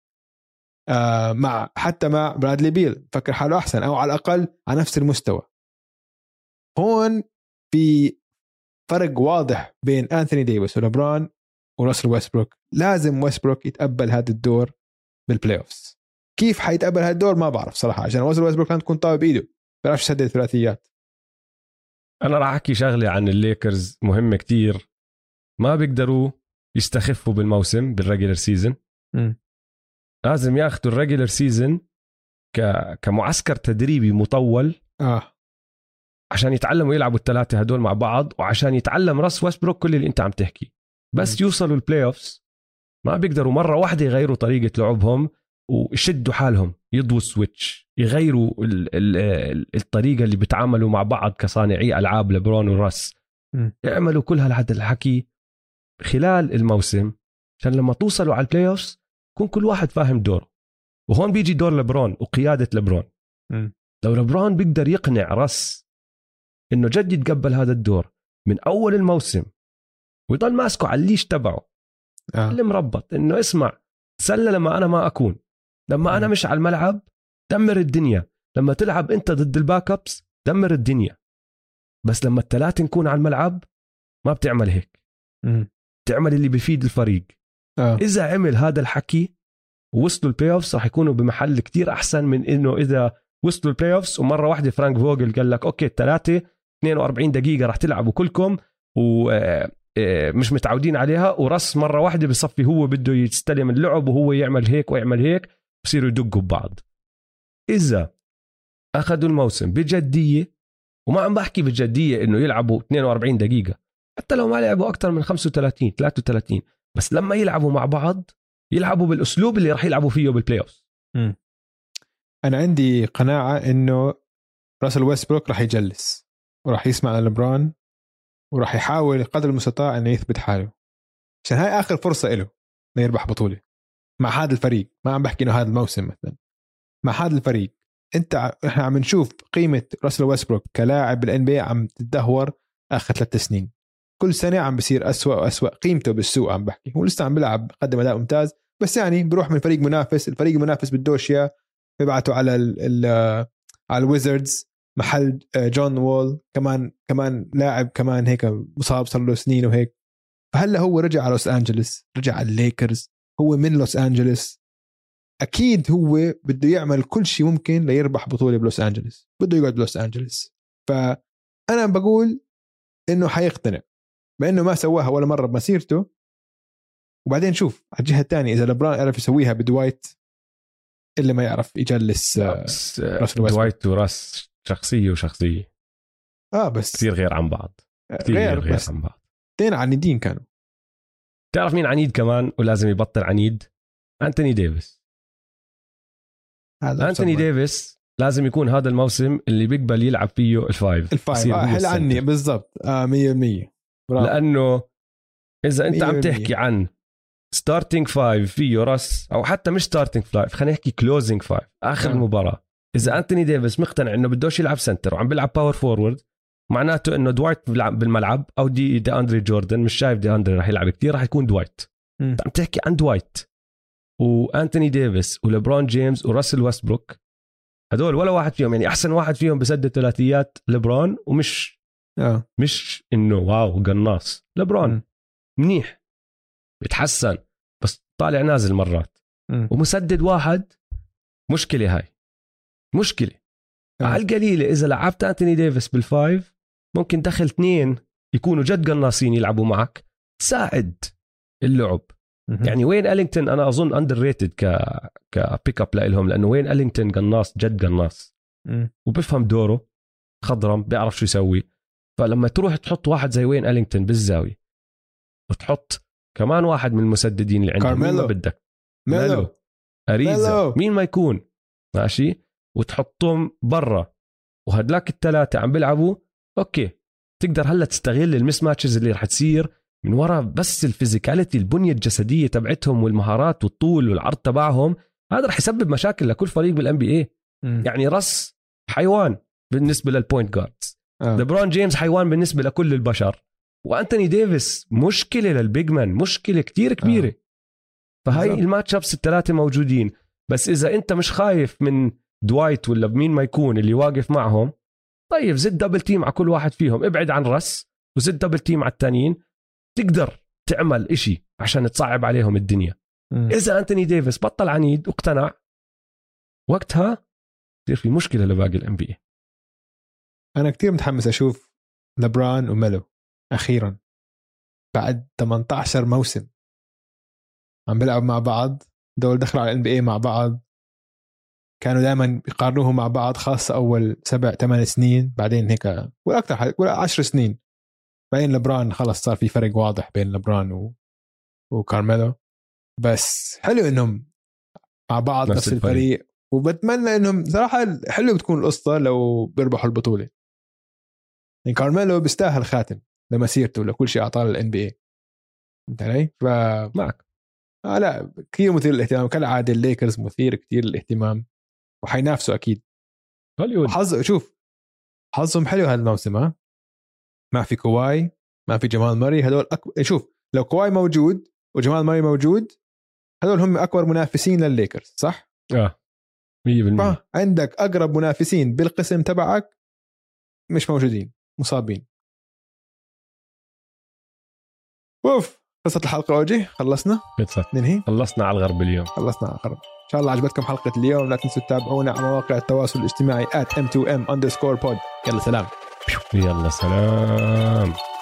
حتى مع برادلي بيل فكر حاله أحسن، أو على الأقل على نفس المستوى. هون في فرق واضح بين أنثوني ديفيس ولبران وراسل ويستبروك. لازم ويستبروك يتقبل هذا الدور بالبلاي أوفس. كيف حيتقبل هذا الدور ما بعرف صراحة، عشان راسل ويستبروك كان تكون طاوة بإيده، بيعرفش يسدد ثلاثيات.
أنا راح أحكي شغلة عن الليكرز مهمة كتير، ما بيقدروا يستخفوا بالموسم بالريجولر سيزن. لازم ياخدوا الريجولر سيزن كمعسكر تدريبي مطول عشان يتعلموا يلعبوا الثلاثة هدول مع بعض، وعشان يتعلم راس ويستبروك كل اللي انت عم تحكي. بس يوصلوا البلاي اوفس ما بيقدروا مرة واحدة يغيروا طريقة لعبهم ويشدوا حالهم، يضووا سويتش، يغيروا الطريقة اللي بيتعاملوا مع بعض كصانعي ألعاب لبرون وراس. يعملوا كل هذا الحكي خلال الموسم عشان لما توصلوا على البلاي اوفز يكون كل واحد فاهم دوره. وهون بيجي دور لبرون وقيادة لبرون. لو لبرون بيقدر يقنع راس إنه جد يتقبل هذا الدور من أول الموسم ويضل ماسكه على الليش تبعه اللي مربط إنه اسمع سلة لما أنا ما أكون، لما أنا مش على الملعب دمر الدنيا، لما تلعب أنت ضد الباك أبس دمر الدنيا، بس لما الثلاثة نكون على الملعب ما بتعمل هيك. تعمل اللي بيفيد الفريق. إذا عمل هذا الحكي ووصلوا البلاي أوفس راح يكونوا بمحل كتير أحسن من إنه إذا وصلوا البلاي أوفس ومرة واحدة فرانك فوغل قال لك أوكي 42 دقيقة راح تلعبوا كلكم ومش متعودين عليها، ورس مرة واحدة بصفي هو بده يستلم اللعب وهو يعمل هيك ويعمل هيك بصيروا يدقوا ببعض. إذا أخذوا الموسم بجدية، وما عم بحكي بجدية إنه يلعبوا 42 دقيقة، حتى لو ما لعبوا أكتر من 35-33، بس لما يلعبوا مع بعض يلعبوا بالأسلوب اللي راح يلعبوا فيه بالبلاي أوف.
أنا عندي قناعة إنه راسل ويستبروك راح يجلس وراح يسمع لبران وراح يحاول قدر المستطاع إنه يثبت حاله، عشان هاي آخر فرصة له ليربح بطولة مع هذا الفريق. ما عم بحكي إنه هذا الموسم مثلا، مع هذا الفريق إحنا عم نشوف قيمة راسل ويستبروك كلاعب بالNBA عم تدهور آخر 3 سنين. كل سنة عم بصير أسوأ وأسوأ قيمته بالسوق. عم بحكي هو لسه عم بلعب قدم أداء ممتاز، بس يعني بروح من فريق منافس، الفريق المنافس بده أشياء بيبعتوا على على الويزردز محل جون وول، كمان لاعب كمان هيك مصاب صار له سنين وهيك. فهلا هو رجع على لوس أنجلس، رجع على الليكرز، هو من لوس أنجلس، أكيد هو بده يعمل كل شيء ممكن ليربح بطولة بلوس أنجلس، بده يقعد بلوس أنجلس. فأنا بقول إنه حيقتنع بأنه ما سواها ولا مرة بمسيرته، وبعدين شوف على الجهة الثانية إذا لبران عرف يسويها بدوايت اللي ما يعرف يجلس
دوايت وراس شخصية وشخصية
بس
كثير غير عن بعض، كثير غير عن بعض.
اثنين عنيدين كانوا.
تعرف مين عنيد كمان ولازم يبطل عنيد؟ أنتوني ديفيس. أنتوني ديفيس لازم يكون هذا الموسم اللي بيقبل يلعب فيه الفايف.
حل عني بالضبط 100%.
لأنه إذا أنت عم تحكي عن ستارتينج 5 فيه راس، أو حتى مش ستارتينج 5، خلينا نحكي كلوزينج 5 آخر المباراة، إذا أنتوني ديفيس مقتنع إنه بدوش يلعب سنتر وعم بيلعب باور فورورد، معناته إنه دوايت بالملعب أو دي أندري جوردن، مش شايف دي أندري راح يلعب كتير، راح يكون دوايت. عم تحكي عن دوايت وأنتوني ديفيس وليبرون جيمس وراسل ويستبروك، هدول ولا واحد فيهم يعني أحسن واحد فيهم بسدد ثلاثيات ليبرون، ومش مش إنه واو قناص. ليبرون منيح بيتحسن بس طالع نازل مرات، ومسدد واحد مشكلة. هاي مشكلة على القليلة. إذا لعبت أنتوني ديفيس بالفايف ممكن دخل 2 يكونوا جد قناصين يلعبوا معك، تساعد اللعب. يعني وين ألينغتون أنا أظن أندر ريتد كبيك أب لهم، لأنه وين ألينغتون قناص جد قناص وبفهم دوره، خضرم بيعرف شو يسوي. فلما تروح تحط واحد زي وين ألينغتون بالزاوية وتحط كمان واحد من المسددين اللي عندك، مين ما بدك، ميلو أريزا، مين ما يكون ماشي، وتحطهم برا، وهدلاك الثلاثة عم بيلعبوا أوكي، تقدر هلا تستغل المس ماتشز اللي رح تصير من وراء بس الفيزيكاليتي، البنية الجسدية تبعتهم والمهارات والطول والعرض تبعهم. هذا رح يسبب مشاكل لكل فريق بالNBA. يعني رس حيوان بالنسبة للبوينت جاردز، ليبرون جيمس حيوان بالنسبة لكل البشر، وأنتوني ديفيس مشكلة للبيجمان، مشكلة كتير كبيرة. فهاي الماتش أبس الثلاثة موجودين، بس إذا أنت مش خايف من دوايت ولا بمين ما يكون اللي واقف معهم، طيب زد دبل تيم على كل واحد فيهم، ابعد عن رس وزد دبل تيم على التانيين، تقدر تعمل إشي عشان تصعب عليهم الدنيا. إذا أنتوني ديفيس بطل عنيد واقتنع، وقتها تصير في مشكلة لباقي الNBA.
أنا كتير متحمس أشوف لبران وميلو أخيرا بعد 18 موسم عم بيلعب مع بعض. دول دخلوا على NBA مع بعض، كانوا دائما يقارنوهم مع بعض، خاصة أول 7-8 سنين، بعدين هيك ولا أكتر ولا 10 سنين، بعدين لبران خلص صار في فرق واضح بين لبران وكارميلو. بس حلو انهم مع بعض نفس الفريق. وبتمنى انهم صراحه حلو بتكون القصه لو بيربحوا البطوله. يعني كارميلو بيستاهل خاتم لمسيرته لكل شيء اعطاه للان بي اي. انت علي؟
معك.
لا كثير مثير للاهتمام كالعاده. الليكرز مثير كثير للاهتمام وحينافسوا اكيد. شوف حظهم حلو هذا الموسم. ما في كواي، ما في جمال ماري. هدول شوف لو كواي موجود وجمال ماري موجود هدول هم اكبر منافسين للليكرز صح؟
100%.
عندك اقرب منافسين بالقسم تبعك مش موجودين، مصابين. اوف خلصت الحلقه اوجي. خلصنا ننهي.
خلصنا على الغرب اليوم.
خلصنا على الغرب. ان شاء الله عجبتكم حلقه اليوم. لا تنسوا تتابعونا على مواقع التواصل الاجتماعي @m2m_pod. يلا سلام.
يلا سلام.